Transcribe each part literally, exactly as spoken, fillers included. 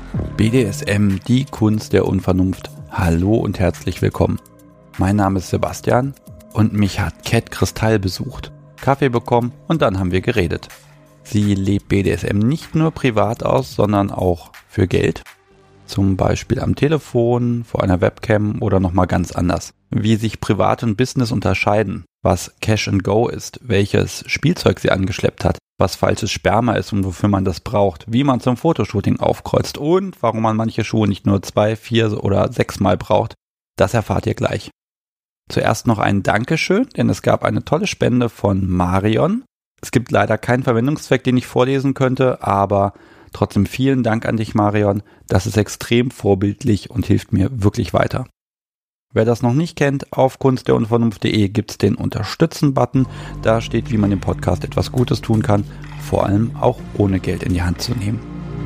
B D S M, die Kunst der Unvernunft. Hallo und herzlich willkommen. Mein Name ist Sebastian und mich hat Cat Kristall besucht, Kaffee bekommen und dann haben wir geredet. Sie lebt B D S M nicht nur privat aus, sondern auch für Geld. Zum Beispiel am Telefon, vor einer Webcam oder nochmal ganz anders. Wie sich Privat und Business unterscheiden, was Cash and Go ist, welches Spielzeug sie angeschleppt hat, was falsches Sperma ist und wofür man das braucht, wie man zum Fotoshooting aufkreuzt und warum man manche Schuhe nicht nur zwei, vier oder sechs Mal braucht, das erfahrt ihr gleich. Zuerst noch ein Dankeschön, denn es gab eine tolle Spende von Marion. Es gibt leider keinen Verwendungszweck, den ich vorlesen könnte, aber trotzdem vielen Dank an dich, Marion. Das ist extrem vorbildlich und hilft mir wirklich weiter. Wer das noch nicht kennt, auf kunst der unvernunft punkt de gibt es den Unterstützen-Button. Da steht, wie man dem Podcast etwas Gutes tun kann, vor allem auch ohne Geld in die Hand zu nehmen.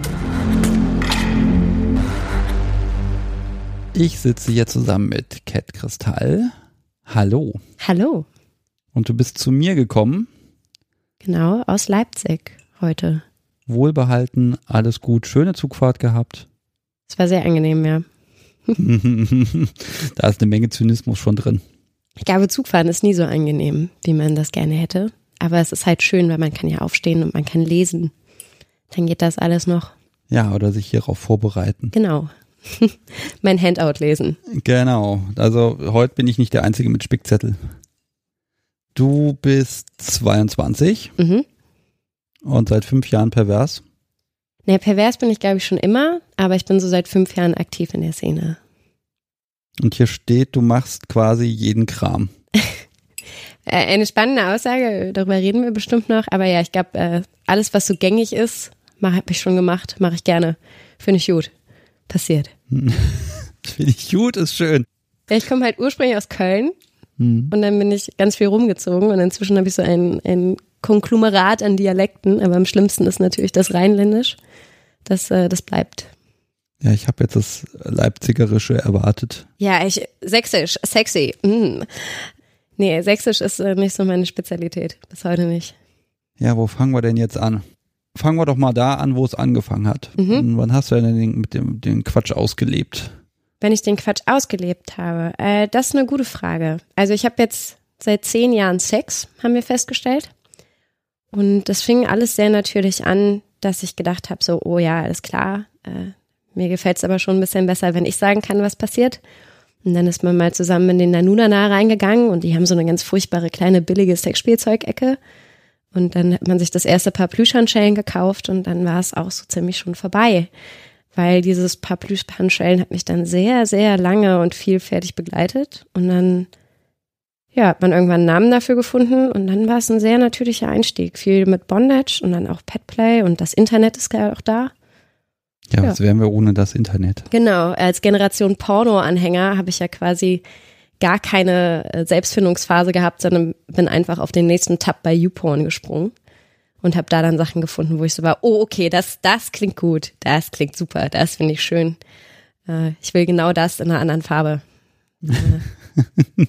Ich sitze hier zusammen mit Cat Kristall. Hallo. Hallo. Und du bist zu mir gekommen? Genau, aus Leipzig heute. Wohlbehalten, alles gut, schöne Zugfahrt gehabt. Es war sehr angenehm, ja. Da ist eine Menge Zynismus schon drin. Ich glaube, Zugfahren ist nie so angenehm, wie man das gerne hätte. Aber es ist halt schön, weil man kann ja aufstehen und man kann lesen. Dann geht das alles noch. Ja, oder sich hierauf vorbereiten. Genau. Mein Handout lesen. Genau. Also heute bin ich nicht der Einzige mit Spickzettel. Du bist zweiundzwanzig Mhm. und seit fünf Jahren pervers. Ne, pervers bin ich, glaube ich, schon immer, aber ich bin so seit fünf Jahren aktiv in der Szene. Und hier steht, du machst quasi jeden Kram. Eine spannende Aussage, darüber reden wir bestimmt noch, aber ja, ich glaube, alles, was so gängig ist, habe ich schon gemacht, mache ich gerne. Finde ich gut. Passiert. Finde ich gut, ist schön. Ich komme halt ursprünglich aus Köln hm. und dann bin ich ganz viel rumgezogen und inzwischen habe ich so ein, ein Konglomerat an Dialekten, aber am schlimmsten ist natürlich das Rheinländisch. Das, äh, das bleibt. Ja, ich habe jetzt das Leipzigerische erwartet. Ja, ich, Sächsisch, sexy. Mm. Nee, Sächsisch ist äh, nicht so meine Spezialität, bis heute nicht. Ja, wo fangen wir denn jetzt an? Fangen wir doch mal da an, wo es angefangen hat. Mhm. Und wann hast du denn den, mit dem den Quatsch ausgelebt? Wenn ich den Quatsch ausgelebt habe, äh, das ist eine gute Frage. Also ich habe jetzt seit zehn Jahren Sex, haben wir festgestellt. Und das fing alles sehr natürlich an, dass ich gedacht habe, so, oh ja, alles klar, äh, mir gefällt es aber schon ein bisschen besser, wenn ich sagen kann, was passiert. Und dann ist man mal zusammen in den Nanunana reingegangen und die haben so eine ganz furchtbare kleine billige Sexspielzeugecke. Und dann hat man sich das erste Paar Plüschhandschellen gekauft und dann war es auch so ziemlich schon vorbei. Weil dieses Paar Plüschhandschellen hat mich dann sehr, sehr lange und vielfältig begleitet. Und dann ja, hat man irgendwann einen Namen dafür gefunden und dann war es ein sehr natürlicher Einstieg. Viel mit Bondage und dann auch Petplay und das Internet ist ja auch da. Ja, Ja. was wären wir ohne das Internet? Genau, als Generation Porno-Anhänger habe ich ja quasi gar keine Selbstfindungsphase gehabt, sondern bin einfach auf den nächsten Tab bei YouPorn gesprungen und habe da dann Sachen gefunden, wo ich so war, oh okay, das, das klingt gut, das klingt super, das finde ich schön. Äh, ich will genau das in einer anderen Farbe. Äh.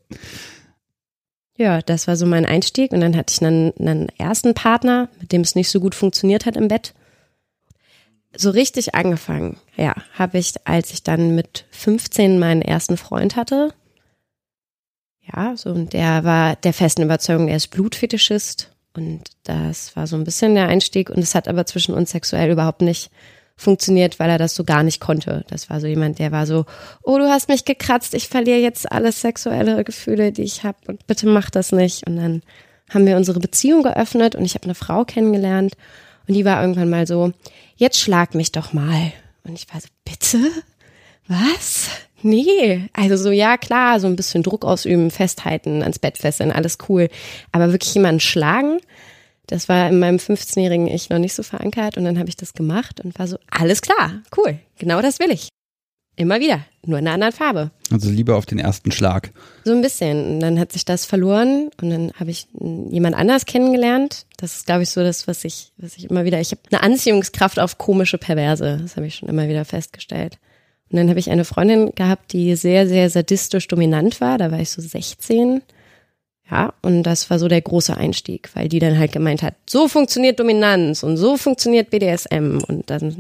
Ja, das war so mein Einstieg und dann hatte ich einen, einen ersten Partner, mit dem es nicht so gut funktioniert hat im Bett. So richtig angefangen, ja, habe ich, als ich dann mit fünfzehn meinen ersten Freund hatte. Ja, so und der war der festen Überzeugung, er ist Blutfetischist und das war so ein bisschen der Einstieg und es hat aber zwischen uns sexuell überhaupt nicht funktioniert, weil er das so gar nicht konnte. Das war so jemand, der war so, oh, du hast mich gekratzt, ich verliere jetzt alle sexuelle Gefühle, die ich habe und bitte mach das nicht. Und dann haben wir unsere Beziehung geöffnet und ich habe eine Frau kennengelernt und die war irgendwann mal so, jetzt schlag mich doch mal. Und ich war so, bitte? Was? Nee. Also so, ja klar, so ein bisschen Druck ausüben, festhalten, ans Bett fesseln, alles cool. Aber wirklich jemanden schlagen? Das war in meinem fünfzehnjährigen Ich noch nicht so verankert und dann habe ich das gemacht und war so, alles klar, cool, genau das will ich. Immer wieder, nur in einer anderen Farbe. Also lieber auf den ersten Schlag. So ein bisschen. Und dann hat sich das verloren und dann habe ich jemand anders kennengelernt. Das ist, glaube ich, so das, was ich, was ich immer wieder, ich habe eine Anziehungskraft auf komische Perverse. Das habe ich schon immer wieder festgestellt. Und dann habe ich eine Freundin gehabt, die sehr, sehr sadistisch dominant war. Da war ich so sechzehn. Ja, und das war so der große Einstieg, weil die dann halt gemeint hat, so funktioniert Dominanz und so funktioniert B D S M. Und dann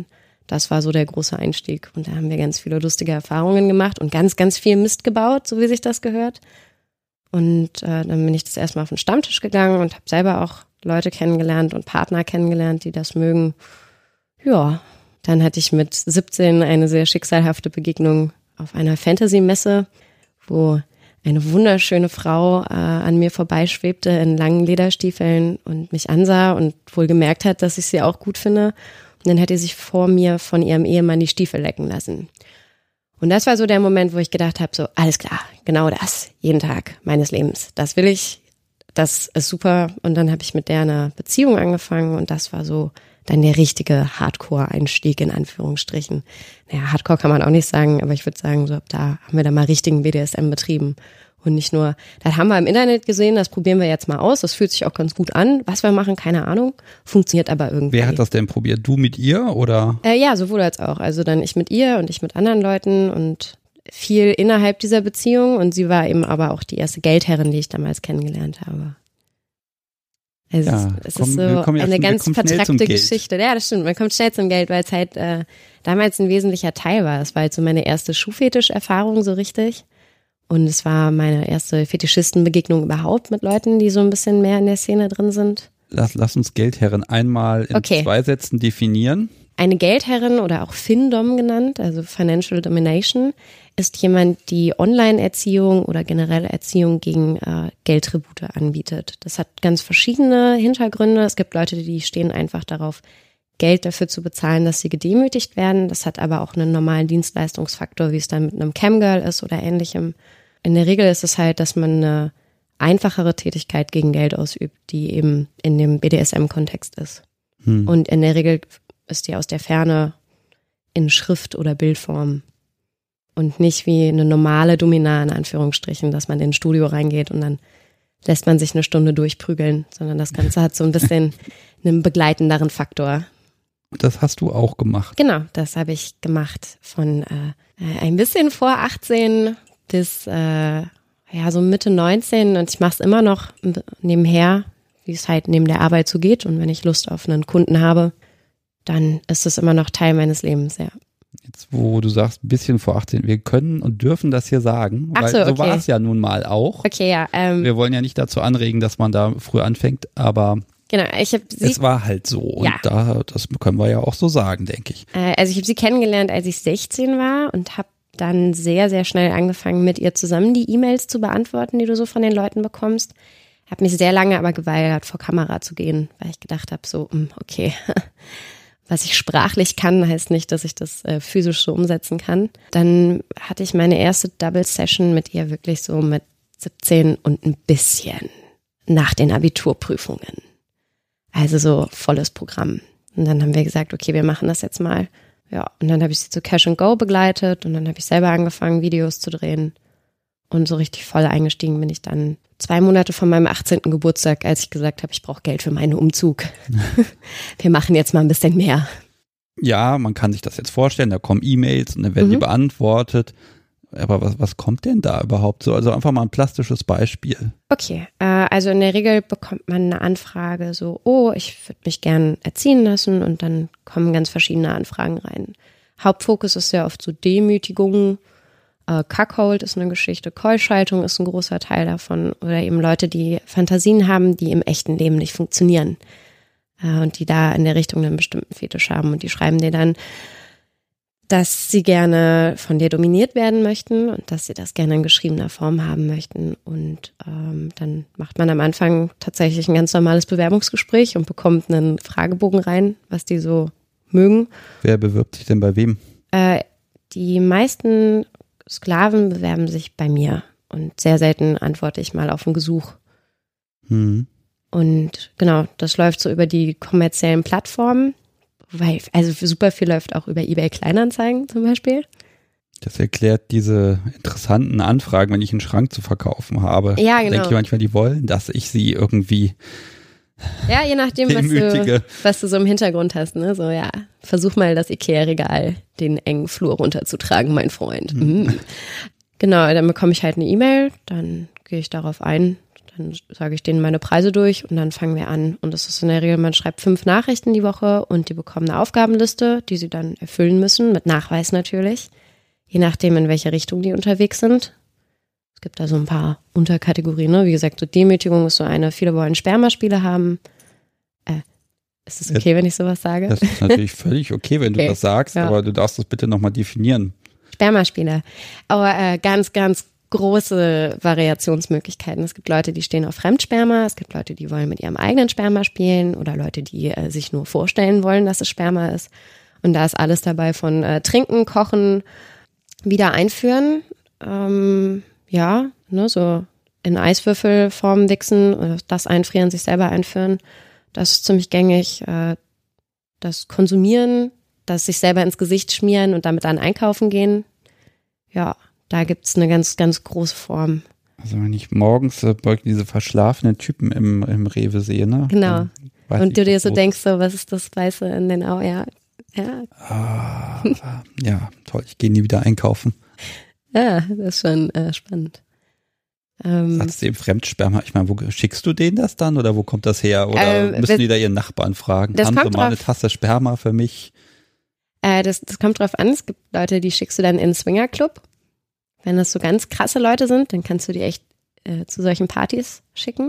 das war so der große Einstieg. Und da haben wir ganz viele lustige Erfahrungen gemacht und ganz, ganz viel Mist gebaut, so wie sich das gehört. Und äh, dann bin ich das erstmal auf den Stammtisch gegangen und habe selber auch Leute kennengelernt und Partner kennengelernt, die das mögen. Ja, dann hatte ich mit siebzehn eine sehr schicksalhafte Begegnung auf einer Fantasy-Messe, wo eine wunderschöne Frau äh, an mir vorbeischwebte in langen Lederstiefeln und mich ansah und wohl gemerkt hat, dass ich sie auch gut finde. Und dann hat sie sich vor mir von ihrem Ehemann die Stiefel lecken lassen. Und das war so der Moment, wo ich gedacht habe, so alles klar, genau das, jeden Tag meines Lebens. Das will ich, das ist super. Und dann habe ich mit der eine Beziehung angefangen und das war so dann der richtige Hardcore-Einstieg in Anführungsstrichen. Naja, Hardcore kann man auch nicht sagen, aber ich würde sagen, so ab da haben wir da mal richtigen B D S M betrieben. Und nicht nur, das haben wir im Internet gesehen, das probieren wir jetzt mal aus, das fühlt sich auch ganz gut an. Was wir machen, keine Ahnung, funktioniert aber irgendwie. Wer hat das denn probiert? Du mit ihr oder? Äh, ja, sowohl als auch. Also dann ich mit ihr und ich mit anderen Leuten und viel innerhalb dieser Beziehung. Und sie war eben aber auch die erste Geldherrin, die ich damals kennengelernt habe. Also ja, es komm, ist so ja eine schon, ganz vertrackte Geschichte. Ja, das stimmt. Man kommt schnell zum Geld, weil es halt äh, damals ein wesentlicher Teil war. Es war halt so meine erste Schuhfetisch-Erfahrung so richtig. Und es war meine erste Fetischistenbegegnung überhaupt mit Leuten, die so ein bisschen mehr in der Szene drin sind. Lass, lass uns Geldherren einmal in okay. zwei Sätzen definieren. Eine Geldherrin oder auch Findom genannt, also Financial Domination, ist jemand, die Online-Erziehung oder generell Erziehung gegen äh, Geldtribute anbietet. Das hat ganz verschiedene Hintergründe. Es gibt Leute, die stehen einfach darauf, Geld dafür zu bezahlen, dass sie gedemütigt werden. Das hat aber auch einen normalen Dienstleistungsfaktor, wie es dann mit einem Camgirl ist oder ähnlichem. In der Regel ist es halt, dass man eine einfachere Tätigkeit gegen Geld ausübt, die eben in dem B D S M-Kontext ist. Hm. Und in der Regel ist die aus der Ferne in Schrift- oder Bildform. Und nicht wie eine normale Domina, in Anführungsstrichen, dass man in ein Studio reingeht und dann lässt man sich eine Stunde durchprügeln, sondern das Ganze hat so ein bisschen einen begleitenderen Faktor. Das hast du auch gemacht. Genau, das habe ich gemacht von äh, ein bisschen vor achtzehn bis äh, ja so Mitte neunzehn und ich mache es immer noch nebenher, wie es halt neben der Arbeit so geht und wenn ich Lust auf einen Kunden habe, dann ist es immer noch Teil meines Lebens, ja. Jetzt, wo du sagst, ein bisschen vor achtzehn, wir können und dürfen das hier sagen, Ach weil so, so okay. war es ja nun mal auch. Okay, ja. Ähm, wir wollen ja nicht dazu anregen, dass man da früh anfängt, aber genau, ich hab sie, es war halt so und ja. da, das können wir ja auch so sagen, denke ich. Äh, also ich habe sie kennengelernt, als ich sechzehn war und habe dann sehr, sehr schnell angefangen, mit ihr zusammen die E-Mails zu beantworten, die du so von den Leuten bekommst. Habe mich sehr lange aber geweigert, vor Kamera zu gehen, weil ich gedacht habe, so, okay, was ich sprachlich kann, heißt nicht, dass ich das äh, physisch so umsetzen kann. Dann hatte ich meine erste Double-Session mit ihr wirklich so mit siebzehn und ein bisschen nach den Abiturprüfungen. Also so volles Programm. Und dann haben wir gesagt, okay, wir machen das jetzt mal. Ja, und dann habe ich sie zu Cash and Go begleitet und dann habe ich selber angefangen, Videos zu drehen. Und so richtig voll eingestiegen bin ich dann zwei Monate vor meinem achtzehnten Geburtstag, als ich gesagt habe, ich brauche Geld für meinen Umzug. Wir machen jetzt mal ein bisschen mehr. Ja, man kann sich das jetzt vorstellen, da kommen E-Mails und dann werden Mhm. die beantwortet. Aber was, was kommt denn da überhaupt so? Also einfach mal ein plastisches Beispiel. Okay, äh, also in der Regel bekommt man eine Anfrage so, oh, ich würde mich gern erziehen lassen und dann kommen ganz verschiedene Anfragen rein. Hauptfokus ist ja oft so Demütigung, äh, Cuckold ist eine Geschichte, Keuschaltung ist ein großer Teil davon oder eben Leute, die Fantasien haben, die im echten Leben nicht funktionieren äh, und die da in der Richtung einen bestimmten Fetisch haben und die schreiben dir dann, dass sie gerne von dir dominiert werden möchten und dass sie das gerne in geschriebener Form haben möchten. Und ähm, dann macht man am Anfang tatsächlich ein ganz normales Bewerbungsgespräch und bekommt einen Fragebogen rein, was die so mögen. Wer bewirbt sich denn bei wem? Äh, die meisten Sklaven bewerben sich bei mir und sehr selten antworte ich mal auf ein Gesuch. Hm. Und genau, das läuft so über die kommerziellen Plattformen. Weil, also super viel läuft auch über eBay Kleinanzeigen zum Beispiel. Das erklärt diese interessanten Anfragen, wenn ich einen Schrank zu verkaufen habe. Ja, genau. Denke ich manchmal, die wollen, dass ich sie irgendwie Ja, je nachdem, was demütige. du, was du so im Hintergrund hast. Ne? So, ja, versuch mal das Ikea-Regal den engen Flur runterzutragen, mein Freund. Mhm. Genau, dann bekomme ich halt eine E-Mail, dann gehe ich darauf ein, Dann sage ich denen meine Preise durch und dann fangen wir an. Und das ist in der Regel, man schreibt fünf Nachrichten die Woche und die bekommen eine Aufgabenliste, die sie dann erfüllen müssen, mit Nachweis natürlich, je nachdem, in welche Richtung die unterwegs sind. Es gibt da so ein paar Unterkategorien, ne? Wie gesagt, so Demütigung ist so eine, viele wollen Spermaspiele haben. Äh, ist es okay, ja, wenn ich sowas sage? Das ist natürlich völlig okay, wenn du okay. das sagst, ja. aber du darfst das bitte nochmal definieren. Spermaspiele. Aber äh, ganz, ganz große Variationsmöglichkeiten. Es gibt Leute, die stehen auf Fremdsperma, es gibt Leute, die wollen mit ihrem eigenen Sperma spielen oder Leute, die äh, sich nur vorstellen wollen, dass es Sperma ist. Und da ist alles dabei von äh, Trinken, Kochen, wieder einführen, ähm, ja, ne, so in Eiswürfelform wichsen oder das einfrieren, sich selber einführen. Das ist ziemlich gängig. Äh, das Konsumieren, das sich selber ins Gesicht schmieren und damit dann einkaufen gehen. Ja, da gibt's eine ganz, ganz große Form. Also wenn ich morgens äh, diese verschlafenen Typen im, im Rewe sehe, ne? Genau. Und du dir so denkst, so, was ist das Weiße in den Augen? Ja. Ja. Ah, ja, toll. Ich gehe nie wieder einkaufen. Ja, das ist schon äh, spannend. Ähm, Sagst du eben Fremdsperma? Ich meine, wo schickst du denen das dann oder wo kommt das her? Oder ähm, müssen das, die da ihren Nachbarn fragen? Haben sie mal eine Tasse Sperma für mich? Äh, das, das kommt drauf an. Es gibt Leute, die schickst du dann in den Swingerclub. Wenn das so ganz krasse Leute sind, dann kannst du die echt äh, zu solchen Partys schicken.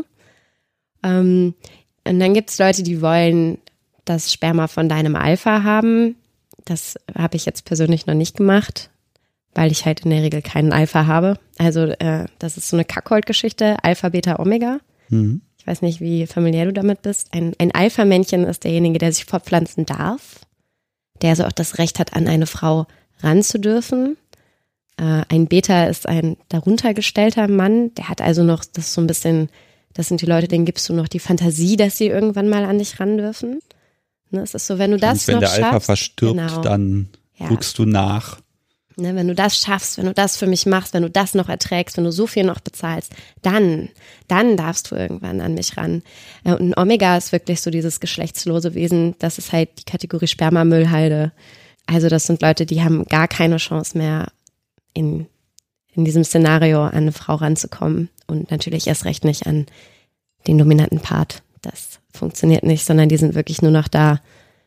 Ähm, und dann gibt es Leute, die wollen das Sperma von deinem Alpha haben. Das habe ich jetzt persönlich noch nicht gemacht, weil ich halt in der Regel keinen Alpha habe. Also äh, das ist so eine Kackhold-Geschichte, Alpha, Beta, Omega. Mhm. Ich weiß nicht, wie familiär du damit bist. Ein, ein Alpha-Männchen ist derjenige, der sich fortpflanzen darf, der also auch das Recht hat, an eine Frau ranzudürfen. Äh, ein Beta ist ein darunter gestellter Mann, der hat also noch, das ist so ein bisschen, das sind die Leute, denen gibst du noch die Fantasie, dass sie irgendwann mal an dich ran dürfen. Ne, es ist so, wenn du das wenn noch der schaffst, Alpha verstirbt, genau, dann ja. rückst du nach. Ne, wenn du das schaffst, wenn du das für mich machst, wenn du das noch erträgst, wenn du so viel noch bezahlst, dann, dann darfst du irgendwann an mich ran. Und ein Omega ist wirklich so dieses geschlechtslose Wesen, das ist halt die Kategorie Spermamüllhalde. Also das sind Leute, die haben gar keine Chance mehr, in, in diesem Szenario an eine Frau ranzukommen und natürlich erst recht nicht an den dominanten Part. Das funktioniert nicht, sondern die sind wirklich nur noch da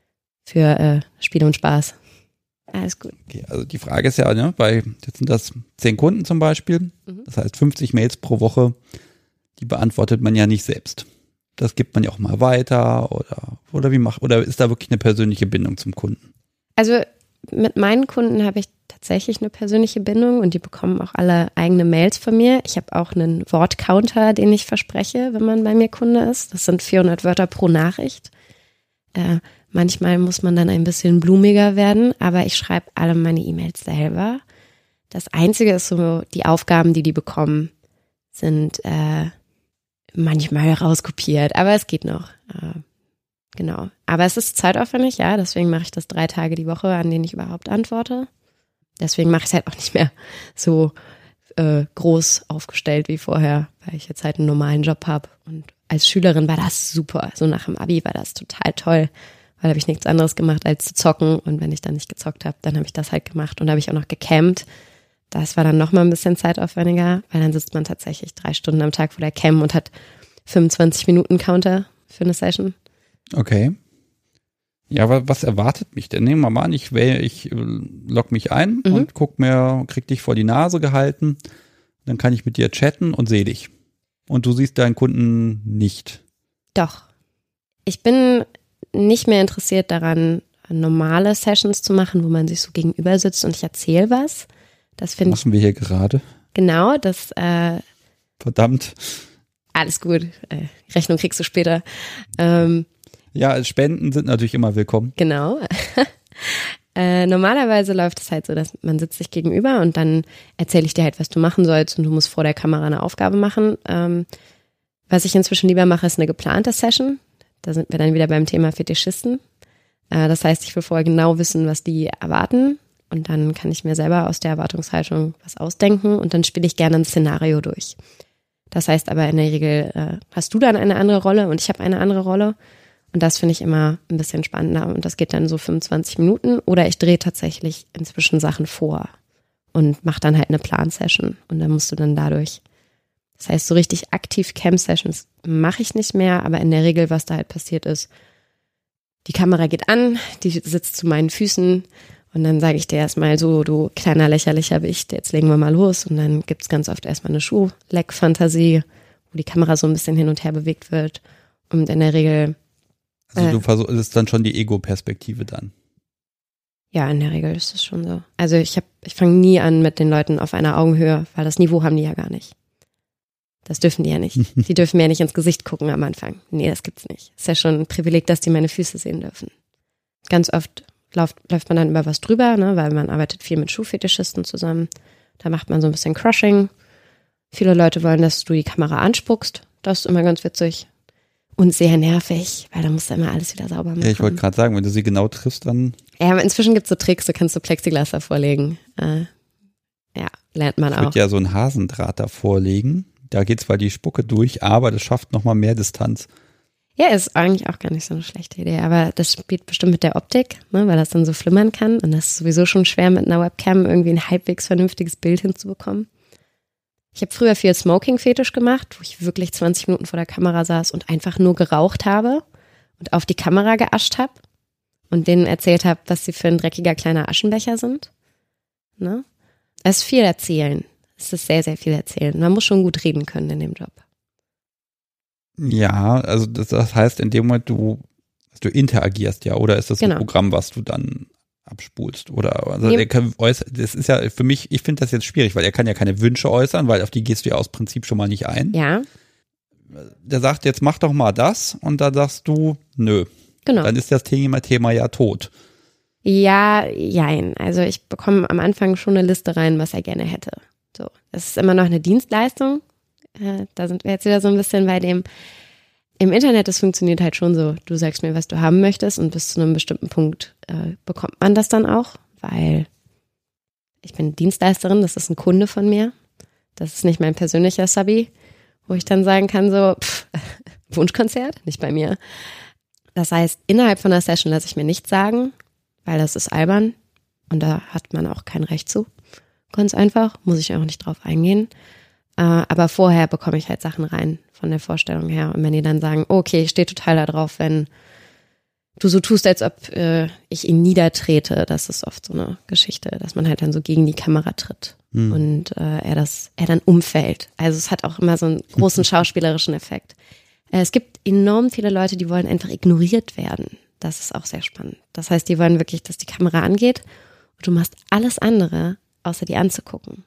für äh, Spiel und Spaß. Alles gut. Okay, also die Frage ist ja, ne, bei, jetzt sind das zehn Kunden zum Beispiel, mhm. das heißt fünfzig Mails pro Woche, die beantwortet man ja nicht selbst. Das gibt man ja auch mal weiter oder, oder wie macht, oder ist da wirklich eine persönliche Bindung zum Kunden? Also mit meinen Kunden habe ich tatsächlich eine persönliche Bindung und die bekommen auch alle eigene Mails von mir. Ich habe auch einen Wortcounter, den ich verspreche, wenn man bei mir Kunde ist. Das sind vierhundert Wörter pro Nachricht. Äh, manchmal muss man dann ein bisschen blumiger werden, aber ich schreibe alle meine E-Mails selber. Das Einzige ist so, die Aufgaben, die die bekommen, sind äh, manchmal rauskopiert, aber es geht noch. Äh, genau. Aber es ist zeitaufwendig, ja, deswegen mache ich das drei Tage die Woche, an denen ich überhaupt antworte. Deswegen mache ich es halt auch nicht mehr so äh, groß aufgestellt wie vorher, weil ich jetzt halt einen normalen Job habe. Und als Schülerin war das super. So nach dem Abi war das total toll, weil habe ich nichts anderes gemacht als zu zocken. Und wenn ich dann nicht gezockt habe, dann habe ich das halt gemacht. Und da habe ich auch noch gecampt. Das war dann nochmal ein bisschen zeitaufwendiger, weil dann sitzt man tatsächlich drei Stunden am Tag vor der Cam und hat fünfundzwanzig Minuten Counter für eine Session. Okay. Ja, aber was erwartet mich denn? Nehmen wir mal an, ich, wähl, ich log mich ein mhm. und guck mir, krieg dich vor die Nase gehalten. Dann kann ich mit dir chatten und sehe dich. Und du siehst deinen Kunden nicht. Doch. Ich bin nicht mehr interessiert daran, normale Sessions zu machen, wo man sich so gegenüber sitzt und ich erzähle was. Das finde ich. Machen wir hier gerade. Genau, das. Äh, Verdammt. Alles gut. Äh, Rechnung kriegst du später. Ähm, Ja, Spenden sind natürlich immer willkommen. Genau. äh, normalerweise läuft es halt so, dass man sitzt sich gegenüber und dann erzähle ich dir halt, was du machen sollst und du musst vor der Kamera eine Aufgabe machen. Ähm, was ich inzwischen lieber mache, ist eine geplante Session. Da sind wir dann wieder beim Thema Fetischisten. Äh, das heißt, ich will vorher genau wissen, was die erwarten und dann kann ich mir selber aus der Erwartungshaltung was ausdenken und dann spiele ich gerne ein Szenario durch. Das heißt aber in der Regel äh, hast du dann eine andere Rolle und ich habe eine andere Rolle. Und das finde ich immer ein bisschen spannender. Und das geht dann so fünfundzwanzig Minuten. Oder ich drehe tatsächlich inzwischen Sachen vor und mache dann halt eine Plan-Session. Und dann musst du dann dadurch Das heißt, so richtig aktiv Cam-Sessions mache ich nicht mehr, aber in der Regel, was da halt passiert ist, die Kamera geht an, die sitzt zu meinen Füßen und dann sage ich dir erstmal so, du kleiner lächerlicher Wicht, jetzt legen wir mal los. Und dann gibt es ganz oft erstmal eine Schuhleck-Fantasie, wo die Kamera so ein bisschen hin und her bewegt wird. Und in der Regel... Also du versuchst, das ist dann schon die Ego-Perspektive dann. Ja, in der Regel ist das schon so. Also ich habe, ich fange nie an mit den Leuten auf einer Augenhöhe, weil das Niveau haben die ja gar nicht. Das dürfen die ja nicht. Die dürfen mir ja nicht ins Gesicht gucken am Anfang. Nee, das gibt's nicht. Ist ja schon ein Privileg, dass die meine Füße sehen dürfen. Ganz oft läuft, läuft man dann über was drüber, ne, weil man arbeitet viel mit Schuhfetischisten zusammen. Da macht man so ein bisschen Crushing. Viele Leute wollen, dass du die Kamera anspuckst. Das ist immer ganz witzig. Und sehr nervig, weil da musst du immer alles wieder sauber machen. Ja, ich wollte gerade sagen, wenn du sie genau triffst, dann... Ja, aber inzwischen gibt's so Tricks, du kannst so Plexiglas davor legen. Äh, ja, lernt man ich auch. Ich würde ja so einen Hasendraht davor legen. Da geht zwar die Spucke durch, aber das schafft nochmal mehr Distanz. Ja, ist eigentlich auch gar nicht so eine schlechte Idee, aber das spielt bestimmt mit der Optik, ne, weil das dann so flimmern kann und das ist sowieso schon schwer mit einer Webcam irgendwie ein halbwegs vernünftiges Bild hinzubekommen. Ich habe früher viel Smoking-Fetisch gemacht, wo ich wirklich zwanzig Minuten vor der Kamera saß und einfach nur geraucht habe und auf die Kamera geascht habe und denen erzählt habe, was sie für ein dreckiger kleiner Aschenbecher sind. Ne? Es ist viel erzählen. Es ist sehr, sehr viel erzählen. Man muss schon gut reden können in dem Job. Ja, also das, das heißt, in dem Moment, du, du interagierst ja, oder ist das Genau. ein Programm, was du dann abspulst? Oder also Nee. er kann äußern, das ist ja für mich, ich finde das jetzt schwierig, weil er kann ja keine Wünsche äußern, weil auf die gehst du ja aus Prinzip schon mal nicht ein. Ja, Der sagt, jetzt mach doch mal das und dann sagst du, nö. genau. Dann ist das Thema, Thema ja tot. Ja, jein. Also ich bekomme am Anfang schon eine Liste rein, was er gerne hätte. So, es ist immer noch eine Dienstleistung. Äh, da sind wir jetzt wieder so ein bisschen bei dem, im Internet, das funktioniert halt schon so. Du sagst mir, was du haben möchtest und bis zu einem bestimmten Punkt äh, bekommt man das dann auch, weil ich bin Dienstleisterin, das ist ein Kunde von mir. Das ist nicht mein persönlicher Subby, wo ich dann sagen kann so, pff, Wunschkonzert, nicht bei mir. Das heißt, innerhalb von einer Session lasse ich mir nichts sagen, weil das ist albern und da hat man auch kein Recht zu. Ganz einfach, muss ich auch nicht drauf eingehen. Äh, aber vorher bekomme ich halt Sachen rein von der Vorstellung her. Und wenn die dann sagen, okay, ich stehe total da drauf, wenn du so tust, als ob äh, ich ihn niedertrete, das ist oft so eine Geschichte, dass man halt dann so gegen die Kamera tritt hm. und äh, er das, er dann umfällt. Also es hat auch immer so einen großen schauspielerischen Effekt. Äh, es gibt enorm viele Leute, die wollen einfach ignoriert werden. Das ist auch sehr spannend. Das heißt, die wollen wirklich, dass die Kamera angeht und du machst alles andere, außer die anzugucken.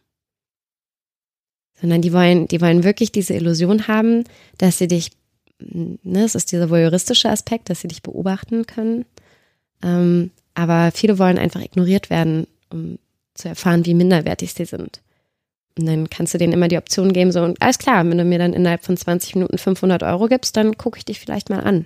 Sondern die wollen, die wollen wirklich diese Illusion haben, dass sie dich, ne, es ist dieser voyeuristische Aspekt, dass sie dich beobachten können. Ähm, aber viele wollen einfach ignoriert werden, um zu erfahren, wie minderwertig sie sind. Und dann kannst du denen immer die Option geben, so, und alles klar, wenn du mir dann innerhalb von zwanzig Minuten fünfhundert Euro gibst, dann gucke ich dich vielleicht mal an.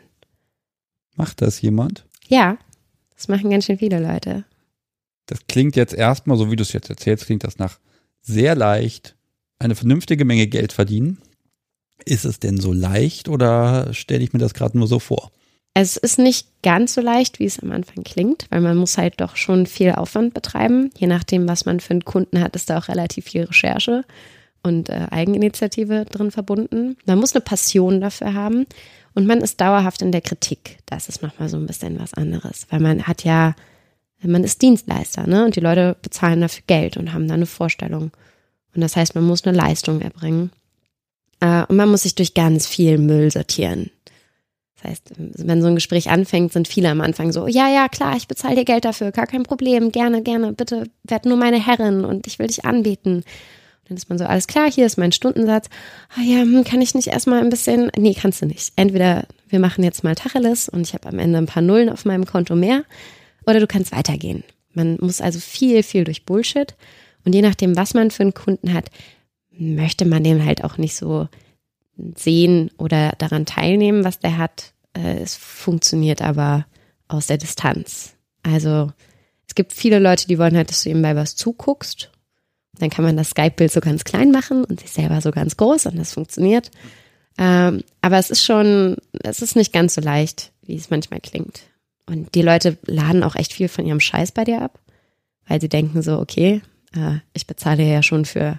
Macht das jemand? Ja, das machen ganz schön viele Leute. Das klingt jetzt erstmal, so wie du es jetzt erzählst, klingt das nach sehr leicht, eine vernünftige Menge Geld verdienen. Ist es denn so leicht oder stelle ich mir das gerade nur so vor? Es ist nicht ganz so leicht, wie es am Anfang klingt, weil man muss halt doch schon viel Aufwand betreiben. Je nachdem, was man für einen Kunden hat, ist da auch relativ viel Recherche und äh, Eigeninitiative drin verbunden. Man muss eine Passion dafür haben und man ist dauerhaft in der Kritik. Das ist nochmal so ein bisschen was anderes, weil man hat ja, man ist Dienstleister, ne? Und die Leute bezahlen dafür Geld und haben da eine Vorstellung. Und das heißt, man muss eine Leistung erbringen. Äh, und man muss sich durch ganz viel Müll sortieren. Das heißt, wenn so ein Gespräch anfängt, sind viele am Anfang so, ja, ja, klar, ich bezahle dir Geld dafür, gar kein Problem, gerne, gerne, bitte werd nur meine Herrin und ich will dich anbeten. Und dann ist man so, alles klar, hier ist mein Stundensatz. Ah ja, hm, kann ich nicht erstmal ein bisschen, nee, kannst du nicht. Entweder wir machen jetzt mal Tacheles und ich habe am Ende ein paar Nullen auf meinem Konto mehr oder du kannst weitergehen. Man muss also viel, viel durch Bullshit und je nachdem, was man für einen Kunden hat, möchte man den halt auch nicht so sehen oder daran teilnehmen, was der hat. Es funktioniert aber aus der Distanz. Also es gibt viele Leute, die wollen halt, dass du ihm bei was zuguckst. Dann kann man das Skype-Bild so ganz klein machen und sich selber so ganz groß und das funktioniert. Ähm, aber es ist schon, es ist nicht ganz so leicht, wie es manchmal klingt. Und die Leute laden auch echt viel von ihrem Scheiß bei dir ab, weil sie denken so, okay, äh, ich bezahle ja schon für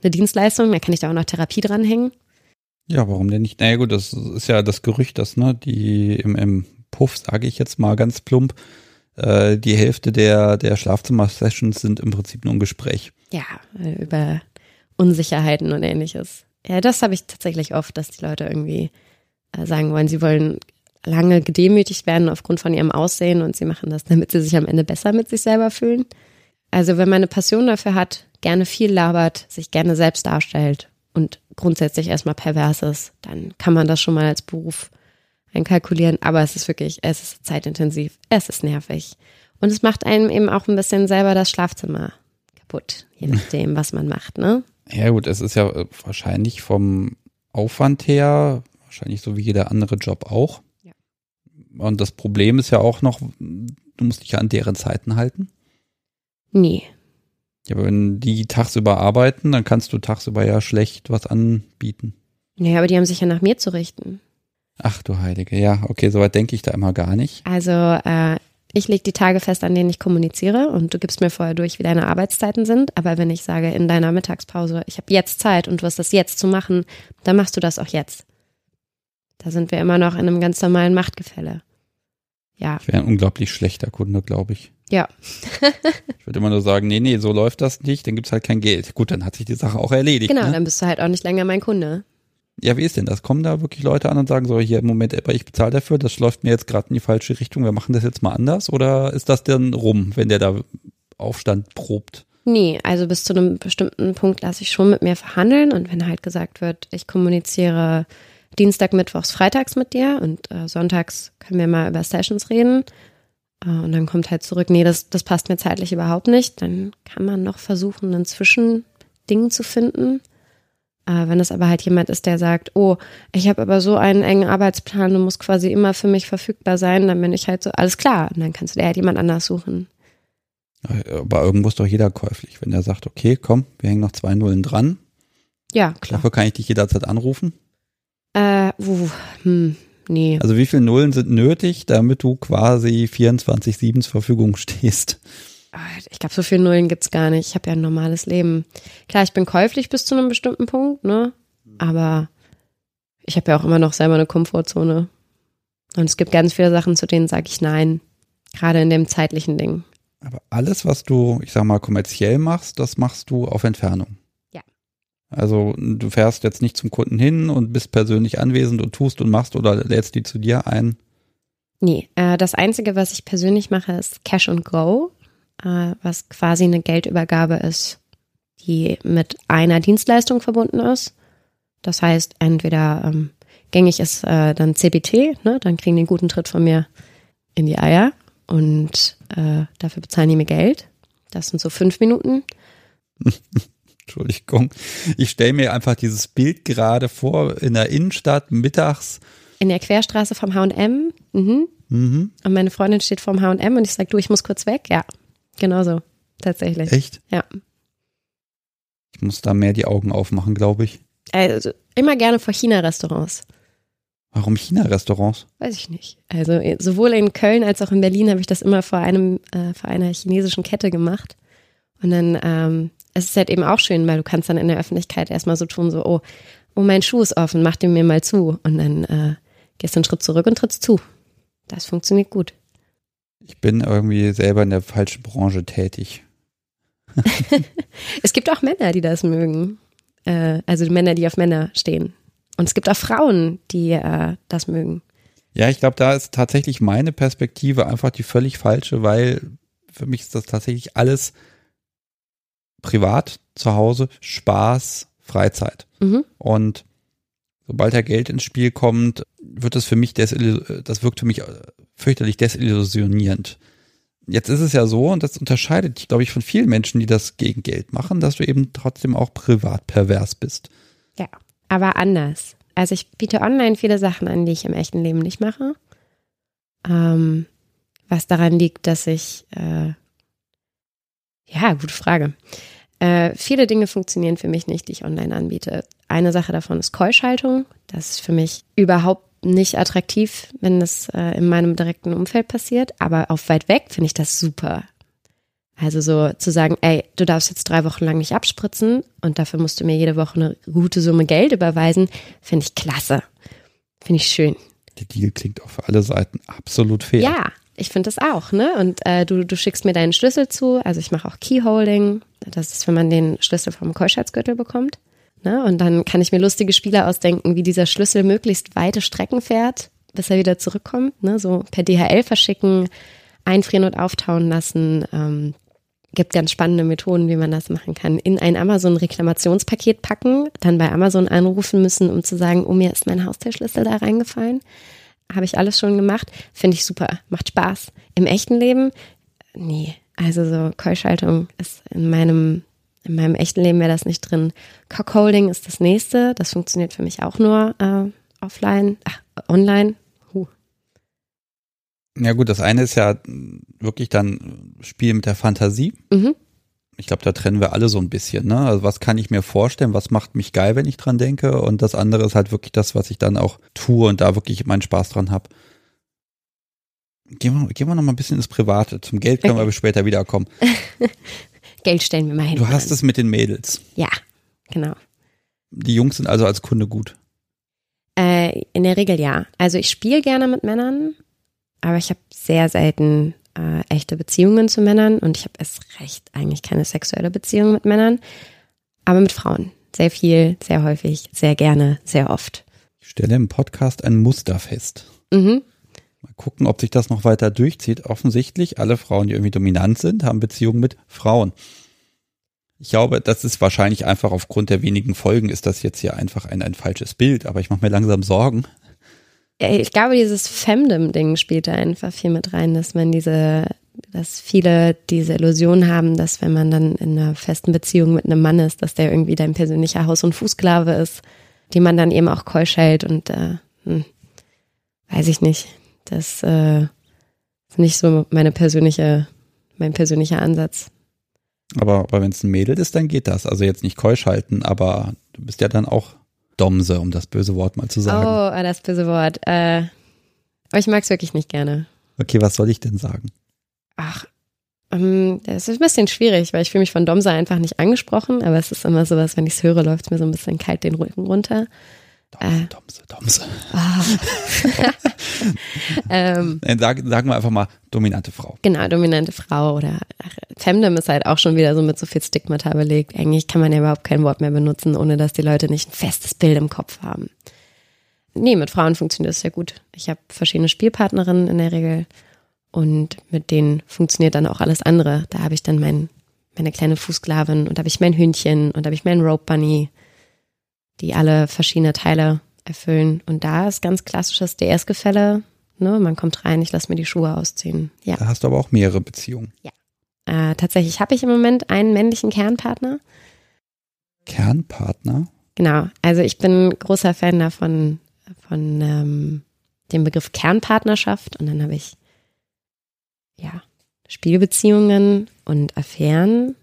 eine Dienstleistung, dann kann ich da auch noch Therapie dranhängen. Ja, warum denn nicht? Naja gut, das ist ja das Gerücht, dass ne, die im, im Puff, sage ich jetzt mal ganz plump, äh, die Hälfte der, der Schlafzimmer-Sessions sind im Prinzip nur ein Gespräch. Ja, über Unsicherheiten und ähnliches. Ja, das habe ich tatsächlich oft, dass die Leute irgendwie äh, sagen wollen, sie wollen lange gedemütigt werden aufgrund von ihrem Aussehen und sie machen das, damit sie sich am Ende besser mit sich selber fühlen. Also wenn man eine Passion dafür hat, gerne viel labert, sich gerne selbst darstellt und grundsätzlich erstmal pervers ist, dann kann man das schon mal als Beruf einkalkulieren. Aber es ist wirklich, es ist zeitintensiv, es ist nervig. Und es macht einem eben auch ein bisschen selber das Schlafzimmer kaputt, je nachdem, was man macht, ne? Ja gut, es ist ja wahrscheinlich vom Aufwand her, wahrscheinlich so wie jeder andere Job auch. Ja. Und das Problem ist ja auch noch, du musst dich ja an deren Zeiten halten. Nee. Ja, aber wenn die tagsüber arbeiten, dann kannst du tagsüber ja schlecht was anbieten. Naja, aber die haben sich ja nach mir zu richten. Ach du Heilige, ja, okay, soweit denke ich da immer gar nicht. Also äh, ich lege die Tage fest, an denen ich kommuniziere und du gibst mir vorher durch, wie deine Arbeitszeiten sind. Aber wenn ich sage in deiner Mittagspause, ich habe jetzt Zeit und du hast das jetzt zu machen, dann machst du das auch jetzt. Da sind wir immer noch in einem ganz normalen Machtgefälle. Ja. Ich wäre ein unglaublich schlechter Kunde, glaube ich. Ja. Ich würde immer nur sagen, nee, nee, so läuft das nicht, dann gibt's halt kein Geld. Gut, dann hat sich die Sache auch erledigt. Genau, ne? Dann bist du halt auch nicht länger mein Kunde. Ja, wie ist denn das? Kommen da wirklich Leute an und sagen so, hier im Moment, aber ich bezahle dafür, das läuft mir jetzt gerade in die falsche Richtung, wir machen das jetzt mal anders? Oder ist das dann rum, wenn der da Aufstand probt? Nee, also bis zu einem bestimmten Punkt lasse ich schon mit mir verhandeln und wenn halt gesagt wird, ich kommuniziere Dienstag, Mittwochs, Freitags mit dir und äh, sonntags können wir mal über Sessions reden äh, und dann kommt halt zurück, nee, das, das passt mir zeitlich überhaupt nicht, dann kann man noch versuchen, ein Zwischending zu finden. Äh, wenn es aber halt jemand ist, der sagt, oh, ich habe aber so einen engen Arbeitsplan, du musst quasi immer für mich verfügbar sein, dann bin ich halt so, alles klar, und dann kannst du dir halt jemand anders suchen. Aber irgendwo ist doch jeder käuflich, wenn der sagt, okay, komm, wir hängen noch zwei Nullen dran. Ja, klar. Dafür kann ich dich jederzeit anrufen. Äh, uh, hm, nee. Also wie viele Nullen sind nötig, damit du quasi vierundzwanzig sieben zur Verfügung stehst? Ich glaube, so viele Nullen gibt's gar nicht. Ich habe ja ein normales Leben. Klar, ich bin käuflich bis zu einem bestimmten Punkt, ne? Aber ich habe ja auch immer noch selber eine Komfortzone. Und es gibt ganz viele Sachen, zu denen sage ich nein. Gerade in dem zeitlichen Ding. Aber alles, was du, ich sag mal, kommerziell machst, das machst du auf Entfernung. Ja. Also du fährst jetzt nicht zum Kunden hin und bist persönlich anwesend und tust und machst oder lädst die zu dir ein? Nee, äh, das Einzige, was ich persönlich mache, ist Cash and Go, äh, was quasi eine Geldübergabe ist, die mit einer Dienstleistung verbunden ist. Das heißt, entweder ähm, gängig ist äh, dann C B T, ne? Dann kriegen die einen guten Tritt von mir in die Eier und äh, dafür bezahlen die mir Geld. Das sind so fünf Minuten. Entschuldigung, ich stelle mir einfach dieses Bild gerade vor, in der Innenstadt mittags. In der Querstraße vom H und M. Mhm. Mhm. Und meine Freundin steht vorm H und M und ich sage, du, ich muss kurz weg. Ja, genau so, tatsächlich. Echt? Ja. Ich muss da mehr die Augen aufmachen, glaube ich. Also immer gerne vor China-Restaurants. Warum China-Restaurants? Weiß ich nicht. Also sowohl in Köln als auch in Berlin habe ich das immer vor einem, äh, vor einer chinesischen Kette gemacht. Und dann ähm, es ist halt eben auch schön, weil du kannst dann in der Öffentlichkeit erstmal so tun, so, oh, oh, mein Schuh ist offen, mach den mir mal zu. Und dann äh, gehst du einen Schritt zurück und trittst zu. Das funktioniert gut. Ich bin irgendwie selber in der falschen Branche tätig. Es gibt auch Männer, die das mögen. Äh, also Männer, die auf Männer stehen. Und es gibt auch Frauen, die äh, das mögen. Ja, ich glaube, da ist tatsächlich meine Perspektive einfach die völlig falsche, weil für mich ist das tatsächlich alles privat, zu Hause, Spaß, Freizeit. Mhm. Und sobald da Geld ins Spiel kommt, wird das für mich, desil- das wirkt für mich fürchterlich desillusionierend. Jetzt ist es ja so, und das unterscheidet dich, glaube ich, von vielen Menschen, die das gegen Geld machen, dass du eben trotzdem auch privat pervers bist. Ja, aber anders. Also ich biete online viele Sachen an, die ich im echten Leben nicht mache. Ähm, was daran liegt, dass ich, äh, ja, gute Frage. Äh, viele Dinge funktionieren für mich nicht, die ich online anbiete. Eine Sache davon ist Keuschhaltung. Das ist für mich überhaupt nicht attraktiv, wenn das äh, in meinem direkten Umfeld passiert. Aber auf weit weg finde ich das super. Also so zu sagen, ey, du darfst jetzt drei Wochen lang nicht abspritzen und dafür musst du mir jede Woche eine gute Summe Geld überweisen, finde ich klasse. Finde ich schön. Der Deal klingt auch für alle Seiten absolut fair. Ja, ich finde das auch, ne? Und äh, du, du schickst mir deinen Schlüssel zu, also ich mache auch Keyholding, das ist, wenn man den Schlüssel vom Keuschheitsgürtel bekommt. Ne? Und dann kann ich mir lustige Spiele ausdenken, wie dieser Schlüssel möglichst weite Strecken fährt, bis er wieder zurückkommt. Ne? So per D H L verschicken, einfrieren und auftauen lassen. Ähm, gibt ganz spannende Methoden, wie man das machen kann. In ein Amazon-Reklamationspaket packen, dann bei Amazon anrufen müssen, um zu sagen, oh, mir ist mein Haustürschlüssel da reingefallen. Habe ich alles schon gemacht. Finde ich super. Macht Spaß. Im echten Leben, nee. Also so Keuschhaltung ist in meinem, in meinem echten Leben wäre das nicht drin. Cockholding ist das nächste. Das funktioniert für mich auch nur äh, offline, ach, online. Huh. Ja gut, das eine ist ja wirklich dann Spiel mit der Fantasie. Mhm. Ich glaube, da trennen wir alle so ein bisschen. Ne? Also was kann ich mir vorstellen, was macht mich geil, wenn ich dran denke? Und das andere ist halt wirklich das, was ich dann auch tue und da wirklich meinen Spaß dran habe. Gehen wir, gehen wir noch mal ein bisschen ins Private. Zum Geld können okay. wir später wiederkommen. Geld stellen wir mal hin. Du hast es mit den Mädels. Ja, genau. Die Jungs sind also als Kunde gut? Äh, in der Regel ja. Also ich spiele gerne mit Männern, aber ich habe sehr selten äh, echte Beziehungen zu Männern und ich habe erst recht eigentlich keine sexuelle Beziehung mit Männern, aber mit Frauen. Sehr viel, sehr häufig, sehr gerne, sehr oft. Ich stelle im Podcast ein Muster fest. Mhm. Mal gucken, ob sich das noch weiter durchzieht. Offensichtlich, alle Frauen, die irgendwie dominant sind, haben Beziehungen mit Frauen. Ich glaube, das ist wahrscheinlich einfach aufgrund der wenigen Folgen ist das jetzt hier einfach ein, ein falsches Bild, aber ich mache mir langsam Sorgen. Ich glaube, dieses Femdom-Ding spielt da einfach viel mit rein, dass man diese, dass viele diese Illusion haben, dass wenn man dann in einer festen Beziehung mit einem Mann ist, dass der irgendwie dein persönlicher Haus- und Fußsklave ist, die man dann eben auch keusch hält und äh, hm, weiß ich nicht. Das äh, ist nicht so meine persönliche, mein persönlicher Ansatz. Aber, aber wenn es ein Mädel ist, dann geht das. Also jetzt nicht keusch halten, aber du bist ja dann auch Domse, um das böse Wort mal zu sagen. Oh, das böse Wort. Äh, aber ich mag es wirklich nicht gerne. Okay, was soll ich denn sagen? Ach, ähm, das ist ein bisschen schwierig, weil ich fühle mich von Domse einfach nicht angesprochen, aber es ist immer sowas, wenn ich es höre, läuft es mir so ein bisschen kalt den Rücken runter. Domse, Domse, Domse. Oh. ähm, Sag, sagen wir einfach mal dominante Frau. Genau, dominante Frau oder ach, Femdom ist halt auch schon wieder so mit so viel Stigmata belegt. Eigentlich kann man ja überhaupt kein Wort mehr benutzen, ohne dass die Leute nicht ein festes Bild im Kopf haben. Nee, mit Frauen funktioniert das sehr gut. Ich habe verschiedene Spielpartnerinnen in der Regel und mit denen funktioniert dann auch alles andere. Da habe ich dann mein, meine kleine Fußsklavin und da habe ich mein Hündchen und da habe ich meinen Rope Bunny, die alle verschiedene Teile erfüllen. Und da ist ganz klassisches D S-Gefälle. Ne? Man kommt rein, ich lasse mir die Schuhe ausziehen. Ja. Da hast du aber auch mehrere Beziehungen. Ja. Äh, tatsächlich habe ich im Moment einen männlichen Kernpartner. Kernpartner? Genau. Also ich bin großer Fan davon, von ähm, dem Begriff Kernpartnerschaft. Und dann habe ich ja Spielbeziehungen und Affären.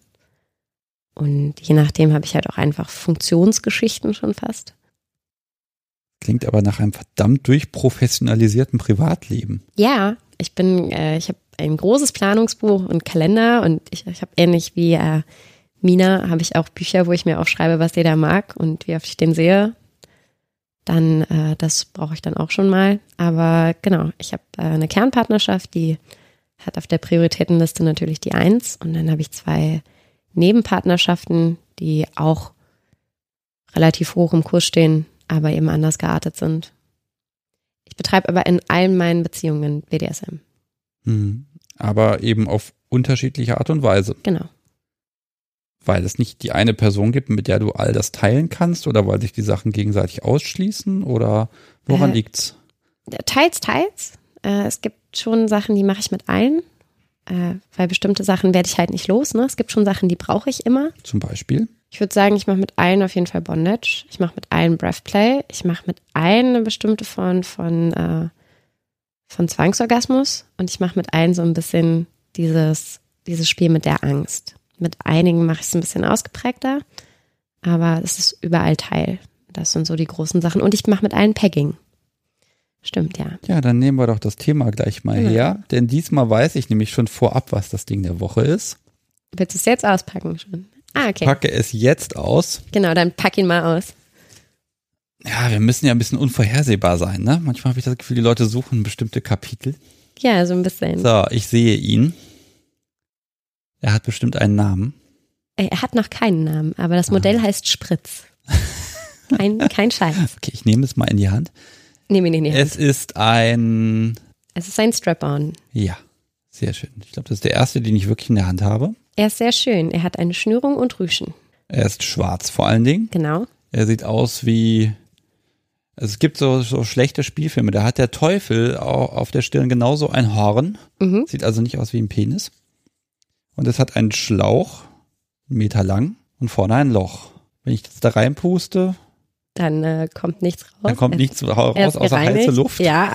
Und je nachdem habe ich halt auch einfach Funktionsgeschichten schon fast. Klingt aber nach einem verdammt durchprofessionalisierten Privatleben. Ja, ich bin, äh, ich habe ein großes Planungsbuch und Kalender und ich, ich habe ähnlich wie äh, Mina, habe ich auch Bücher, wo ich mir aufschreibe, was jeder mag und wie oft ich den sehe. Dann, äh, das brauche ich dann auch schon mal. Aber genau, ich habe äh, eine Kernpartnerschaft, die hat auf der Prioritätenliste natürlich die Eins und dann habe ich zwei Nebenpartnerschaften, die auch relativ hoch im Kurs stehen, aber eben anders geartet sind. Ich betreibe aber in allen meinen Beziehungen B D S M. Hm, aber eben auf unterschiedliche Art und Weise. Genau. Weil es nicht die eine Person gibt, mit der du all das teilen kannst oder weil sich die Sachen gegenseitig ausschließen oder woran äh, liegt's? Teils, teils. Äh, es gibt schon Sachen, die mache ich mit allen. Äh, weil bestimmte Sachen werde ich halt nicht los. Ne? Es gibt schon Sachen, die brauche ich immer. Zum Beispiel? Ich würde sagen, ich mache mit allen auf jeden Fall Bondage. Ich mache mit allen Breathplay. Ich mache mit allen eine bestimmte Form von, äh, von Zwangsorgasmus. Und ich mache mit allen so ein bisschen dieses, dieses Spiel mit der Angst. Mit einigen mache ich es ein bisschen ausgeprägter. Aber es ist überall Teil. Das sind so die großen Sachen. Und ich mache mit allen Pegging. Stimmt, ja. Ja, dann nehmen wir doch das Thema gleich mal genau. her, denn diesmal weiß ich nämlich schon vorab, was das Ding der Woche ist. Willst du es jetzt auspacken schon? Ah, okay. Ich packe es jetzt aus. Genau, dann pack ihn mal aus. Ja, wir müssen ja ein bisschen unvorhersehbar sein, ne? Manchmal habe ich das Gefühl, die Leute suchen bestimmte Kapitel. Ja, so ein bisschen. So, ich sehe ihn. Er hat bestimmt einen Namen. Er hat noch keinen Namen, aber das Modell ah. heißt Spritz. Kein, kein Scheiß. Okay, ich nehme es mal in die Hand. Nehme ihn in die Hand. Es ist ein... Es ist ein Strap-on. Ja, sehr schön. Ich glaube, das ist der erste, den ich wirklich in der Hand habe. Er ist sehr schön. Er hat eine Schnürung und Rüschen. Er ist schwarz vor allen Dingen. Genau. Er sieht aus wie... Also es gibt so, so schlechte Spielfilme. Da hat der Teufel auf der Stirn genauso ein Horn. Mhm. Sieht also nicht aus wie ein Penis. Und es hat einen Schlauch, einen Meter lang und vorne ein Loch. Wenn ich das da reinpuste... Dann äh, kommt nichts raus. Dann kommt es, nichts raus, außer heiße Luft. Ja.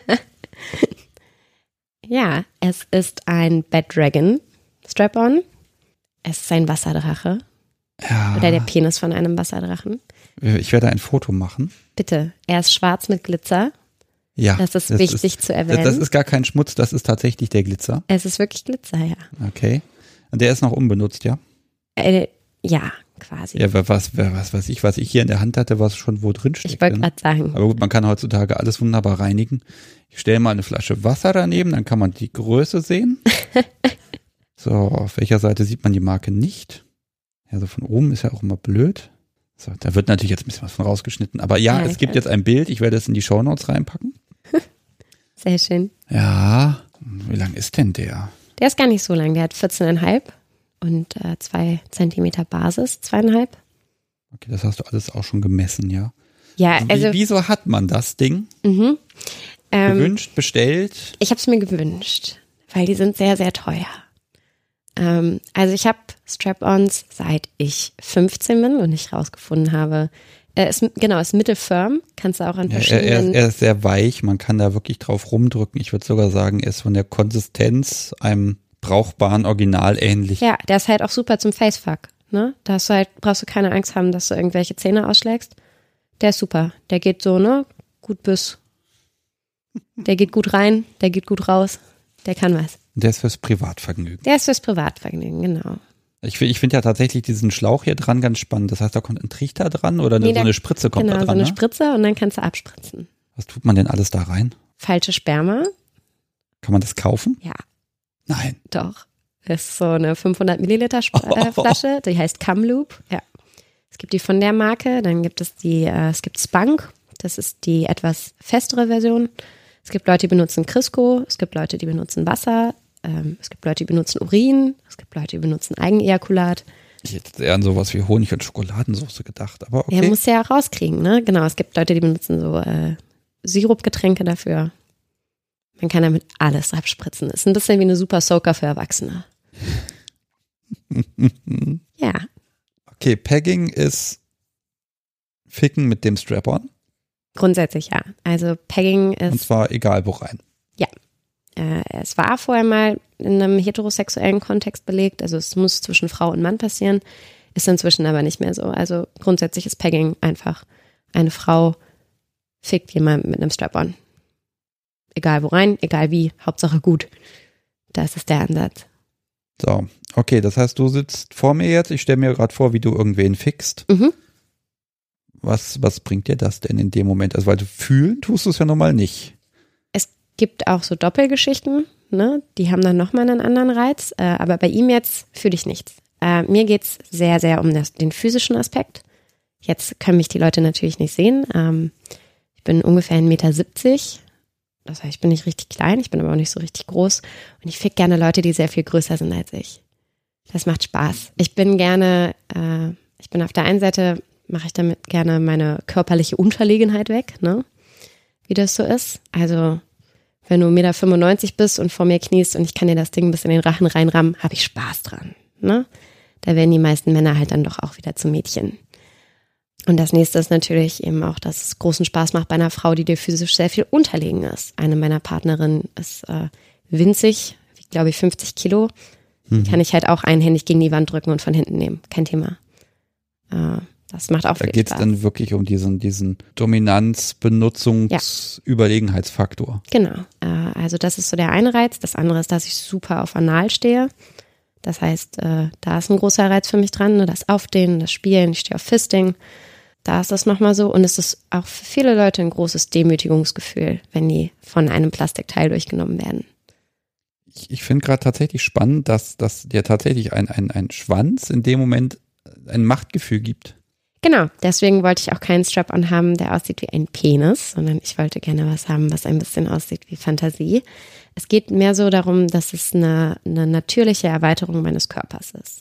Ja, es ist ein Bad Dragon Strap-on. Es ist ein Wasserdrache. Ja. Oder der Penis von einem Wasserdrachen. Ich werde ein Foto machen. Bitte. Er ist schwarz mit Glitzer. Ja. Das ist das wichtig ist, zu erwähnen. Das ist gar kein Schmutz, das ist tatsächlich der Glitzer. Es ist wirklich Glitzer, ja. Okay. Und der ist noch unbenutzt, ja? Äh, ja, quasi. Ja, was, was weiß ich, was ich hier in der Hand hatte, was schon wo drin steckt. Ich wollte gerade sagen. Aber gut, man kann heutzutage alles wunderbar reinigen. Ich stelle mal eine Flasche Wasser daneben, dann kann man die Größe sehen. So, auf welcher Seite sieht man die Marke nicht? Ja, so von oben ist ja auch immer blöd. So, da wird natürlich jetzt ein bisschen was von rausgeschnitten. Aber ja, ja es gibt jetzt ein Bild. Ich werde es in die Shownotes reinpacken. Sehr schön. Ja, wie lang ist denn der? Der ist gar nicht so lang. Der hat vierzehn Komma fünf und äh, zwei Zentimeter Basis, zweieinhalb. Okay, das hast du alles auch schon gemessen, ja? Ja, also. Wie, wieso hat man das Ding? Mhm. Ähm, gewünscht, bestellt? Ich habe es mir gewünscht, weil die sind sehr, sehr teuer. Ähm, also ich habe Strap-ons, seit ich fünfzehn bin und ich rausgefunden habe, er ist, genau, ist mittelfirm, kannst du auch an verschiedenen... Ja, er, er, er ist sehr weich, man kann da wirklich drauf rumdrücken. Ich würde sogar sagen, er ist von der Konsistenz einem brauchbaren Original ähnlich. Ja, der ist halt auch super zum Facefuck, ne? Da hast du halt, brauchst du keine Angst haben, dass du irgendwelche Zähne ausschlägst. Der ist super, der geht so, ne, gut bis... Der geht gut rein, der geht gut raus, der kann was. Der ist fürs Privatvergnügen. Der ist fürs Privatvergnügen, genau. Ich, ich finde ja tatsächlich diesen Schlauch hier dran ganz spannend. Das heißt, da kommt ein Trichter dran oder eine, nee, so eine Spritze kommt genau, da dran? Genau, so eine ne? Spritze und dann kannst du abspritzen. Was tut man denn alles da rein? Falsche Sperma. Kann man das kaufen? Ja. Nein. Doch. Das ist so eine fünfhundert Milliliter Sp- äh, Flasche, die heißt Kamloop. Ja. Es gibt die von der Marke, dann gibt es die, äh, es gibt Spunk, das ist die etwas festere Version. Es gibt Leute, die benutzen Crisco, es gibt Leute, die benutzen Wasser, ähm, es gibt Leute, die benutzen Urin, es gibt Leute, die benutzen Eigenejakulat. Ich hätte eher an sowas wie Honig und Schokoladensauce gedacht, aber okay. Ja, muss ja rauskriegen, ne? Genau, es gibt Leute, die benutzen so äh, Sirupgetränke dafür. Man kann damit alles abspritzen. Ist ein bisschen wie eine Super Soaker für Erwachsene. Ja. Okay, Pegging ist Ficken mit dem Strap-on? Grundsätzlich ja. Also Pegging ist... Und zwar egal wo rein. Ja. Äh, es war vorher mal in einem heterosexuellen Kontext belegt. Also es muss zwischen Frau und Mann passieren. Ist inzwischen aber nicht mehr so. Also grundsätzlich ist Pegging einfach eine Frau fickt jemanden mit einem Strap-on. Egal wo rein, egal wie, Hauptsache gut. Das ist der Ansatz. So, okay, das heißt, du sitzt vor mir jetzt. Ich stelle mir gerade vor, wie du irgendwen fickst. Mhm. Was, was bringt dir das denn in dem Moment? Also, weil du fühlen tust du es ja normal nicht. Es gibt auch so Doppelgeschichten, ne? Die haben dann nochmal einen anderen Reiz. Äh, aber bei ihm jetzt fühle ich nichts. Äh, mir geht es sehr, sehr um das, den physischen Aspekt. Jetzt können mich die Leute natürlich nicht sehen. Ähm, ich bin ungefähr ein Meter siebzig. Das heißt, ich bin nicht richtig klein, ich bin aber auch nicht so richtig groß. Und ich fick gerne Leute, die sehr viel größer sind als ich. Das macht Spaß. Ich bin gerne, äh, ich bin auf der einen Seite... mache ich damit gerne meine körperliche Unterlegenheit weg, ne? Wie das so ist. Also, wenn du eins Komma fünfundneunzig Meter bist und vor mir kniest und ich kann dir das Ding bis in den Rachen reinrammen, habe ich Spaß dran, ne? Da werden die meisten Männer halt dann doch auch wieder zu Mädchen. Und das nächste ist natürlich eben auch, dass es großen Spaß macht bei einer Frau, die dir physisch sehr viel unterlegen ist. Eine meiner Partnerinnen ist äh, winzig, wiegt glaube ich fünfzig Kilo. Mhm. Die kann ich halt auch einhändig gegen die Wand drücken und von hinten nehmen. Kein Thema. Äh, Das macht auch da viel geht's Spaß. Dann wirklich um diesen, diesen Dominanz-Benutzungs-Überlegenheitsfaktor. Genau. Äh, also das ist so der eine Reiz. Das andere ist, dass ich super auf Anal stehe. Das heißt, äh, da ist ein großer Reiz für mich dran, ne? Das Aufdehnen, das Spielen, ich stehe auf Fisting. Da ist das nochmal so. Und es ist auch für viele Leute ein großes Demütigungsgefühl, wenn die von einem Plastikteil durchgenommen werden. Ich, ich finde gerade tatsächlich spannend, dass, dass dir tatsächlich ein, ein, ein Schwanz in dem Moment ein Machtgefühl gibt. Genau, deswegen wollte ich auch keinen Strap-on haben, der aussieht wie ein Penis, sondern ich wollte gerne was haben, was ein bisschen aussieht wie Fantasie. Es geht mehr so darum, dass es eine, eine natürliche Erweiterung meines Körpers ist.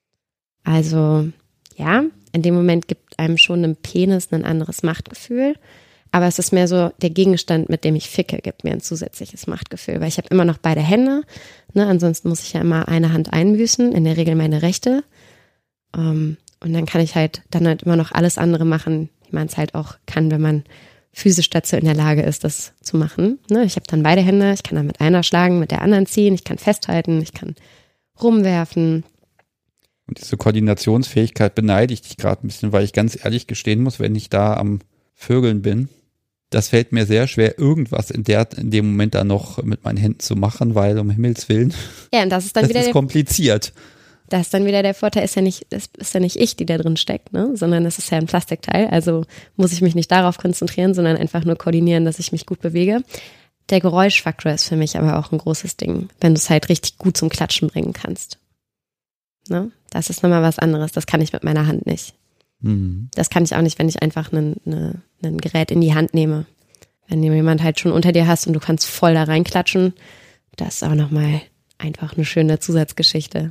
Also, ja, in dem Moment gibt einem schon ein Penis ein anderes Machtgefühl, aber es ist mehr so, der Gegenstand, mit dem ich ficke, gibt mir ein zusätzliches Machtgefühl, weil ich habe immer noch beide Hände, ne? Ansonsten muss ich ja immer eine Hand einbüßen, in der Regel meine rechte. Ähm, Und dann kann ich halt dann halt immer noch alles andere machen, wie man es halt auch kann, wenn man physisch dazu in der Lage ist, das zu machen. Ne? Ich habe dann beide Hände, ich kann dann mit einer schlagen, mit der anderen ziehen, ich kann festhalten, ich kann rumwerfen. Und diese Koordinationsfähigkeit beneide ich dich gerade ein bisschen, weil ich ganz ehrlich gestehen muss, wenn ich da am Vögeln bin, das fällt mir sehr schwer, irgendwas in, der, in dem Moment da noch mit meinen Händen zu machen, weil um Himmels Willen, ja, und das ist dann das wieder ist der, kompliziert. Das ist dann wieder der Vorteil, ist ja nicht, das ist ja nicht ich, die da drin steckt, ne? Sondern es ist ja ein Plastikteil, also muss ich mich nicht darauf konzentrieren, sondern einfach nur koordinieren, dass ich mich gut bewege. Der Geräuschfaktor ist für mich aber auch ein großes Ding, wenn du es halt richtig gut zum Klatschen bringen kannst. Ne? Das ist nochmal was anderes, das kann ich mit meiner Hand nicht. Mhm. Das kann ich auch nicht, wenn ich einfach ein ne, ne Gerät in die Hand nehme. Wenn du jemand halt schon unter dir hast und du kannst voll da reinklatschen, das ist auch nochmal einfach eine schöne Zusatzgeschichte.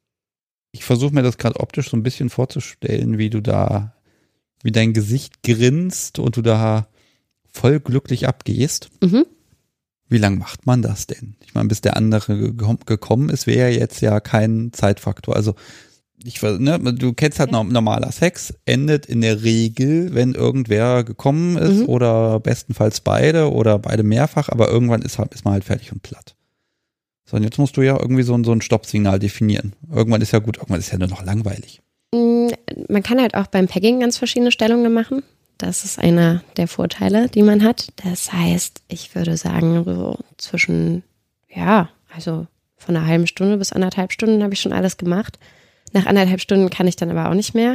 Ich versuche mir das gerade optisch so ein bisschen vorzustellen, wie du da, wie dein Gesicht grinst und du da voll glücklich abgehst. Mhm. Wie lang macht man das denn? Ich meine, bis der andere gekommen ist, wäre jetzt ja kein Zeitfaktor. Also ich, ne, du kennst halt normaler Sex, endet in der Regel, wenn irgendwer gekommen ist, mhm, oder bestenfalls beide oder beide mehrfach, aber irgendwann ist, ist man halt fertig und platt. So, und jetzt musst du ja irgendwie so ein, so ein Stoppsignal definieren. Irgendwann ist ja gut, irgendwann ist ja nur noch langweilig. Man kann halt auch beim Pegging ganz verschiedene Stellungen machen. Das ist einer der Vorteile, die man hat. Das heißt, ich würde sagen, so zwischen, ja, also von einer halben Stunde bis anderthalb Stunden habe ich schon alles gemacht. Nach anderthalb Stunden kann ich dann aber auch nicht mehr.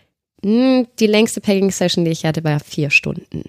Die längste Pegging-Session, die ich hatte, war vier Stunden.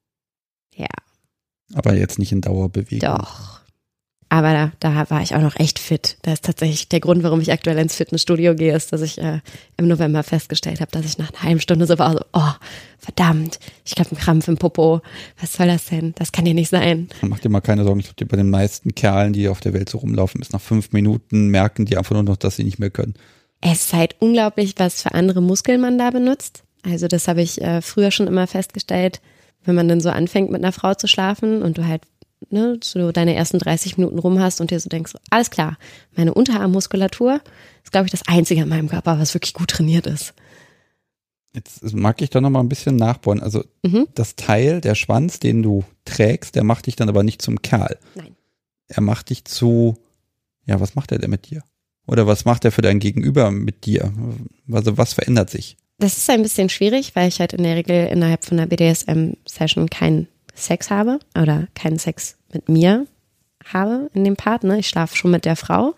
Ja. Aber jetzt nicht in Dauerbewegung. Doch. Aber da, da war ich auch noch echt fit. Das ist tatsächlich der Grund, warum ich aktuell ins Fitnessstudio gehe, ist, dass ich äh, im November festgestellt habe, dass ich nach einer halben Stunde so war, so, oh, verdammt, ich habe einen Krampf im Popo. Was soll das denn? Das kann ja nicht sein. Mach dir mal keine Sorgen. Ich glaube, bei den meisten Kerlen, die auf der Welt so rumlaufen, ist nach fünf Minuten merken die einfach nur noch, dass sie nicht mehr können. Es ist halt unglaublich, was für andere Muskeln man da benutzt. Also das habe ich äh, früher schon immer festgestellt, wenn man dann so anfängt mit einer Frau zu schlafen und du halt ne, so deine ersten dreißig Minuten rum hast und dir so denkst, alles klar, meine Unterarmmuskulatur ist, glaube ich, das Einzige in meinem Körper, was wirklich gut trainiert ist. Jetzt mag ich da noch mal ein bisschen nachbohren. Also mhm. das Teil, der Schwanz, den du trägst, der macht dich dann aber nicht zum Kerl. Nein. Er macht dich zu, ja, was macht er denn mit dir? Oder was macht er für dein Gegenüber mit dir? Also was verändert sich? Das ist ein bisschen schwierig, weil ich halt in der Regel innerhalb von einer B D S M-Session keinen Sex habe oder keinen Sex mit mir habe in dem Part. Ne? Ich schlafe schon mit der Frau,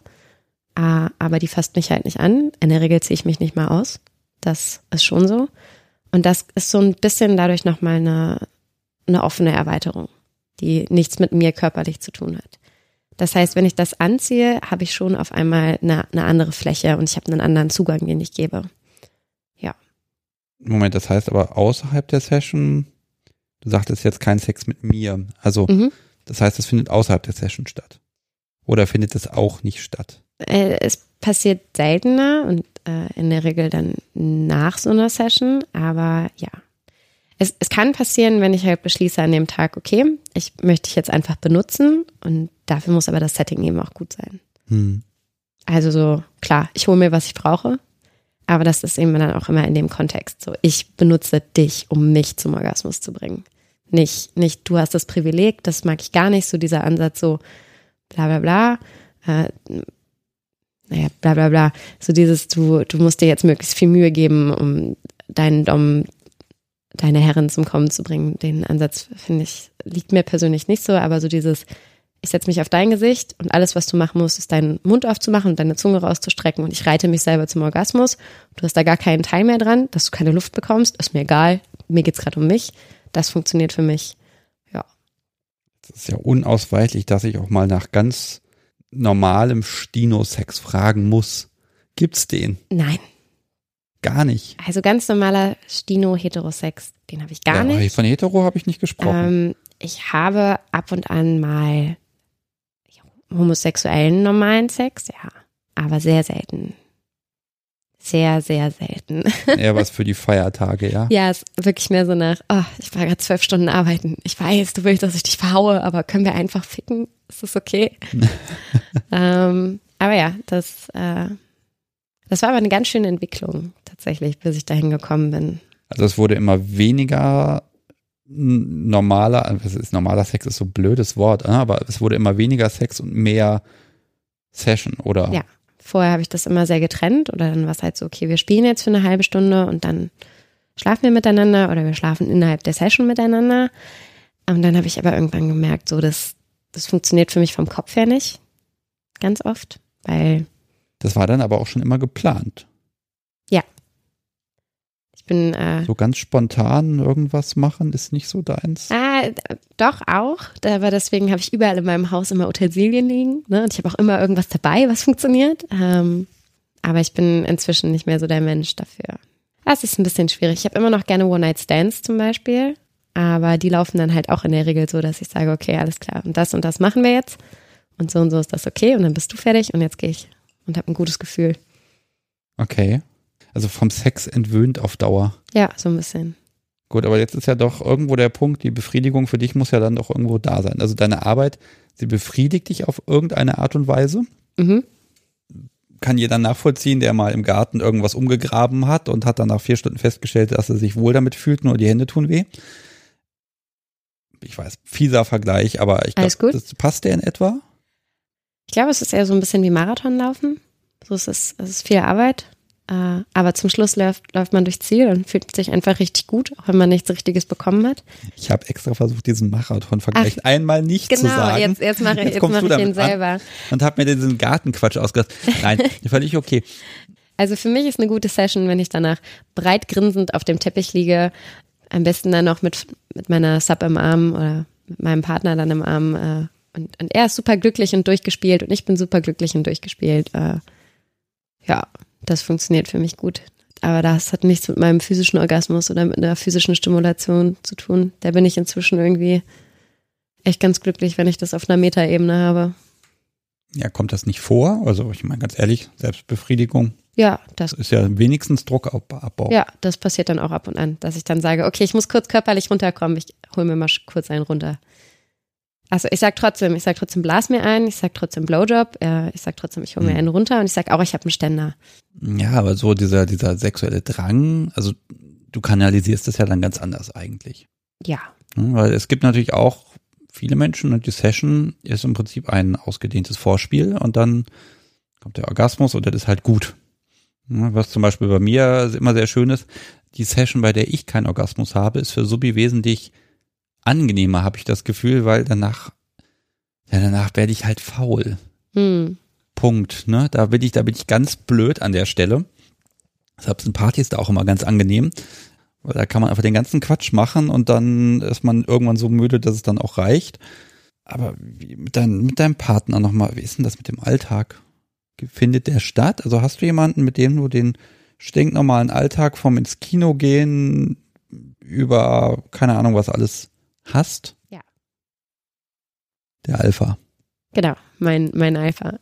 aber die fasst mich halt nicht an. In der Regel ziehe ich mich nicht mal aus. Das ist schon so. Und das ist so ein bisschen dadurch nochmal eine, eine offene Erweiterung, die nichts mit mir körperlich zu tun hat. Das heißt, wenn ich das anziehe, habe ich schon auf einmal eine, eine andere Fläche und ich habe einen anderen Zugang, den ich gebe. Ja. Moment, das heißt aber außerhalb der Session, du sagtest jetzt kein Sex mit mir. Also mhm. das heißt, es findet außerhalb der Session statt. Oder findet es auch nicht statt? Äh, es passiert seltener und äh, in der Regel dann nach so einer Session, aber ja. Es, es kann passieren, wenn ich halt beschließe an dem Tag, okay, ich möchte dich jetzt einfach benutzen und dafür muss aber das Setting eben auch gut sein. Hm. Also so, klar, ich hole mir, was ich brauche, aber das ist eben dann auch immer in dem Kontext so, ich benutze dich, um mich zum Orgasmus zu bringen. Nicht, nicht du hast das Privileg, das mag ich gar nicht, so dieser Ansatz so bla bla bla, äh, naja, bla bla bla, so dieses, du, du musst dir jetzt möglichst viel Mühe geben, um deinen Dom deine Herren zum Kommen zu bringen. Den Ansatz, finde ich, liegt mir persönlich nicht so, aber so dieses, ich setze mich auf dein Gesicht und alles, was du machen musst, ist deinen Mund aufzumachen und deine Zunge rauszustrecken und ich reite mich selber zum Orgasmus. Du hast da gar keinen Teil mehr dran, dass du keine Luft bekommst, ist mir egal, mir geht's gerade um mich. Das funktioniert für mich, ja. Das ist ja unausweichlich, dass ich auch mal nach ganz normalem Stino-Sex fragen muss. Gibt's den? Nein. Gar nicht. Also ganz normaler Stino-Heterosex, den habe ich gar ja, nicht. Von Hetero habe ich nicht gesprochen. Ähm, ich habe ab und an mal homosexuellen normalen Sex, ja, aber sehr selten. Sehr, sehr selten. Eher was für die Feiertage, ja? Ja, es ist wirklich mehr so nach, oh, ich war gerade zwölf Stunden arbeiten. Ich weiß, du willst, dass ich dich verhaue, aber können wir einfach ficken? Ist das okay? ähm, aber ja, das, äh, das war aber eine ganz schöne Entwicklung tatsächlich, bis ich dahin gekommen bin. Also es wurde immer weniger normaler, was ist normaler Sex ist so ein blödes Wort, aber es wurde immer weniger Sex und mehr Session, oder? Ja, vorher habe ich das immer sehr getrennt oder dann war es halt so, okay, wir spielen jetzt für eine halbe Stunde und dann schlafen wir miteinander oder wir schlafen innerhalb der Session miteinander. Und dann habe ich aber irgendwann gemerkt, so das, das funktioniert für mich vom Kopf her nicht, ganz oft, weil das war dann aber auch schon immer geplant. Ja. Ich bin äh, so ganz spontan irgendwas machen ist nicht so deins? Ah, doch auch, aber deswegen habe ich überall in meinem Haus immer Utensilien liegen, ne? Und ich habe auch immer irgendwas dabei, was funktioniert. Ähm, aber ich bin inzwischen nicht mehr so der Mensch dafür. Das ist ein bisschen schwierig. Ich habe immer noch gerne One-Night-Stands zum Beispiel, aber die laufen dann halt auch in der Regel so, dass ich sage, okay, alles klar, und das und das machen wir jetzt und so und so ist das okay und dann bist du fertig und jetzt gehe ich und habe ein gutes Gefühl. Okay. Also vom Sex entwöhnt auf Dauer. Ja, so ein bisschen. Gut, aber jetzt ist ja doch irgendwo der Punkt, die Befriedigung für dich muss ja dann doch irgendwo da sein. Also deine Arbeit, sie befriedigt dich auf irgendeine Art und Weise. Mhm. Kann jeder nachvollziehen, der mal im Garten irgendwas umgegraben hat und hat dann nach vier Stunden festgestellt, dass er sich wohl damit fühlt, nur die Hände tun weh. Ich weiß, fieser Vergleich, aber ich glaube, das passt der in etwa? Ich glaube, es ist eher so ein bisschen wie Marathonlaufen. So es ist es ist viel Arbeit. Uh, aber zum Schluss läuft, läuft man durchs Ziel und fühlt sich einfach richtig gut, auch wenn man nichts Richtiges bekommen hat. Ich habe extra versucht, diesen Marathon-Vergleich Ach, einmal nicht genau, zu sagen. Genau, jetzt, jetzt mache jetzt mach ich ihn selber. Und habe mir diesen Gartenquatsch ausgedacht. Nein, völlig okay. Also für mich ist eine gute Session, wenn ich danach breit grinsend auf dem Teppich liege, am besten dann noch mit, mit meiner Sub im Arm oder mit meinem Partner dann im Arm. Uh, und, und er ist super glücklich und durchgespielt und ich bin super glücklich und durchgespielt. Uh, ja. Das funktioniert für mich gut. Aber das hat nichts mit meinem physischen Orgasmus oder mit einer physischen Stimulation zu tun. Da bin ich inzwischen irgendwie echt ganz glücklich, wenn ich das auf einer Metaebene habe. Ja, kommt das nicht vor? Also ich meine ganz ehrlich, Selbstbefriedigung. Ja, das ist ja wenigstens Druckabbau. Ja, das passiert dann auch ab und an, dass ich dann sage, okay, ich muss kurz körperlich runterkommen, ich hole mir mal kurz einen runter. Also ich sag trotzdem, ich sag trotzdem, blas mir ein, ich sag trotzdem Blowjob, äh, ich sag trotzdem, ich hole mir einen runter und ich sag auch, ich habe einen Ständer. Ja, aber so dieser dieser sexuelle Drang, also du kanalisierst das ja dann ganz anders eigentlich. Ja. Ja, weil es gibt natürlich auch viele Menschen und die Session ist im Prinzip ein ausgedehntes Vorspiel und dann kommt der Orgasmus und das ist halt gut. Ja, was zum Beispiel bei mir immer sehr schön ist, die Session, bei der ich keinen Orgasmus habe, ist für Subi wesentlich angenehmer, habe ich das Gefühl, weil danach, ja, danach werde ich halt faul. Hm. Punkt, ne? Da bin ich, da bin ich ganz blöd an der Stelle. Deshalb sind Partys da auch immer ganz angenehm, weil da kann man einfach den ganzen Quatsch machen und dann ist man irgendwann so müde, dass es dann auch reicht. Aber wie, mit, dein, mit deinem Partner nochmal, wie ist denn das mit dem Alltag? Findet der statt? Also hast du jemanden, mit dem du den stinknormalen Alltag vom ins Kino gehen über, keine Ahnung, was alles hast? Ja. Der Alpha. Genau, mein, mein Alpha.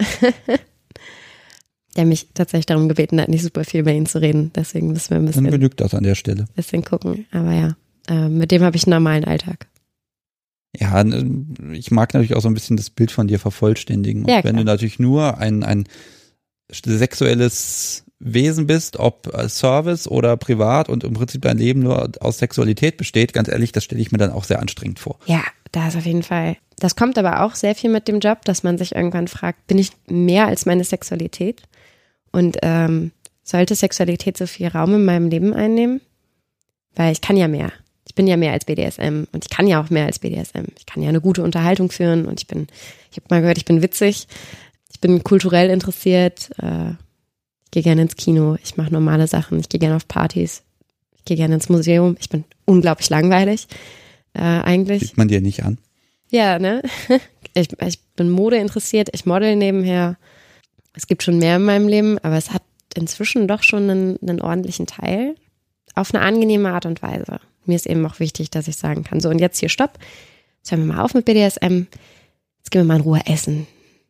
Der mich tatsächlich darum gebeten hat, nicht super viel über ihn zu reden. Deswegen müssen wir ein bisschen, Dann genügt das an der Stelle. bisschen gucken. Aber ja, äh, mit dem habe ich einen normalen Alltag. Ja, ich mag natürlich auch so ein bisschen das Bild von dir vervollständigen. Ja, und wenn klar. du natürlich nur ein, ein sexuelles Wesen bist, ob Service oder privat und im Prinzip dein Leben nur aus Sexualität besteht, ganz ehrlich, das stelle ich mir dann auch sehr anstrengend vor. Ja, da ist auf jeden Fall. Das kommt aber auch sehr viel mit dem Job, dass man sich irgendwann fragt, bin ich mehr als meine Sexualität? Und ähm, sollte Sexualität so viel Raum in meinem Leben einnehmen? Weil ich kann ja mehr. Ich ich bin ja mehr als B D S M und ich kann ja auch mehr als B D S M. Ich kann ja eine gute Unterhaltung führen und ich bin, ich habe mal gehört, ich bin witzig, ich bin kulturell interessiert, äh, ich gehe gerne ins Kino, ich mache normale Sachen, ich gehe gerne auf Partys, ich gehe gerne ins Museum, ich bin unglaublich langweilig äh, eigentlich. Sieht man dir nicht an. Ja, ne? Ich, ich bin Mode interessiert, ich model nebenher. Es gibt schon mehr in meinem Leben, aber es hat inzwischen doch schon einen, einen ordentlichen Teil auf eine angenehme Art und Weise. Mir ist eben auch wichtig, dass ich sagen kann, so und jetzt hier stopp, jetzt hören wir mal auf mit B D S M, jetzt gehen wir mal in Ruhe essen.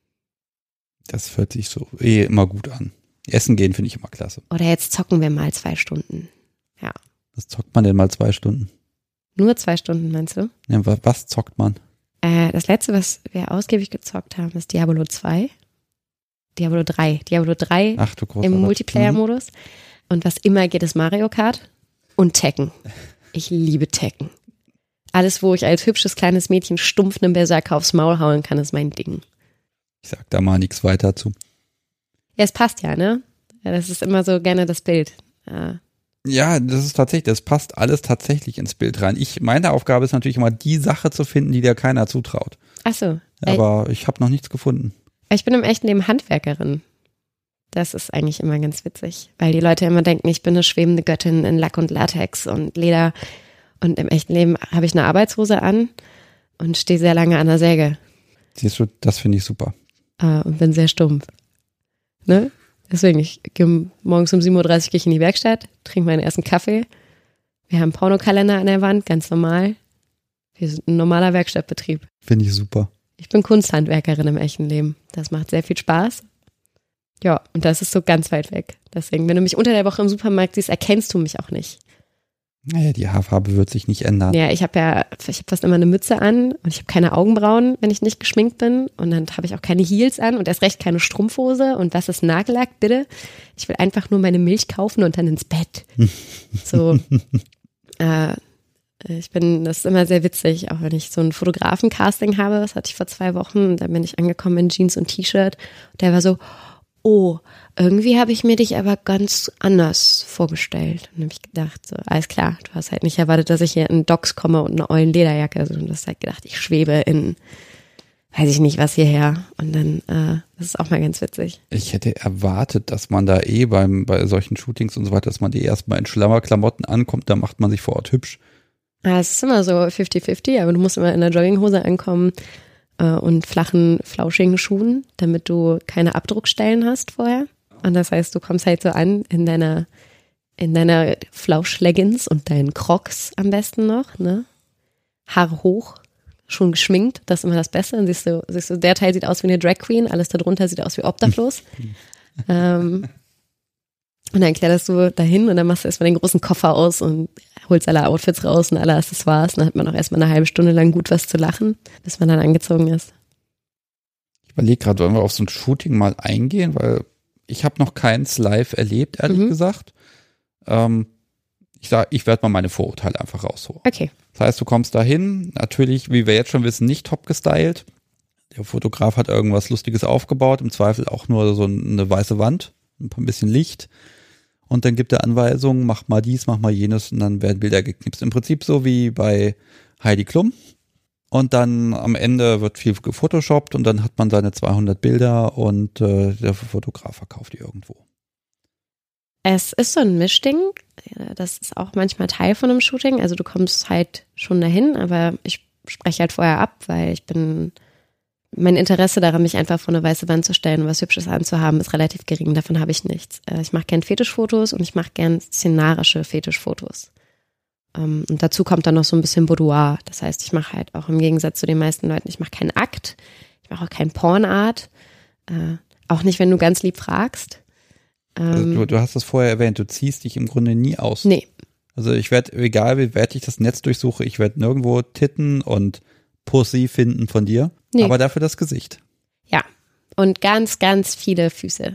Das hört sich so eh immer gut an. Essen gehen finde ich immer klasse. Oder jetzt zocken wir mal zwei Stunden. Ja. Was zockt man denn mal zwei Stunden? Nur zwei Stunden, meinst du? Ja, wa- was zockt man? Äh, das letzte, was wir ausgiebig gezockt haben, ist Diablo zwei. Diablo drei. Diablo drei Ach du großer im Gott. Multiplayer-Modus. Und was immer geht, ist Mario Kart und Tekken. Ich liebe Tekken. Alles, wo ich als hübsches kleines Mädchen stumpf einen Berserker aufs Maul hauen kann, ist mein Ding. Ich sag da mal nichts weiter zu. Ja, es passt ja, ne? Ja, das ist immer so gerne das Bild. Ja. Ja, das ist tatsächlich, das passt alles tatsächlich ins Bild rein. Ich, meine Aufgabe ist natürlich immer, die Sache zu finden, die dir keiner zutraut. Ach so. Aber ich habe noch nichts gefunden. Ich bin im echten Leben Handwerkerin. Das ist eigentlich immer ganz witzig, weil die Leute immer denken, ich bin eine schwebende Göttin in Lack und Latex und Leder. Und im echten Leben habe ich eine Arbeitshose an und stehe sehr lange an der Säge. Siehst du, das finde ich super. Äh, und bin sehr stumpf. Ne? Deswegen, ich gehe morgens um sieben Uhr dreißig gehe ich in die Werkstatt, trinke meinen ersten Kaffee. Wir haben einen Pornokalender an der Wand, ganz normal. Wir sind ein normaler Werkstattbetrieb. Finde ich super. Ich bin Kunsthandwerkerin im echten Leben. Das macht sehr viel Spaß. Ja, und das ist so ganz weit weg. Deswegen, wenn du mich unter der Woche im Supermarkt siehst, erkennst du mich auch nicht. Naja, die Haarfarbe wird sich nicht ändern. Ja, ich habe ja, ich habe fast immer eine Mütze an und ich habe keine Augenbrauen, wenn ich nicht geschminkt bin. Und dann habe ich auch keine Heels an und erst recht keine Strumpfhose. Und was ist Nagellack, bitte? Ich will einfach nur meine Milch kaufen und dann ins Bett. So, äh, ich bin, das ist immer sehr witzig, auch wenn ich so ein Fotografen-Casting habe, das hatte ich vor zwei Wochen, da bin ich angekommen in Jeans und T-Shirt und der war so, oh, irgendwie habe ich mir dich aber ganz anders vorgestellt. Und dann habe ich gedacht, so, alles klar, du hast halt nicht erwartet, dass ich hier in Docks komme und eine ollen Lederjacke, sondern du hast halt gedacht, ich schwebe in, weiß ich nicht was hierher. Und dann, äh, das ist auch mal ganz witzig. Ich hätte erwartet, dass man da eh beim, bei solchen Shootings und so weiter, dass man die erstmal in Schlammerklamotten ankommt, da macht man sich vor Ort hübsch. Ja, es ist immer so fifty fifty, aber du musst immer in der Jogginghose ankommen äh, und flachen, flauschigen Schuhen, damit du keine Abdruckstellen hast vorher. Und das heißt, du kommst halt so an in deiner, in deiner Flauschleggings und deinen Crocs am besten noch, ne? Haare hoch, schon geschminkt, das ist immer das Beste. Dann siehst du, siehst du, der Teil sieht aus wie eine Drag Queen, alles darunter sieht aus wie obdachlos. ähm, und dann kletterst du dahin und dann machst du erstmal den großen Koffer aus und holst alle Outfits raus und alle Accessoires. Und dann hat man auch erstmal eine halbe Stunde lang gut was zu lachen, bis man dann angezogen ist. Ich überlege gerade, wollen wir auf so ein Shooting mal eingehen, weil ich habe noch keins live erlebt, ehrlich Mhm. gesagt. Ähm, ich sag, ich werde mal meine Vorurteile einfach rausholen. Okay. Das heißt, du kommst dahin, natürlich, wie wir jetzt schon wissen, nicht top gestylt. Der Fotograf hat irgendwas Lustiges aufgebaut, im Zweifel auch nur so eine weiße Wand, ein paar bisschen Licht. Und dann gibt er Anweisungen, mach mal dies, mach mal jenes und dann werden Bilder geknipst. Im Prinzip so wie bei Heidi Klum. Und dann am Ende wird viel gefotoshoppt und dann hat man seine zweihundert Bilder und äh, der Fotograf verkauft die irgendwo. Es ist so ein Mischding. Das ist auch manchmal Teil von einem Shooting. Also du kommst halt schon dahin, aber ich spreche halt vorher ab, weil ich bin, mein Interesse daran, mich einfach vor eine weiße Wand zu stellen und was Hübsches anzuhaben, ist relativ gering. Davon habe ich nichts. Ich mache gern Fetischfotos und ich mache gern szenarische Fetischfotos. Und dazu kommt dann noch so ein bisschen Boudoir. Das heißt, ich mache halt auch im Gegensatz zu den meisten Leuten, ich mache keinen Akt, ich mache auch kein Pornart. Auch nicht, wenn du ganz lieb fragst. Also du, du hast es vorher erwähnt, du ziehst dich im Grunde nie aus. Nee. Also ich werde, egal wie weit ich das Netz durchsuche, ich werde nirgendwo Titten und Pussy finden von dir, Nee. aber dafür das Gesicht. Ja, und ganz, ganz viele Füße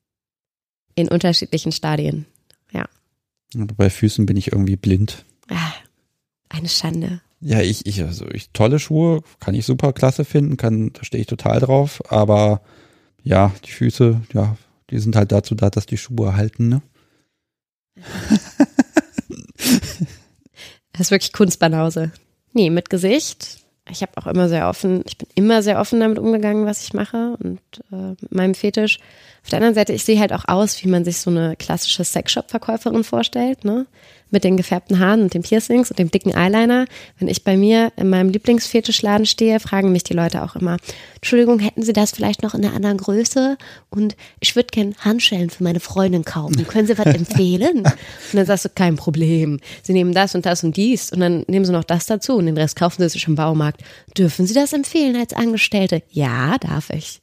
in unterschiedlichen Stadien. Ja. Und bei Füßen bin ich irgendwie blind. Ah, eine Schande. Ja, ich, ich, also ich, tolle Schuhe kann ich super klasse finden, kann, da stehe ich total drauf, aber ja, die Füße, ja, die sind halt dazu da, dass die Schuhe halten, ne? Das ist wirklich Kunstbanause. Nee, mit Gesicht. Ich habe auch immer sehr offen, ich bin immer sehr offen damit umgegangen, was ich mache und äh, mit meinem Fetisch. Auf der anderen Seite, ich sehe halt auch aus, wie man sich so eine klassische Sexshop-Verkäuferin vorstellt, ne? Mit den gefärbten Haaren und den Piercings und dem dicken Eyeliner. Wenn ich bei mir in meinem Lieblingsfetischladen stehe, fragen mich die Leute auch immer, Entschuldigung, hätten Sie das vielleicht noch in einer anderen Größe? Und ich würde gerne Handschellen für meine Freundin kaufen. Können Sie was empfehlen? Und dann sagst du, kein Problem. Sie nehmen das und das und dies und dann nehmen Sie noch das dazu und den Rest kaufen Sie sich im Baumarkt. Dürfen Sie das empfehlen als Angestellte? Ja, darf ich.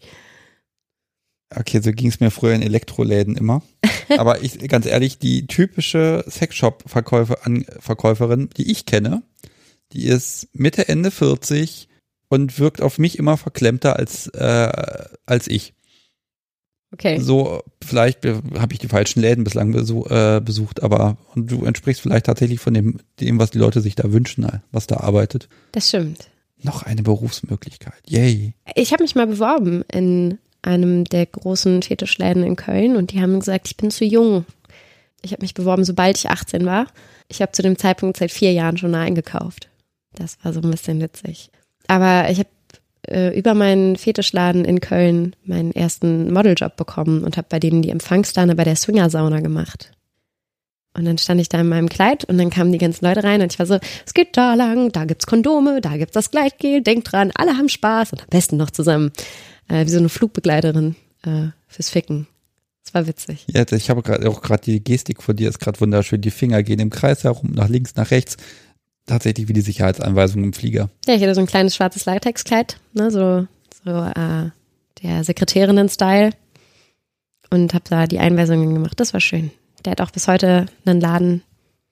Okay, so ging es mir früher in Elektroläden immer. Aber ich, ganz ehrlich, die typische Sexshop-Verkäuferin, die ich kenne, die ist Mitte, Ende vierzig und wirkt auf mich immer verklemmter als, äh, als ich. Okay. So, vielleicht habe ich die falschen Läden bislang besuch, äh, besucht, aber und du entsprichst vielleicht tatsächlich von dem, dem, was die Leute sich da wünschen, was da arbeitet. Das stimmt. Noch eine Berufsmöglichkeit. Yay. Ich habe mich mal beworben in einem der großen Fetischläden in Köln und die haben gesagt, ich bin zu jung. Ich habe mich beworben, sobald ich achtzehn war. Ich habe zu dem Zeitpunkt seit vier Jahren schon eingekauft. Das war so ein bisschen witzig. Aber ich habe äh, über meinen Fetischladen in Köln meinen ersten Modeljob bekommen und habe bei denen die Empfangsdame bei der Swingersauna gemacht. Und dann stand ich da in meinem Kleid und dann kamen die ganzen Leute rein und ich war so, es geht da lang, da gibt's Kondome, da gibt's das Gleitgel, denkt dran, alle haben Spaß und am besten noch zusammen. Äh, wie so eine Flugbegleiterin äh, fürs Ficken. Das war witzig. Ja, ich habe gerade auch gerade die Gestik von dir ist gerade wunderschön. Die Finger gehen im Kreis herum, nach links, nach rechts. Tatsächlich wie die Sicherheitsanweisung im Flieger. Ja, ich hatte so ein kleines schwarzes Latexkleid, ne, so, so äh, der Sekretärinnen-Style und habe da die Einweisungen gemacht. Das war schön. Der hat auch bis heute einen Laden.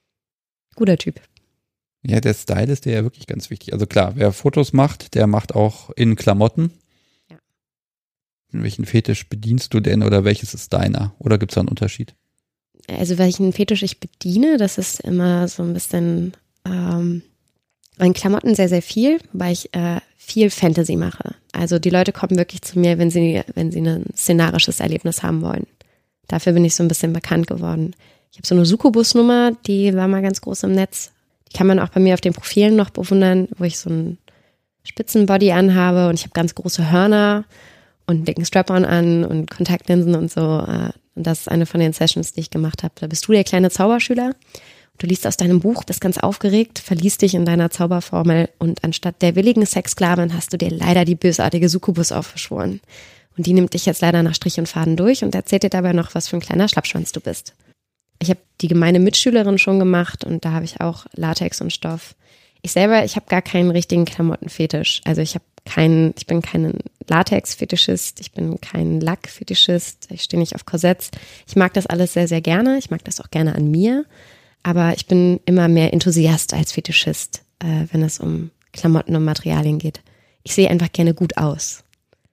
Guter Typ. Ja, der Style ist der ja wirklich ganz wichtig. Also klar, wer Fotos macht, der macht auch in Klamotten. Ja. Welchen Fetisch bedienst du denn oder welches ist deiner? Oder gibt es da einen Unterschied? Also welchen Fetisch ich bediene, das ist immer so ein bisschen ähm, an Klamotten sehr, sehr viel, weil ich äh, viel Fantasy mache. Also die Leute kommen wirklich zu mir, wenn sie, wenn sie ein szenarisches Erlebnis haben wollen. Dafür bin ich so ein bisschen bekannt geworden. Ich habe so eine Succubus-Nummer, die war mal ganz groß im Netz. Die kann man auch bei mir auf den Profilen noch bewundern, wo ich so einen Spitzenbody anhabe und ich habe ganz große Hörner und einen dicken Strap-on an und Kontaktlinsen und so. Und das ist eine von den Sessions, die ich gemacht habe. Da bist du der kleine Zauberschüler. Du liest aus deinem Buch, bist ganz aufgeregt, verliest dich in deiner Zauberformel und anstatt der willigen Sexsklavin hast du dir leider die bösartige Succubus aufgeschworen. Und die nimmt dich jetzt leider nach Strich und Faden durch und erzählt dir dabei noch, was für ein kleiner Schlappschwanz du bist. Ich habe die gemeine Mitschülerin schon gemacht und da habe ich auch Latex und Stoff. Ich selber, ich habe gar keinen richtigen Klamottenfetisch. Also ich habe keinen, ich bin kein Latex-Fetischist, ich bin kein Lack-Fetischist, ich stehe nicht auf Korsetts. Ich mag das alles sehr, sehr gerne. Ich mag das auch gerne an mir. Aber ich bin immer mehr Enthusiast als Fetischist, äh, wenn es um Klamotten und Materialien geht. Ich sehe einfach gerne gut aus.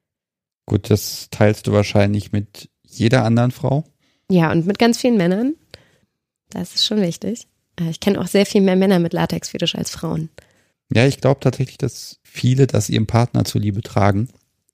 Gut, das teilst du wahrscheinlich mit jeder anderen Frau. Ja, und mit ganz vielen Männern. Das ist schon wichtig. Ich kenne auch sehr viel mehr Männer mit Latex-Fetisch als Frauen. Ja, ich glaube tatsächlich, dass viele das ihrem Partner zuliebe tragen.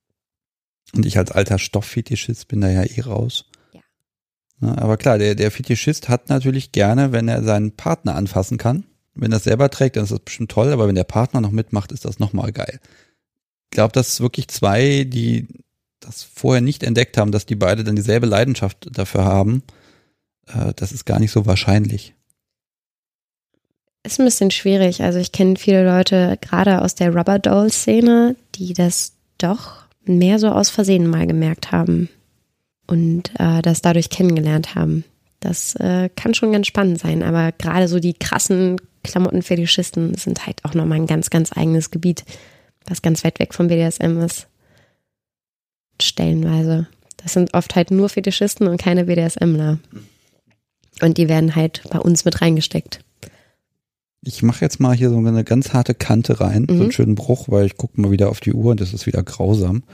Und ich als alter Stofffetischist bin da ja eh raus. Ja. Ja, aber klar, der, der Fetischist hat natürlich gerne, wenn er seinen Partner anfassen kann. Wenn er es selber trägt, dann ist das bestimmt toll. Aber wenn der Partner noch mitmacht, ist das nochmal geil. Ich glaube, dass wirklich zwei, die das vorher nicht entdeckt haben, dass die beide dann dieselbe Leidenschaft dafür haben, äh, das ist gar nicht so wahrscheinlich. Ist ein bisschen schwierig. Also ich kenne viele Leute, gerade aus der Rubber-Doll-Szene, die das doch mehr so aus Versehen mal gemerkt haben und äh, das dadurch kennengelernt haben. Das äh, kann schon ganz spannend sein, aber gerade so die krassen Klamottenfetischisten sind halt auch nochmal ein ganz, ganz eigenes Gebiet, was ganz weit weg vom B D S M ist. Stellenweise. Das sind oft halt nur Fetischisten und keine BDSMler. Und die werden halt bei uns mit reingesteckt. Ich mache jetzt mal hier so eine ganz harte Kante rein, mhm. so einen schönen Bruch, weil ich gucke mal wieder auf die Uhr und das ist wieder grausam.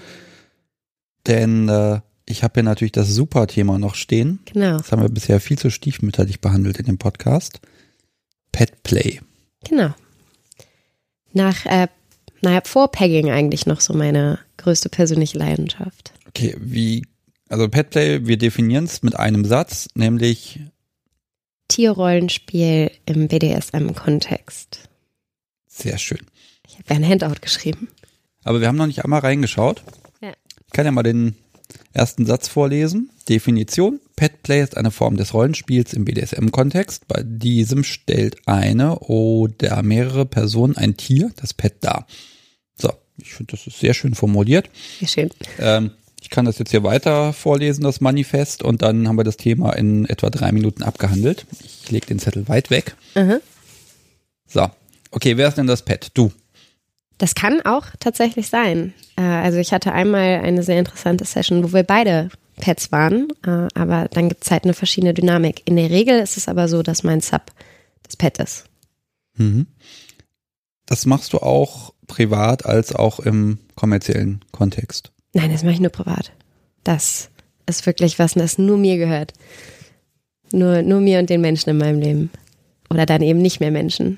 Denn äh, ich habe ja natürlich das Super-Thema noch stehen. Genau. Das haben wir bisher viel zu stiefmütterlich behandelt in dem Podcast. Petplay. Genau. Nach, äh, naja, vor Pegging eigentlich noch so meine größte persönliche Leidenschaft. Okay, wie, also Petplay, wir definieren es mit einem Satz, nämlich Tierrollenspiel im B D S M-Kontext. Sehr schön. Ich habe ja ein Handout geschrieben. Aber wir haben noch nicht einmal reingeschaut. Ja. Ich kann ja mal den ersten Satz vorlesen. Definition: Petplay ist eine Form des Rollenspiels im B D S M-Kontext. Bei diesem stellt eine oder mehrere Personen ein Tier, das Pet, dar. So, ich finde, das ist sehr schön formuliert. Sehr schön. Ähm, ich kann das jetzt hier weiter vorlesen, das Manifest, und dann haben wir das Thema in etwa drei Minuten abgehandelt. Ich lege den Zettel weit weg. Mhm. So, okay, wer ist denn das Pet? Du. Das kann auch tatsächlich sein. Also ich hatte einmal eine sehr interessante Session, wo wir beide Pets waren, aber dann gibt es halt eine verschiedene Dynamik. In der Regel ist es aber so, dass mein Sub das Pet ist. Mhm. Das machst du auch privat als auch im kommerziellen Kontext? Nein, das mache ich nur privat. Das ist wirklich was, das nur mir gehört. Nur, nur mir und den Menschen in meinem Leben. Oder dann eben nicht mehr Menschen.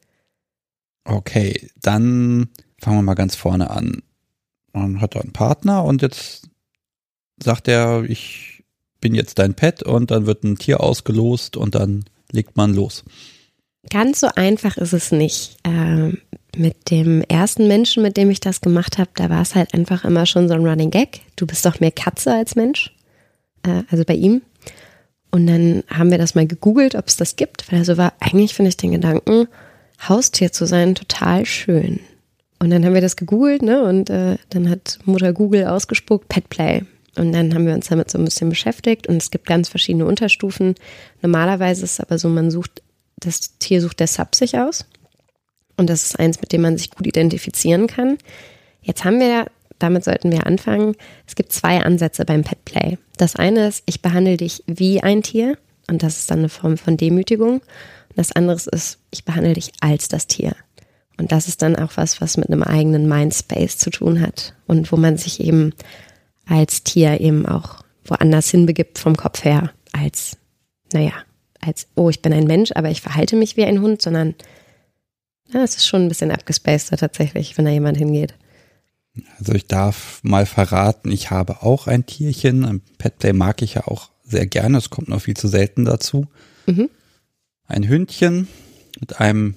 Okay, dann fangen wir mal ganz vorne an. Man hat da einen Partner und jetzt sagt er, ich bin jetzt dein Pet, und dann wird ein Tier ausgelost und dann legt man los. Ganz so einfach ist es nicht. Ähm, mit dem ersten Menschen, mit dem ich das gemacht habe, da war es halt einfach immer schon so ein Running Gag. Du bist doch mehr Katze als Mensch. Äh, also bei ihm. Und dann haben wir das mal gegoogelt, ob es das gibt, weil er so war, eigentlich finde ich den Gedanken, Haustier zu sein, total schön. Und dann haben wir das gegoogelt, ne? Und äh, dann hat Mutter Google ausgespuckt, Petplay. Und dann haben wir uns damit so ein bisschen beschäftigt, und es gibt ganz verschiedene Unterstufen. Normalerweise ist es aber so, man sucht, das Tier sucht der Sub sich aus. Und das ist eins, mit dem man sich gut identifizieren kann. Jetzt haben wir, damit sollten wir anfangen, es gibt zwei Ansätze beim Petplay. Das eine ist, ich behandle dich wie ein Tier, und das ist dann eine Form von Demütigung. Und das andere ist, ich behandle dich als das Tier. Und das ist dann auch was, was mit einem eigenen Mindspace zu tun hat und wo man sich eben als Tier eben auch woanders hinbegibt vom Kopf her, als, naja, als, oh, ich bin ein Mensch, aber ich verhalte mich wie ein Hund, sondern ja, es ist schon ein bisschen abgespaceder tatsächlich, wenn da jemand hingeht. Also ich darf mal verraten, ich habe auch ein Tierchen. Ein Petplay mag ich ja auch sehr gerne, es kommt noch viel zu selten dazu. Mhm. Ein Hündchen mit einem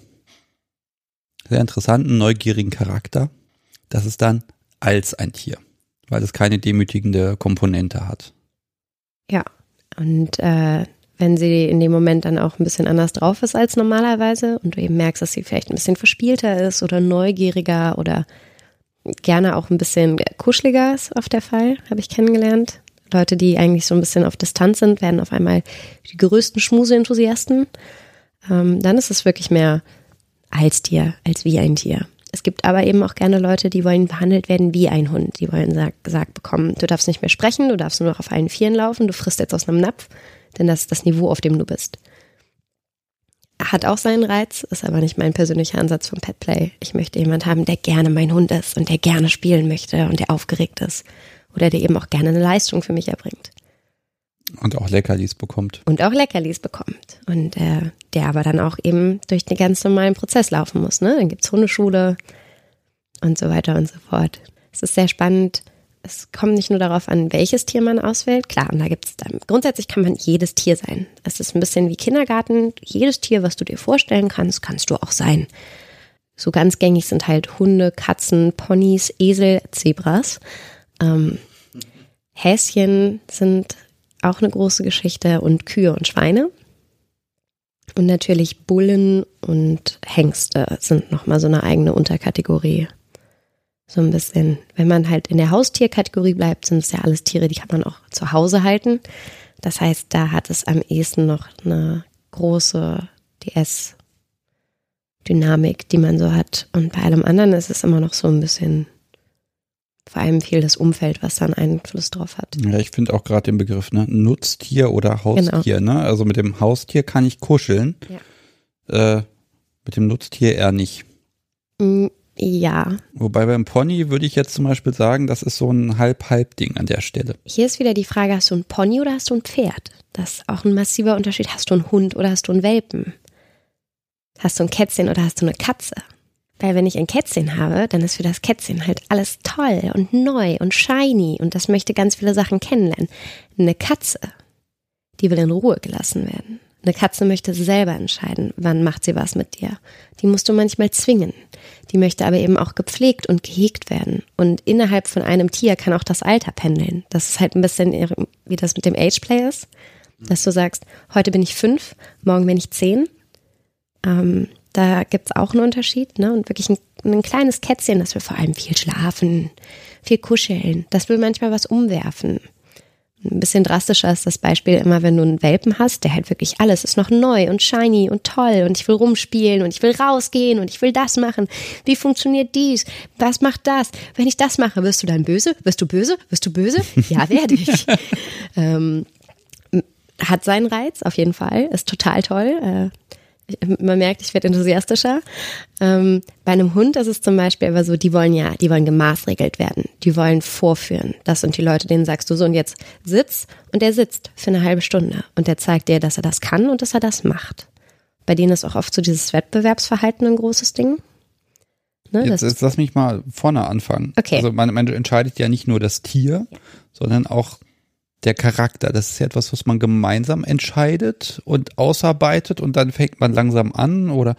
sehr interessanten, neugierigen Charakter. Das ist dann als ein Tier, weil es keine demütigende Komponente hat. Ja, und äh, wenn sie in dem Moment dann auch ein bisschen anders drauf ist als normalerweise und du eben merkst, dass sie vielleicht ein bisschen verspielter ist oder neugieriger oder gerne auch ein bisschen kuscheliger ist auf der Fall, habe ich kennengelernt. Leute, die eigentlich so ein bisschen auf Distanz sind, werden auf einmal die größten Schmuse-Enthusiasten. Ähm, dann ist es wirklich mehr als Tier, als wie ein Tier. Es gibt aber eben auch gerne Leute, die wollen behandelt werden wie ein Hund. Die wollen sag, gesagt bekommen, du darfst nicht mehr sprechen, du darfst nur noch auf allen Vieren laufen, du frisst jetzt aus einem Napf, denn das ist das Niveau, auf dem du bist. Hat auch seinen Reiz, ist aber nicht mein persönlicher Ansatz vom Petplay. Ich möchte jemanden haben, der gerne mein Hund ist und der gerne spielen möchte und der aufgeregt ist. Oder der eben auch gerne eine Leistung für mich erbringt. Und auch Leckerlis bekommt. Und auch Leckerlis bekommt. Und äh, der aber dann auch eben durch den ganz normalen Prozess laufen muss. Ne? Dann gibt es Hundeschule und so weiter und so fort. Es ist sehr spannend. Es kommt nicht nur darauf an, welches Tier man auswählt. Klar, und da gibt es dann, grundsätzlich kann man jedes Tier sein. Es ist ein bisschen wie Kindergarten. Jedes Tier, was du dir vorstellen kannst, kannst du auch sein. So ganz gängig sind halt Hunde, Katzen, Ponys, Esel, Zebras. Ähm, Häschen sind auch eine große Geschichte und Kühe und Schweine. Und natürlich Bullen und Hengste sind nochmal so eine eigene Unterkategorie. So ein bisschen, wenn man halt in der Haustierkategorie bleibt, sind es ja alles Tiere, die kann man auch zu Hause halten. Das heißt, da hat es am ehesten noch eine große D S-Dynamik, die man so hat. Und bei allem anderen ist es immer noch so ein bisschen, vor allem viel das Umfeld, was dann Einfluss drauf hat. Ja, ich finde auch gerade den Begriff, ne, Nutztier oder Haustier, genau. Ne? Also mit dem Haustier kann ich kuscheln, ja. äh, mit dem Nutztier eher nicht. Mm. Ja. Wobei beim Pony würde ich jetzt zum Beispiel sagen, das ist so ein Halb-Halb-Ding an der Stelle. Hier ist wieder die Frage, hast du ein Pony oder hast du ein Pferd? Das ist auch ein massiver Unterschied. Hast du einen Hund oder hast du einen Welpen? Hast du ein Kätzchen oder hast du eine Katze? Weil wenn ich ein Kätzchen habe, dann ist für das Kätzchen halt alles toll und neu und shiny und das möchte ganz viele Sachen kennenlernen. Eine Katze, die will in Ruhe gelassen werden. Eine Katze möchte selber entscheiden, wann macht sie was mit dir. Die musst du manchmal zwingen. Die möchte aber eben auch gepflegt und gehegt werden. Und innerhalb von einem Tier kann auch das Alter pendeln. Das ist halt ein bisschen, wie das mit dem Ageplay ist. Dass du sagst, heute bin ich fünf, morgen bin ich zehn. Ähm, da gibt's auch einen Unterschied, ne? Und wirklich ein, ein kleines Kätzchen, das will vor allem viel schlafen, viel kuscheln. Das will manchmal was umwerfen. Ein bisschen drastischer ist das Beispiel immer, wenn du einen Welpen hast, der halt wirklich alles ist noch neu und shiny und toll und ich will rumspielen und ich will rausgehen und ich will das machen. Wie funktioniert dies? Was macht das? Wenn ich das mache, wirst du dann böse? Wirst du böse? Wirst du böse? Ja, werde ich. ähm, hat seinen Reiz, auf jeden Fall. Ist total toll. Äh, Man merkt, ich werde enthusiastischer. Ähm, bei einem Hund ist es zum Beispiel aber so, die wollen ja, die wollen gemaßregelt werden. Die wollen vorführen. Das sind die Leute, denen sagst du so, und jetzt sitz. Und der sitzt für eine halbe Stunde. Und der zeigt dir, dass er das kann und dass er das macht. Bei denen ist auch oft so dieses Wettbewerbsverhalten ein großes Ding. Ne, jetzt, jetzt lass mich mal vorne anfangen. Okay. Also man, man entscheidet ja nicht nur das Tier, ja. sondern auch der Charakter. Das ist ja etwas, was man gemeinsam entscheidet und ausarbeitet und dann fängt man langsam an oder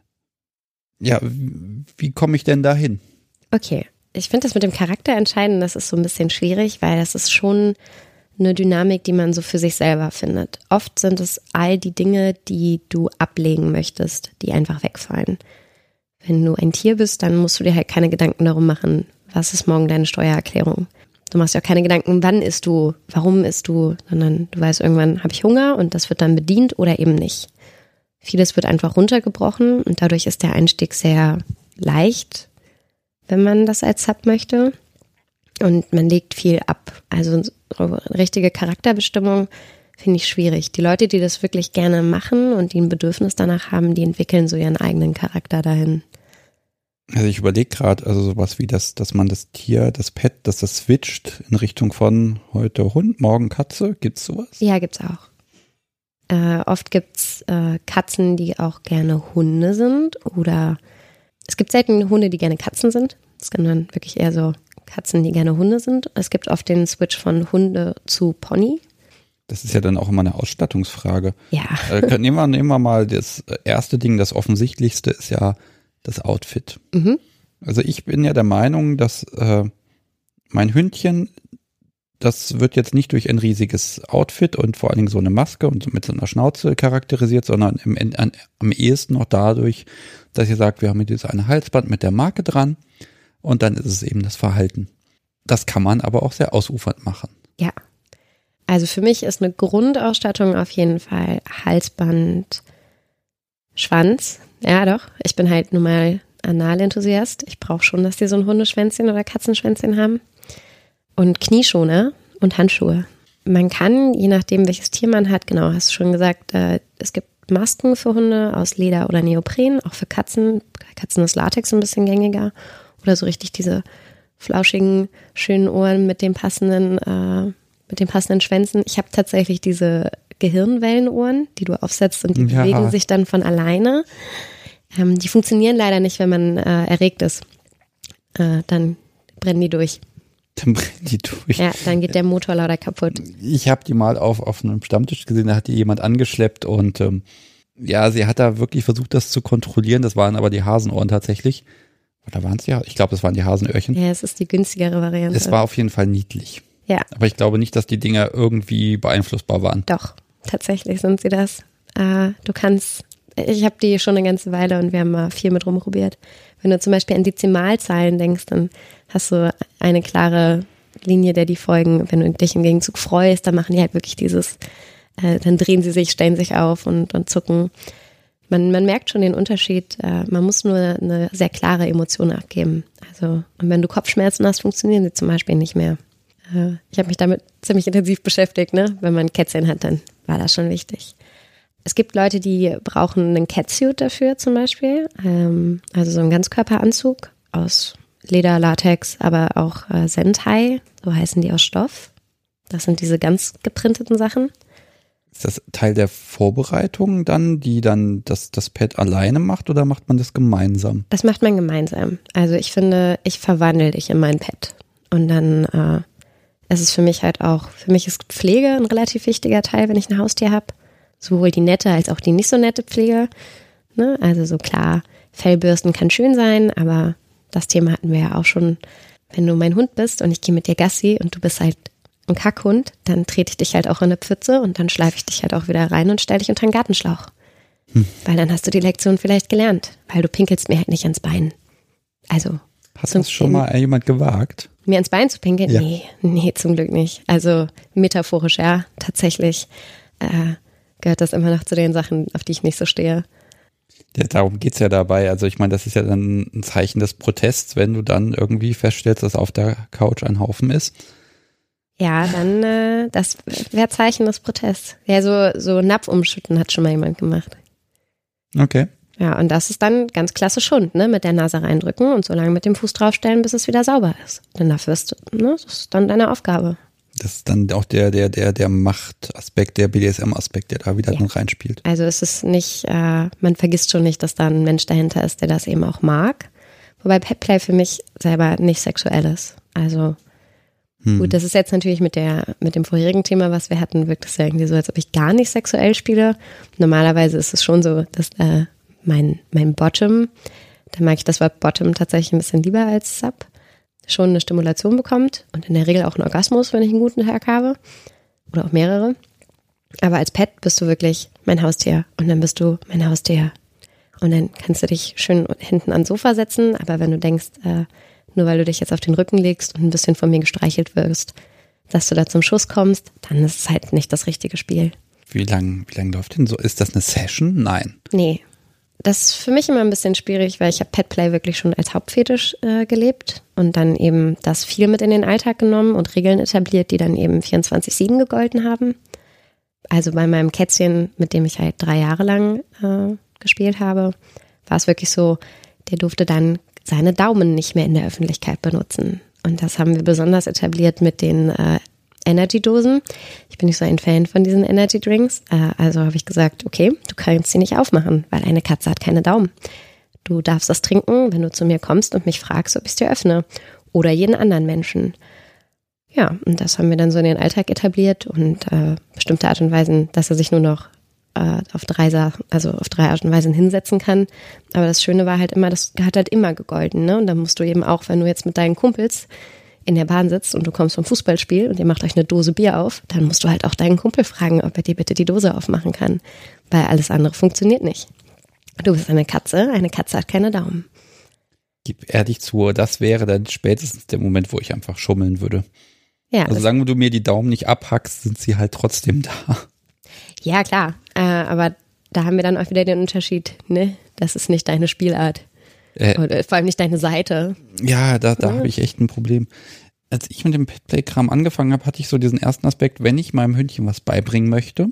ja, wie komme ich denn dahin? Okay, ich finde das mit dem Charakter entscheiden, das ist so ein bisschen schwierig, weil das ist schon eine Dynamik, die man so für sich selber findet. Oft sind es all die Dinge, die du ablegen möchtest, die einfach wegfallen. Wenn du ein Tier bist, dann musst du dir halt keine Gedanken darum machen, was ist morgen deine Steuererklärung. Du machst ja auch keine Gedanken, wann isst du, warum isst du, sondern du weißt, irgendwann habe ich Hunger und das wird dann bedient oder eben nicht. Vieles wird einfach runtergebrochen und dadurch ist der Einstieg sehr leicht, wenn man das als Sub möchte. Und man legt viel ab. Also richtige Charakterbestimmung finde ich schwierig. Die Leute, die das wirklich gerne machen und die ein Bedürfnis danach haben, die entwickeln so ihren eigenen Charakter dahin. Also ich überlege gerade, also sowas wie das, dass man das Tier, das Pet, dass das switcht in Richtung von heute Hund, morgen Katze. Gibt's sowas? Ja, gibt's auch. Äh, oft gibt's äh, Katzen, die auch gerne Hunde sind oder es gibt selten Hunde, die gerne Katzen sind. Es gibt dann wirklich eher so Katzen, die gerne Hunde sind. Es gibt oft den Switch von Hunde zu Pony. Das ist ja dann auch immer eine Ausstattungsfrage. Ja. Äh, nehmen wir, nehmen wir mal das erste Ding, das offensichtlichste ist ja das Outfit. Mhm. Also ich bin ja der Meinung, dass äh, mein Hündchen, das wird jetzt nicht durch ein riesiges Outfit und vor allen Dingen so eine Maske und mit so einer Schnauze charakterisiert, sondern im, an, am ehesten noch dadurch, dass ihr sagt, wir haben hier dieses eine Halsband mit der Marke dran und dann ist es eben das Verhalten. Das kann man aber auch sehr ausufernd machen. Ja, also für mich ist eine Grundausstattung auf jeden Fall Halsband, Schwanz. Ja, doch. Ich bin halt nun mal Analenthusiast. Ich brauche schon, dass die so ein Hundeschwänzchen oder Katzenschwänzchen haben. Und Knieschoner und Handschuhe. Man kann, je nachdem, welches Tier man hat, genau, hast du schon gesagt, äh, es gibt Masken für Hunde aus Leder oder Neopren, auch für Katzen. Bei Katzen ist Latex ein bisschen gängiger. Oder so richtig diese flauschigen, schönen Ohren mit den passenden, äh, mit den passenden Schwänzen. Ich habe tatsächlich diese Gehirnwellenohren, die du aufsetzt und die ja. bewegen sich dann von alleine. Ähm, die funktionieren leider nicht, wenn man äh, erregt ist. Äh, dann brennen die durch. Dann brennen die durch. Ja, dann geht der Motor lauter kaputt. Ich habe die mal auf, auf einem Stammtisch gesehen, da hat die jemand angeschleppt und ähm, ja, sie hat da wirklich versucht, das zu kontrollieren. Das waren aber die Hasenohren tatsächlich. Oder waren es ja? Ich glaube, das waren die Hasenöhrchen. Ja, es ist die günstigere Variante. Es war auf jeden Fall niedlich. Ja. Aber ich glaube nicht, dass die Dinger irgendwie beeinflussbar waren. Doch, tatsächlich sind sie das. Äh, du kannst, ich habe die schon eine ganze Weile und wir haben mal viel mit rumprobiert. Wenn du zum Beispiel an Dezimalzahlen denkst, dann hast du eine klare Linie, der die folgen. Wenn du dich im Gegenzug freust, dann machen die halt wirklich dieses, äh, dann drehen sie sich, stellen sich auf und, und zucken. Man, man merkt schon den Unterschied. Äh, man muss nur eine sehr klare Emotion abgeben. Also, und wenn du Kopfschmerzen hast, funktionieren sie zum Beispiel nicht mehr. Äh, ich habe mich damit ziemlich intensiv beschäftigt, ne? Wenn man ein Kätzchen hat, dann war das schon wichtig. Es gibt Leute, die brauchen einen Catsuit dafür zum Beispiel. Ähm, also so einen Ganzkörperanzug aus Leder, Latex, aber auch äh, Sentai, so heißen die aus Stoff. Das sind diese ganz geprinteten Sachen. Ist das Teil der Vorbereitung dann, die dann das, das Pad alleine macht oder macht man das gemeinsam? Das macht man gemeinsam. Also ich finde, ich verwandle dich in mein Pad. Und dann äh, ist es für mich halt auch, für mich ist Pflege ein relativ wichtiger Teil, wenn ich ein Haustier habe. sowohl die nette als auch die nicht so nette Pflege. Ne? Also so klar, Fellbürsten kann schön sein, aber das Thema hatten wir ja auch schon. Wenn du mein Hund bist und ich gehe mit dir Gassi und du bist halt ein Kackhund, dann trete ich dich halt auch in eine Pfütze und dann schleife ich dich halt auch wieder rein und stelle dich unter einen Gartenschlauch. Hm. Weil dann hast du die Lektion vielleicht gelernt, weil du pinkelst mir halt nicht ans Bein. Also. Hast du das schon mal jemand gewagt? Mir ans Bein zu pinkeln? Ja. Nee, nee, zum Glück nicht. Also metaphorisch, ja, tatsächlich äh, gehört das immer noch zu den Sachen, auf die ich nicht so stehe. Ja, darum geht's ja dabei. Also ich meine, das ist ja dann ein Zeichen des Protests, wenn du dann irgendwie feststellst, dass auf der Couch ein Haufen ist. Ja, dann, äh, das wäre Zeichen des Protests. Ja, so, so Napf umschütten hat schon mal jemand gemacht. Okay. Ja, und das ist dann ganz klassisch Hund, ne? Mit der Nase reindrücken und so lange mit dem Fuß draufstellen, bis es wieder sauber ist. Denn dafür ist, ne, das ist dann deine Aufgabe. Das ist dann auch der, der, der, der Machtaspekt, der B D S M-Aspekt, der da wieder ja. drin reinspielt. Also es ist nicht, äh, man vergisst schon nicht, dass da ein Mensch dahinter ist, der das eben auch mag. Wobei Petplay für mich selber nicht sexuell ist. Also hm. gut, das ist jetzt natürlich mit der, mit dem vorherigen Thema, was wir hatten, wirkt es ja irgendwie so, als ob ich gar nicht sexuell spiele. Normalerweise ist es schon so, dass äh, mein, mein Bottom, da mag ich das Wort Bottom tatsächlich ein bisschen lieber als Sub, schon eine Stimulation bekommt und in der Regel auch einen Orgasmus, wenn ich einen guten Tag habe oder auch mehrere. Aber als Pet bist du wirklich mein Haustier und dann bist du mein Haustier. Und dann kannst du dich schön hinten ans Sofa setzen, aber wenn du denkst, äh, nur weil du dich jetzt auf den Rücken legst und ein bisschen von mir gestreichelt wirst, dass du da zum Schuss kommst, dann ist es halt nicht das richtige Spiel. Wie lang, wie lang läuft denn so? Ist das eine Session? Nein. Nee. Das ist für mich immer ein bisschen schwierig, weil ich habe Petplay wirklich schon als Hauptfetisch äh, gelebt und dann eben das viel mit in den Alltag genommen und Regeln etabliert, die dann eben vierundzwanzig sieben gegolten haben. Also bei meinem Kätzchen, mit dem ich halt drei Jahre lang äh, gespielt habe, war es wirklich so, der durfte dann seine Daumen nicht mehr in der Öffentlichkeit benutzen. Und das haben wir besonders etabliert mit den äh, Energy-Dosen. Ich bin nicht so ein Fan von diesen Energy-Drinks. Äh, also habe ich gesagt, okay, du kannst sie nicht aufmachen, weil eine Katze hat keine Daumen. Du darfst das trinken, wenn du zu mir kommst und mich fragst, ob ich es dir öffne. Oder jeden anderen Menschen. Ja, und das haben wir dann so in den Alltag etabliert und äh, bestimmte Art und Weisen, dass er sich nur noch äh, auf drei also auf drei Art und Weisen hinsetzen kann. Aber das Schöne war halt immer, das hat halt immer gegolten, ne? Und dann musst du eben auch, wenn du jetzt mit deinen Kumpels in der Bahn sitzt und du kommst vom Fußballspiel und ihr macht euch eine Dose Bier auf, dann musst du halt auch deinen Kumpel fragen, ob er dir bitte die Dose aufmachen kann. Weil alles andere funktioniert nicht. Du bist eine Katze, eine Katze hat keine Daumen. Gib ehrlich zu, das wäre dann spätestens der Moment, wo ich einfach schummeln würde. Ja, also sagen du mir die Daumen nicht abhackst, sind sie halt trotzdem da. Ja, klar. Äh, aber da haben wir dann auch wieder den Unterschied, ne? Das ist nicht deine Spielart. Äh, Oder vor allem nicht deine Seite. Ja, da, da ja. habe ich echt ein Problem. Als ich mit dem Petplay-Kram angefangen habe, hatte ich so diesen ersten Aspekt, wenn ich meinem Hündchen was beibringen möchte,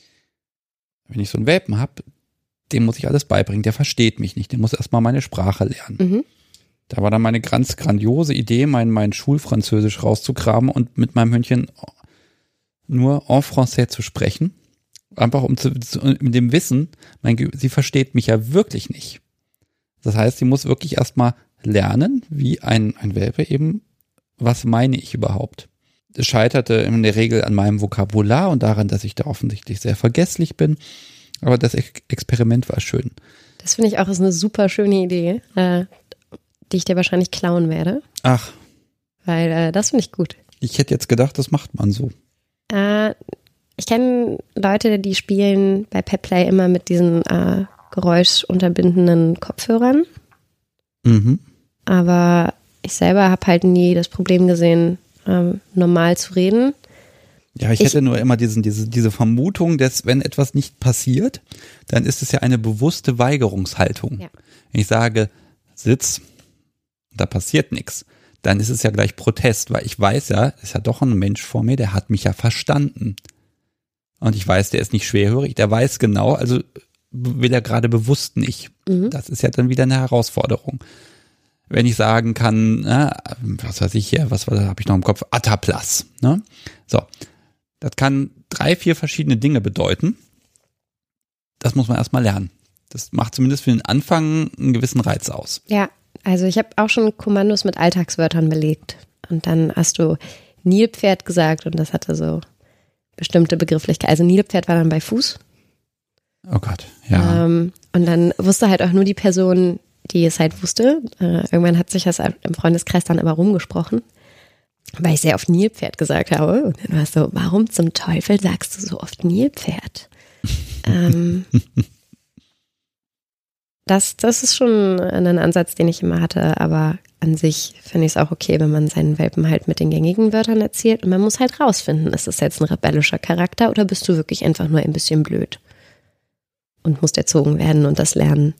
wenn ich so einen Welpen habe, dem muss ich alles beibringen. Der versteht mich nicht. Der muss erstmal meine Sprache lernen. Mhm. Da war dann meine ganz grandiose Idee, mein, mein Schulfranzösisch rauszukramen und mit meinem Hündchen nur en français zu sprechen. Einfach um zu, zu, mit dem Wissen, mein, sie versteht mich ja wirklich nicht. Das heißt, sie muss wirklich erstmal lernen, wie ein, ein Welpe eben, was meine ich überhaupt. Es scheiterte in der Regel an meinem Vokabular und daran, dass ich da offensichtlich sehr vergesslich bin. Aber das Experiment war schön. Das finde ich auch ist eine super schöne Idee, äh, die ich dir wahrscheinlich klauen werde. Ach. Weil äh, das finde ich gut. Ich hätte jetzt gedacht, das macht man so. Äh, ich kenne Leute, die spielen bei Petplay immer mit diesen äh, geräuschunterbindenden Kopfhörern. Mhm. Aber ich selber habe halt nie das Problem gesehen, ähm, normal zu reden. Ja, ich, ich hätte nur immer diesen, diese, diese Vermutung, dass wenn etwas nicht passiert, dann ist es ja eine bewusste Weigerungshaltung. Ja. Wenn ich sage, sitz, da passiert nichts, dann ist es ja gleich Protest, weil ich weiß ja, ist ja doch ein Mensch vor mir, der hat mich ja verstanden. Und ich weiß, der ist nicht schwerhörig, der weiß genau, also will er gerade bewusst nicht. Mhm. Das ist ja dann wieder eine Herausforderung. Wenn ich sagen kann, na, was weiß ich hier, was habe ich noch im Kopf? Ataplas. Ne? So, das kann drei, vier verschiedene Dinge bedeuten. Das muss man erstmal lernen. Das macht zumindest für den Anfang einen gewissen Reiz aus. Ja, also ich habe auch schon Kommandos mit Alltagswörtern belegt. Und dann hast du Nilpferd gesagt und das hatte so bestimmte Begrifflichkeit. Also Nilpferd war dann bei Fuß. Oh Gott, ja. Ähm, und dann wusste halt auch nur die Person, die es halt wusste. Äh, irgendwann hat sich das im Freundeskreis dann aber rumgesprochen, weil ich sehr oft Nilpferd gesagt habe. Und dann war es so, warum zum Teufel sagst du so oft Nilpferd? ähm, das, das ist schon ein Ansatz, den ich immer hatte, aber an sich finde ich es auch okay, wenn man seinen Welpen halt mit den gängigen Wörtern erzählt. Und man muss halt rausfinden, ist das jetzt ein rebellischer Charakter oder bist du wirklich einfach nur ein bisschen blöd und musst erzogen werden und das lernen.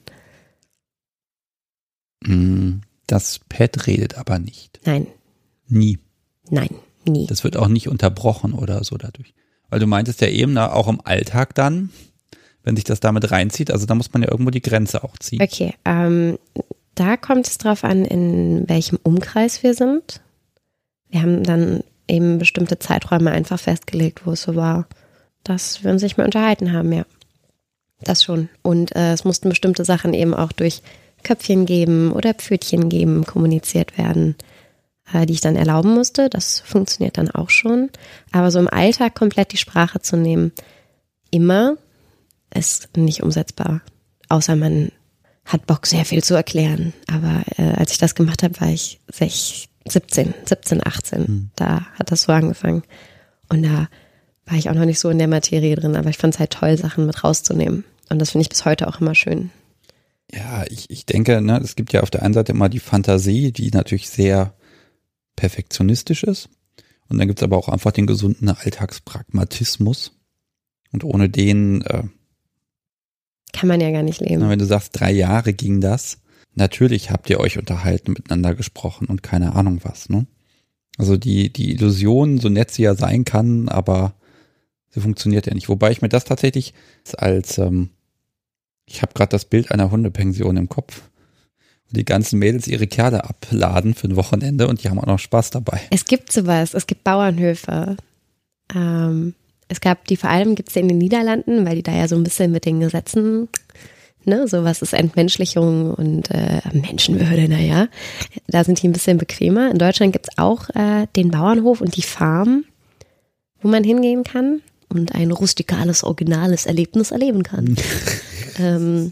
Das Pet redet aber nicht. Nein. Nie. Nein, nie. Das wird auch nicht unterbrochen oder so dadurch. Weil du meintest ja eben, na, auch im Alltag dann, wenn sich das damit reinzieht, also da muss man ja irgendwo die Grenze auch ziehen. Okay, ähm, da kommt es drauf an, in welchem Umkreis wir sind. Wir haben dann eben bestimmte Zeiträume einfach festgelegt, wo es so war, dass wir uns nicht mehr unterhalten haben, ja. Das schon. Und äh, es mussten bestimmte Sachen eben auch durch Köpfchen geben oder Pfötchen geben, kommuniziert werden, äh, die ich dann erlauben musste. Das funktioniert dann auch schon. Aber so im Alltag komplett die Sprache zu nehmen, immer, ist nicht umsetzbar. Außer man hat Bock, sehr viel zu erklären. Aber äh, als ich das gemacht habe, war ich siebzehn, achtzehn. Hm. Da hat das so angefangen. Und da war ich auch noch nicht so in der Materie drin. Aber ich fand es halt toll, Sachen mit rauszunehmen. Und das finde ich bis heute auch immer schön. Ja, ich, ich denke, ne, es gibt ja auf der einen Seite immer die Fantasie, die natürlich sehr perfektionistisch ist. Und dann gibt es aber auch einfach den gesunden Alltagspragmatismus. Und ohne den äh, kann man ja gar nicht leben. Wenn du sagst, drei Jahre ging das, natürlich habt ihr euch unterhalten, miteinander gesprochen und keine Ahnung was, ne? Also die, die Illusion, so nett sie ja sein kann, aber sie funktioniert ja nicht. Wobei ich mir das tatsächlich als, ähm, ich habe gerade das Bild einer Hundepension im Kopf, wo die ganzen Mädels ihre Kerle abladen für ein Wochenende und die haben auch noch Spaß dabei. Es gibt sowas, es gibt Bauernhöfe. Ähm, es gab die, vor allem gibt es in den Niederlanden, weil die da ja so ein bisschen mit den Gesetzen, ne, sowas ist Entmenschlichung und äh, Menschenwürde, naja, da sind die ein bisschen bequemer. In Deutschland gibt es auch äh, den Bauernhof und die Farm, wo man hingehen kann und ein rustikales, originales Erlebnis erleben kann. ähm,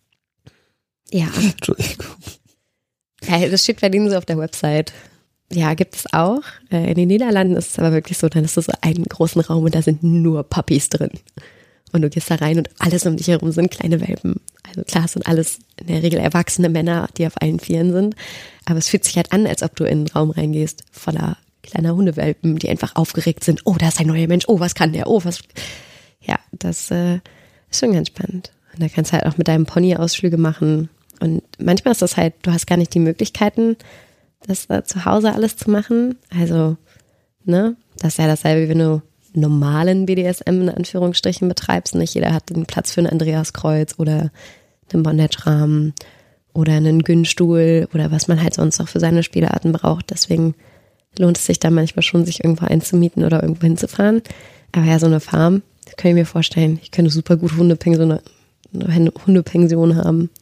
ja. Entschuldigung. Ja, das steht bei denen so auf der Website. Ja, gibt es auch. In den Niederlanden ist es aber wirklich so, dann ist es so einen großen Raum und da sind nur Puppies drin. Und du gehst da rein und alles um dich herum sind kleine Welpen. Also klar, es sind alles in der Regel erwachsene Männer, die auf allen Vieren sind. Aber es fühlt sich halt an, als ob du in einen Raum reingehst voller kleiner Hundewelpen, die einfach aufgeregt sind. Oh, da ist ein neuer Mensch. Oh, was kann der? Oh, was... Ja, das äh, ist schon ganz spannend. Und da kannst du halt auch mit deinem Pony Ausflüge machen. Und manchmal ist das halt, du hast gar nicht die Möglichkeiten, das äh, zu Hause alles zu machen. Also, ne, das ist ja dasselbe, wie wenn du normalen B D S M in Anführungsstrichen betreibst. Nicht jeder hat den Platz für ein Andreaskreuz oder einen Bondage-Rahmen oder einen Gynnstuhl oder was man halt sonst auch für seine Spielarten braucht. Deswegen lohnt es sich da manchmal schon, sich irgendwo einzumieten oder irgendwo hinzufahren. Aber ja, so eine Farm, das kann ich mir vorstellen. Ich könnte super gut Hundepension, Hundepension haben.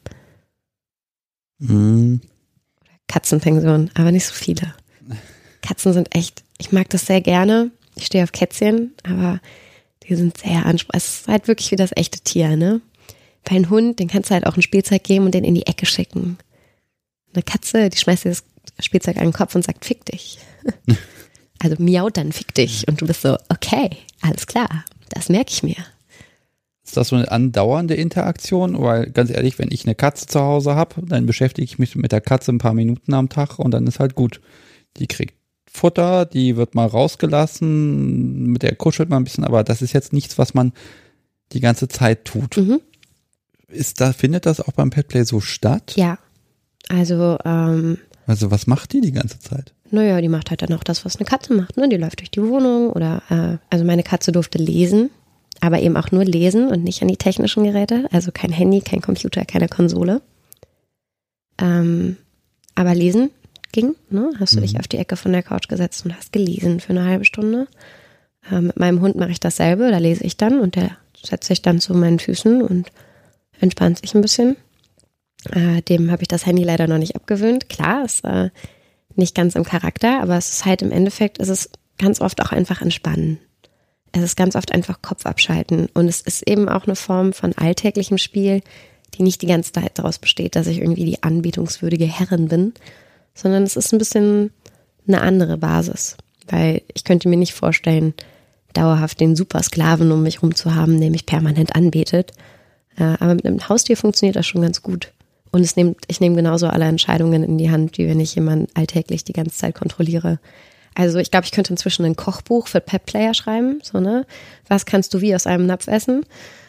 Mhm. Katzenpension, aber nicht so viele. Katzen sind echt, ich mag das sehr gerne. Ich stehe auf Kätzchen, aber die sind sehr ansprechend. Es ist halt wirklich wie das echte Tier, ne? Bei einem Hund, den kannst du halt auch ein Spielzeug geben und den in die Ecke schicken. Eine Katze, die schmeißt dir das Spielzeug an den Kopf und sagt, fick dich. Also miaut dann, fick dich. Und du bist so, okay, alles klar, das merke ich mir. Ist das so eine andauernde Interaktion? Weil ganz ehrlich, wenn ich eine Katze zu Hause habe, dann beschäftige ich mich mit der Katze ein paar Minuten am Tag und dann ist halt gut. Die kriegt Futter, die wird mal rausgelassen, mit der kuschelt man ein bisschen, aber das ist jetzt nichts, was man die ganze Zeit tut. Mhm. Ist da, findet das auch beim Petplay so statt? Ja, also ähm, Also was macht die die ganze Zeit? Naja, die macht halt dann auch das, was eine Katze macht, ne? Die läuft durch die Wohnung oder, äh, also meine Katze durfte lesen, aber eben auch nur lesen und nicht an die technischen Geräte, also kein Handy, kein Computer, keine Konsole. Ähm, aber lesen ging, ne? Hast du mhm. dich auf die Ecke von der Couch gesetzt und hast gelesen für eine halbe Stunde. Ähm, mit meinem Hund mache ich dasselbe, da lese ich dann und der setzt sich dann zu meinen Füßen und entspannt sich ein bisschen. Äh, dem habe ich das Handy leider noch nicht abgewöhnt. Klar, ist äh, nicht ganz im Charakter, aber es ist halt im Endeffekt, ist es ganz oft auch einfach entspannen. es ist ganz oft einfach Kopf abschalten. Und es ist eben auch eine Form von alltäglichem Spiel, die nicht die ganze Zeit daraus besteht, dass ich irgendwie die anbetungswürdige Herrin bin, sondern es ist ein bisschen eine andere Basis. Weil ich könnte mir nicht vorstellen, dauerhaft den Supersklaven um mich rum zu haben, der mich permanent anbetet. Aber mit einem Haustier funktioniert das schon ganz gut. Und es nimmt, ich nehme genauso alle Entscheidungen in die Hand, wie wenn ich jemanden alltäglich die ganze Zeit kontrolliere. Also ich glaube, ich könnte inzwischen ein Kochbuch für Pet Player schreiben. So, ne? Was kannst du wie aus einem Napf essen?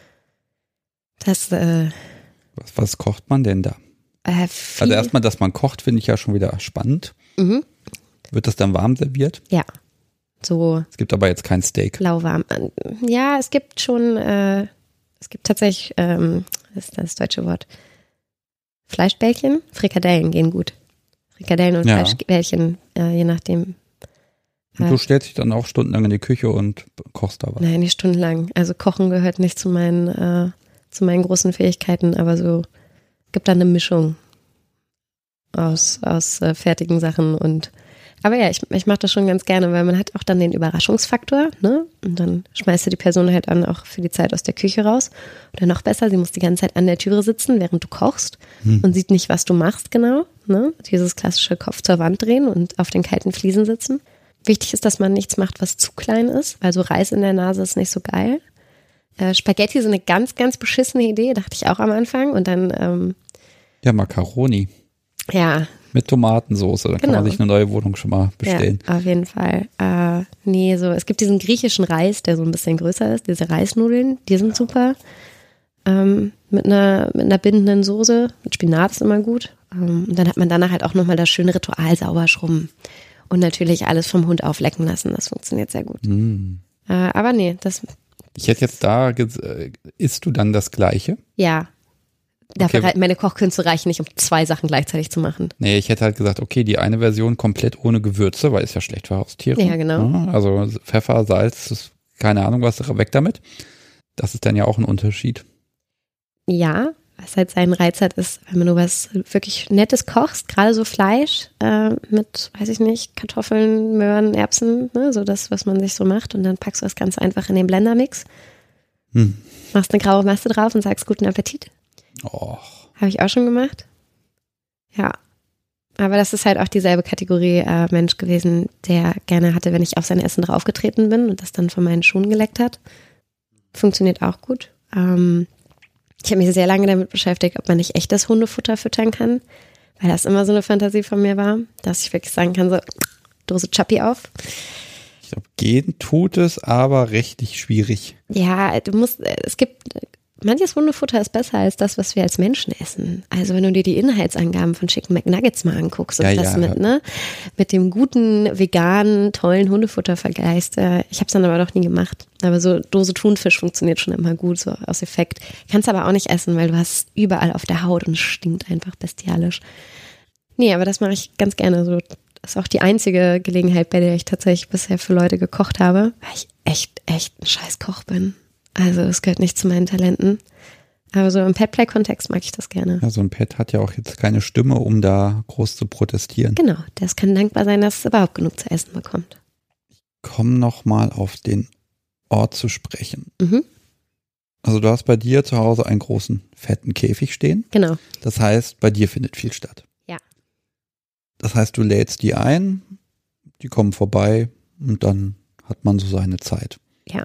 Das, äh, was, was kocht man denn da? Äh, also erstmal, dass man kocht, finde ich ja schon wieder spannend. Mhm. Wird das dann warm serviert? Ja. So. Es gibt aber jetzt kein Steak. Lauwarm. Ja, es gibt schon, äh, es gibt tatsächlich, ähm, was ist das deutsche Wort? Fleischbällchen? Frikadellen gehen gut. Frikadellen und ja. Fleischbällchen, äh, je nachdem. Und du stellst dich dann auch stundenlang in die Küche und kochst da was? Nein, nicht stundenlang. Also Kochen gehört nicht zu meinen, äh, zu meinen großen Fähigkeiten, aber so gibt da eine Mischung aus, aus äh, fertigen Sachen und aber ja, ich, ich mache das schon ganz gerne, weil man hat auch dann den Überraschungsfaktor, ne? Und dann schmeißt du die Person halt dann auch für die Zeit aus der Küche raus. Oder noch besser, sie muss die ganze Zeit an der Türe sitzen, während du kochst hm. und sieht nicht, was du machst genau, ne? Dieses klassische Kopf zur Wand drehen und auf den kalten Fliesen sitzen. Wichtig ist, dass man nichts macht, was zu klein ist. Also Reis in der Nase ist nicht so geil. Äh, Spaghetti sind eine ganz, ganz beschissene Idee, dachte ich auch am Anfang. Und dann ähm, ja, Macaroni. Ja. Mit Tomatensauce, da genau. kann man sich eine neue Wohnung schon mal bestellen. Ja, auf jeden Fall. Äh, nee, so, es gibt diesen griechischen Reis, der so ein bisschen größer ist, diese Reisnudeln, die sind super. Ähm, mit einer, mit einer bindenden Soße, mit Spinat ist immer gut. Ähm, und dann hat man danach halt auch nochmal das schöne Ritual sauber schrubben. Und natürlich alles vom Hund auflecken lassen, das funktioniert sehr gut. Mm. Äh, aber nee, das... Ich hätte jetzt da, äh, isst du dann das Gleiche? Ja. Dafür okay. Meine Kochkünste reichen nicht, um zwei Sachen gleichzeitig zu machen. Nee, ich hätte halt gesagt, okay, die eine Version komplett ohne Gewürze, weil ist ja schlecht für Haustiere. Ja, genau. Ja, also Pfeffer, Salz, keine Ahnung was, weg damit. Das ist dann ja auch ein Unterschied. Ja, was halt seinen Reiz hat, ist, wenn du was wirklich Nettes kochst, gerade so Fleisch äh, mit, weiß ich nicht, Kartoffeln, Möhren, Erbsen, ne, so das, was man sich so macht und dann packst du das ganz einfach in den Blendermix, hm. machst eine graue Masse drauf und sagst guten Appetit. Oh. Habe ich auch schon gemacht. Ja. Aber das ist halt auch dieselbe Kategorie äh, Mensch gewesen, der gerne hatte, wenn ich auf sein Essen draufgetreten bin und das dann von meinen Schuhen geleckt hat. Funktioniert auch gut. Ähm, ich habe mich sehr lange damit beschäftigt, ob man nicht echtes Hundefutter füttern kann, weil das immer so eine Fantasie von mir war, dass ich wirklich sagen kann, so Dose Chappi auf. Ich glaube, gehen tut es, aber rechtlich schwierig. Ja, du musst, es gibt... Manches Hundefutter ist besser als das, was wir als Menschen essen. Also wenn du dir die Inhaltsangaben von Chicken McNuggets mal anguckst und ja, das ja. mit ne mit dem guten, veganen, tollen Hundefutter vergleichst. Äh, ich habe es dann aber noch nie gemacht. Aber so Dose Thunfisch funktioniert schon immer gut, so aus Effekt. Kannst aber auch nicht essen, weil du hast überall auf der Haut und es stinkt einfach bestialisch. Nee, aber das mache ich ganz gerne so. Das ist auch die einzige Gelegenheit, bei der ich tatsächlich bisher für Leute gekocht habe, weil ich echt, echt ein scheiß Koch bin. Also es gehört nicht zu meinen Talenten. Aber so im Pet-Play-Kontext mag ich das gerne. Ja, so ein Pet hat ja auch jetzt keine Stimme, um da groß zu protestieren. Genau, das kann dankbar sein, dass es überhaupt genug zu essen bekommt. Ich komme nochmal auf den Ort zu sprechen. Mhm. Also du hast bei dir zu Hause einen großen, fetten Käfig stehen. Genau. Das heißt, bei dir findet viel statt. Ja. Das heißt, du lädst die ein, die kommen vorbei und dann hat man so seine Zeit. Ja.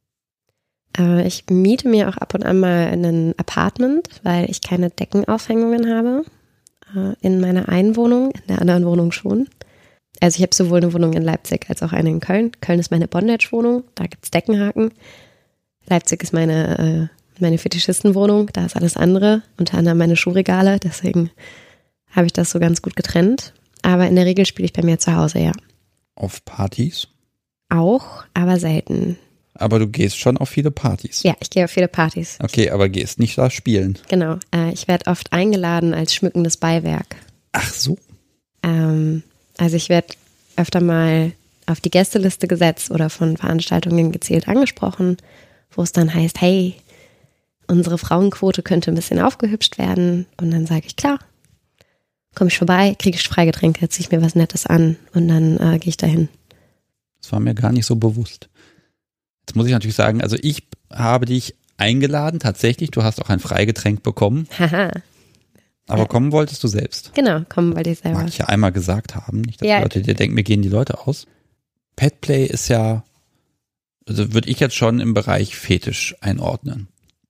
Ich miete mir auch ab und an mal ein Apartment, weil ich keine Deckenaufhängungen habe in meiner einen Wohnung, in der anderen Wohnung schon. Also ich habe sowohl eine Wohnung in Leipzig als auch eine in Köln. Köln ist meine Bondage-Wohnung, da gibt es Deckenhaken. Leipzig ist meine, meine Fetischisten-Wohnung, da ist alles andere, unter anderem meine Schuhregale, deswegen habe ich das so ganz gut getrennt. Aber in der Regel spiele ich bei mir zu Hause, ja. Auf Partys? Auch, aber selten. Aber du gehst schon auf viele Partys. Ja, ich gehe auf viele Partys. Okay, aber gehst nicht da spielen. Genau. Äh, ich werde oft eingeladen als schmückendes Beiwerk. Ach so. Ähm, also ich werde öfter mal auf die Gästeliste gesetzt oder von Veranstaltungen gezielt angesprochen, wo es dann heißt, hey, unsere Frauenquote könnte ein bisschen aufgehübscht werden. Und dann sage ich, klar, komme ich vorbei, kriege ich Freigetränke, ziehe ich mir was Nettes an und dann äh, gehe ich dahin. Das war mir gar nicht so bewusst. Jetzt muss ich natürlich sagen, also ich habe dich eingeladen, tatsächlich, du hast auch ein Freigetränk bekommen. Haha. Aber kommen wolltest du selbst. Genau, kommen wollte ich selber. Mag ich ja einmal gesagt haben, nicht, dass Ja. die Leute dir denken, mir gehen die Leute aus. Petplay ist ja, also würde ich jetzt schon im Bereich Fetisch einordnen.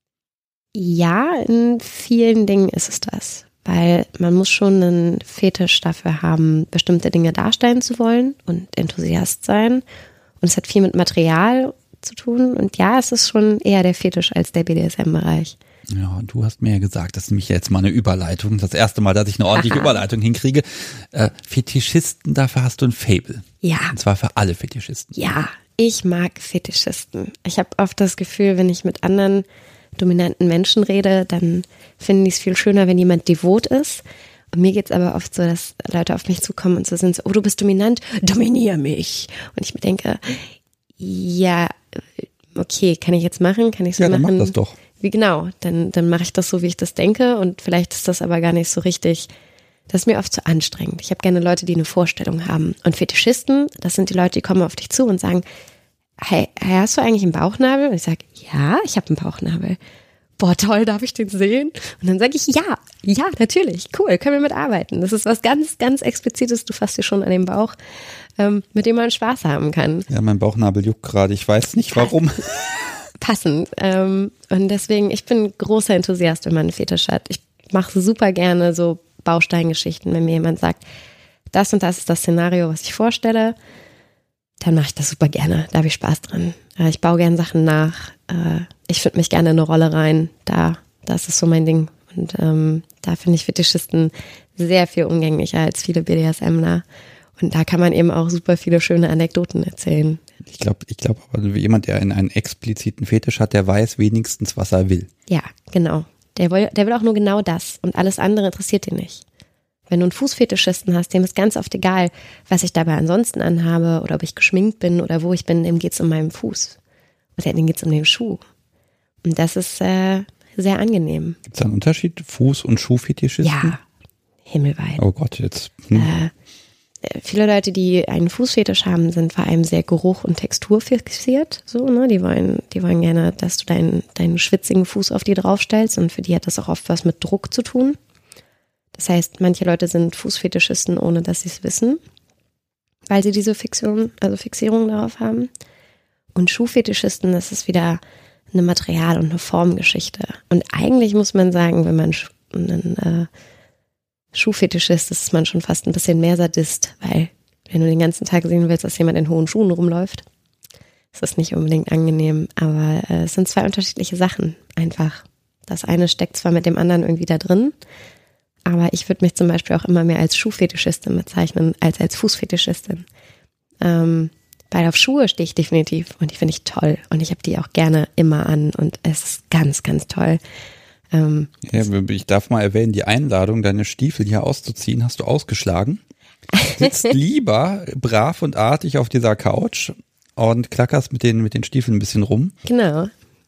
Ja, in vielen Dingen ist es das. Weil man muss schon einen Fetisch dafür haben, bestimmte Dinge darstellen zu wollen und Enthusiast sein. Und es hat viel mit Material zu tun. Und ja, es ist schon eher der Fetisch als der B D S M-Bereich. Ja, und du hast mir ja gesagt, das ist nämlich jetzt mal eine Überleitung. Das erste Mal, dass ich eine ordentliche Aha. Überleitung hinkriege. Äh, Fetischisten, dafür hast du ein Faible. Ja. Und zwar für alle Fetischisten. Ja, ich mag Fetischisten. Ich habe oft das Gefühl, wenn ich mit anderen dominanten Menschen rede, dann finden die es viel schöner, wenn jemand devot ist. Und mir geht's aber oft so, dass Leute auf mich zukommen und so sind so, oh, du bist dominant, dominier mich. Und ich mir denke, ja, okay, kann ich jetzt machen? Kann ich so Ja, dann machen? mach das doch. Wie genau? Dann, dann mache ich das so, wie ich das denke. Und vielleicht ist das aber gar nicht so richtig. Das ist mir oft zu anstrengend. Ich habe gerne Leute, die eine Vorstellung haben. Und Fetischisten, das sind die Leute, die kommen auf dich zu und sagen, hey, hast du eigentlich einen Bauchnabel? Und ich sage, ja, ich habe einen Bauchnabel. Boah, toll, darf ich den sehen? Und dann sage ich, ja, ja, natürlich, cool, können wir mitarbeiten. Das ist was ganz, ganz Explizites, du fasst dir schon an den Bauch, ähm, mit dem man Spaß haben kann. Ja, mein Bauchnabel juckt gerade, ich weiß nicht warum. Passend. Ähm, und deswegen, ich bin großer Enthusiast, wenn man einen Fetisch hat. Ich mache super gerne so Bausteingeschichten, wenn mir jemand sagt, das und das ist das Szenario, was ich vorstelle, dann mache ich das super gerne. Da habe ich Spaß dran. Ich baue gerne Sachen nach. Ich finde mich gerne in eine Rolle rein. Da, das ist so mein Ding. Und ähm, da finde ich Fetischisten sehr viel umgänglicher als viele B D S Mler. Und da kann man eben auch super viele schöne Anekdoten erzählen. Ich glaube, ich glaube aber jemand, der einen expliziten Fetisch hat, der weiß wenigstens, was er will. Ja, genau. Der will, der will auch nur genau das. Und alles andere interessiert ihn nicht. Wenn du einen Fußfetischisten hast, dem ist ganz oft egal, was ich dabei ansonsten anhabe oder ob ich geschminkt bin oder wo ich bin, dem geht's um meinen Fuß. Oder dem geht's um den Schuh. Und das ist äh, sehr angenehm. Gibt es da einen Unterschied? Fuß- und Schuhfetischisten? Ja, himmelweit. Oh Gott, jetzt. Hm. Äh, viele Leute, die einen Fußfetisch haben, sind vor allem sehr geruch- und Textur fixiert. So, ne? Die wollen, die wollen gerne, dass du deinen, deinen schwitzigen Fuß auf die draufstellst. Und für die hat das auch oft was mit Druck zu tun. Das heißt, manche Leute sind Fußfetischisten, ohne dass sie es wissen, weil sie diese Fixierung, also Fixierung darauf haben. Und Schuhfetischisten, das ist wieder eine Material- und eine Formgeschichte. Und eigentlich muss man sagen, wenn man ein äh, Schuhfetischist ist, ist man schon fast ein bisschen mehr Sadist, weil wenn du den ganzen Tag sehen willst, dass jemand in hohen Schuhen rumläuft, ist das nicht unbedingt angenehm. Aber äh, es sind zwei unterschiedliche Sachen einfach. Das eine steckt zwar mit dem anderen irgendwie da drin, aber ich würde mich zum Beispiel auch immer mehr als Schuhfetischistin bezeichnen, als als Fußfetischistin. Ähm, weil auf Schuhe stehe ich definitiv und die finde ich toll. Und ich habe die auch gerne immer an und es ist ganz, ganz toll. Ähm, ja, ich darf mal erwähnen, die Einladung, deine Stiefel hier auszuziehen, hast du ausgeschlagen. Sitzt lieber brav und artig auf dieser Couch und klackerst mit den, mit den Stiefeln ein bisschen rum. Genau.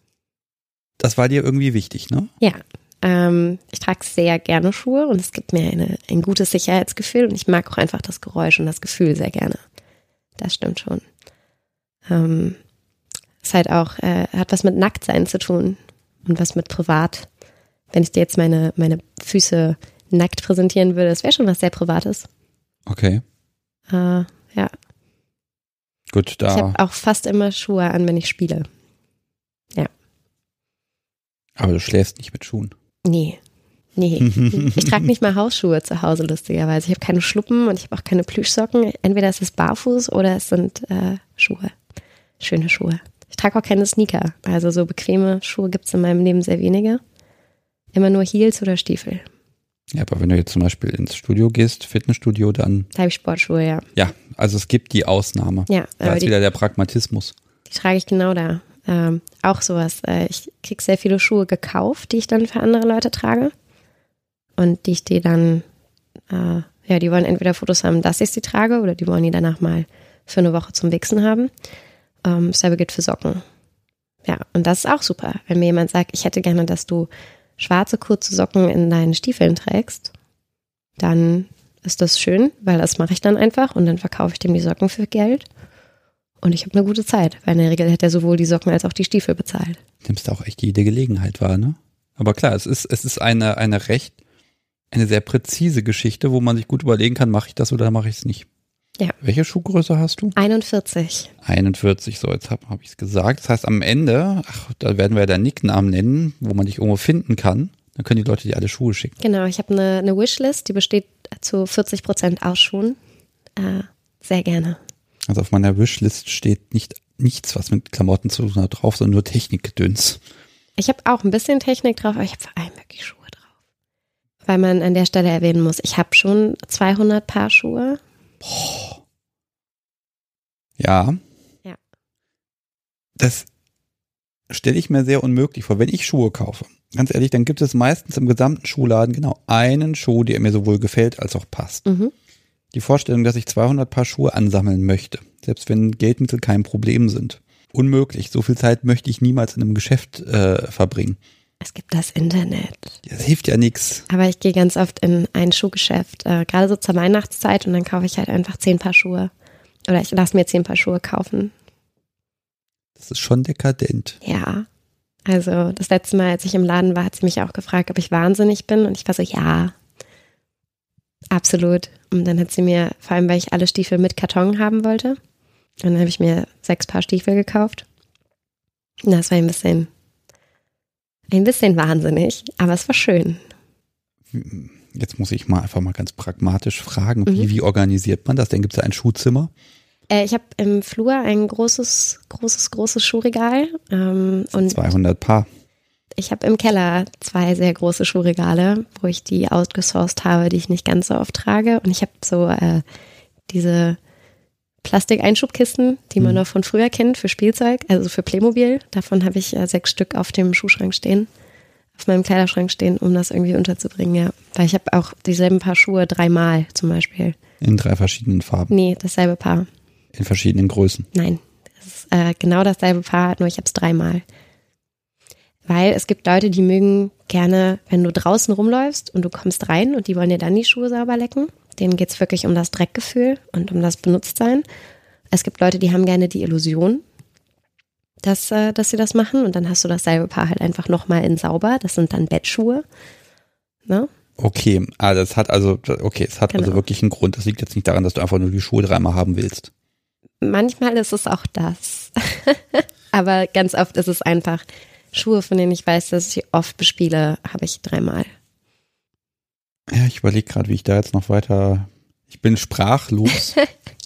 Das war dir irgendwie wichtig, ne? Ja. Ähm, ich trage sehr gerne Schuhe und es gibt mir eine, ein gutes Sicherheitsgefühl und ich mag auch einfach das Geräusch und das Gefühl sehr gerne. Das stimmt schon. Ähm, ist halt auch, äh, hat was mit Nacktsein zu tun und was mit privat. Wenn ich dir jetzt meine, meine Füße nackt präsentieren würde, das wäre schon was sehr Privates. Okay. Äh, ja. Gut, da. Ich habe auch fast immer Schuhe an, wenn ich spiele. Ja. Aber du schläfst nicht mit Schuhen. Nee. Nee. Ich trage nicht mal Hausschuhe zu Hause, lustigerweise. Ich habe keine Schluppen und ich habe auch keine Plüschsocken. Entweder ist es barfuß oder es sind äh, Schuhe. Schöne Schuhe. Ich trage auch keine Sneaker. Also so bequeme Schuhe gibt es in meinem Leben sehr wenige. Immer nur Heels oder Stiefel. Ja, aber wenn du jetzt zum Beispiel ins Studio gehst, Fitnessstudio, dann. Da habe ich Sportschuhe, ja. Ja, also es gibt die Ausnahme. Ja, da aber ist die, wieder der Pragmatismus. die trage ich genau da. Ähm, auch sowas. Äh, ich kriege sehr viele Schuhe gekauft, die ich dann für andere Leute trage. Und die ich die dann, äh, ja, die wollen entweder Fotos haben, dass ich sie trage, oder die wollen die danach mal für eine Woche zum Wichsen haben. Ähm, dasselbe gilt für Socken. Ja, und das ist auch super, wenn mir jemand sagt, ich hätte gerne, dass du schwarze, kurze Socken in deinen Stiefeln trägst, dann ist das schön, weil das mache ich dann einfach und dann verkaufe ich dem die Socken für Geld. Und ich habe eine gute Zeit, weil in der Regel hat er sowohl die Socken als auch die Stiefel bezahlt. Nimmst du auch echt jede Gelegenheit wahr, ne? Aber klar, es ist, es ist eine, eine recht, eine sehr präzise Geschichte, wo man sich gut überlegen kann, mache ich das oder mache ich es nicht. Ja. Welche Schuhgröße hast du? einundvierzig. einundvierzig, so, jetzt habe hab ich es gesagt. Das heißt, am Ende, ach, da werden wir ja deinen Nicknamen nennen, wo man dich irgendwo finden kann. Dann können die Leute dir alle Schuhe schicken. Genau, ich habe eine, eine Wishlist, die besteht zu vierzig Prozent aus Schuhen. Äh, sehr gerne. Also auf meiner Wishlist steht nicht nichts, was mit Klamotten zu tun hat, drauf, sondern nur Technikgedöns. Ich habe auch ein bisschen Technik drauf, aber ich habe vor allem wirklich Schuhe drauf. Weil man an der Stelle erwähnen muss, ich habe schon zweihundert Paar Schuhe. Boah. Ja. Ja. Das stelle ich mir sehr unmöglich vor, wenn ich Schuhe kaufe. Ganz ehrlich, dann gibt es meistens im gesamten Schuhladen genau einen Schuh, der mir sowohl gefällt als auch passt. Mhm. Die Vorstellung, dass ich zweihundert Paar Schuhe ansammeln möchte, selbst wenn Geldmittel kein Problem sind. Unmöglich. So viel Zeit möchte ich niemals in einem Geschäft äh, verbringen. Es gibt das Internet. Das hilft ja nichts. Aber ich gehe ganz oft in ein Schuhgeschäft, äh, gerade so zur Weihnachtszeit, und dann kaufe ich halt einfach zehn Paar Schuhe. Oder ich lasse mir zehn Paar Schuhe kaufen. Das ist schon dekadent. Ja. Also das letzte Mal, als ich im Laden war, hat sie mich auch gefragt, ob ich wahnsinnig bin. Und ich war so, ja, absolut. Und dann hat sie mir, vor allem weil ich alle Stiefel mit Karton haben wollte, und dann habe ich mir sechs Paar Stiefel gekauft. Und das war ein bisschen, ein bisschen wahnsinnig, aber es war schön. Jetzt muss ich mal einfach mal ganz pragmatisch fragen, Mhm. wie, wie organisiert man das? Denn gibt es da ein Schuhzimmer? Äh, ich habe im Flur ein großes, großes, großes Schuhregal. Ähm, und zweihundert Paar. ich habe im Keller zwei sehr große Schuhregale, wo ich die outgesourced habe, die ich nicht ganz so oft trage. Und ich habe so äh, diese Plastikeinschubkisten, die man Mhm. noch von früher kennt für Spielzeug, also für Playmobil. Davon habe ich äh, sechs Stück auf dem Schuhschrank stehen, auf meinem Kleiderschrank stehen, um das irgendwie unterzubringen, ja. Weil ich habe auch dieselben Paar Schuhe dreimal zum Beispiel. In drei verschiedenen Farben. Nee, dasselbe Paar. In verschiedenen Größen. Nein, das ist äh, genau dasselbe Paar, nur ich habe es dreimal. Weil es gibt Leute, die mögen gerne, wenn du draußen rumläufst und du kommst rein und die wollen dir dann die Schuhe sauber lecken. Denen geht es wirklich um das Dreckgefühl und um das Benutztsein. Es gibt Leute, die haben gerne die Illusion, dass, äh, dass sie das machen. Und dann hast du dasselbe Paar halt einfach nochmal in sauber. Das sind dann Bettschuhe. Ne? Okay, ah, das hat also, okay, es hat Genau. also wirklich einen Grund. Das liegt jetzt nicht daran, dass du einfach nur die Schuhe dreimal haben willst. Manchmal ist es auch das. Aber ganz oft ist es einfach Schuhe, von denen ich weiß, dass ich sie oft bespiele, habe ich dreimal. Ja, ich überlege gerade, wie ich da jetzt noch weiter, ich bin sprachlos.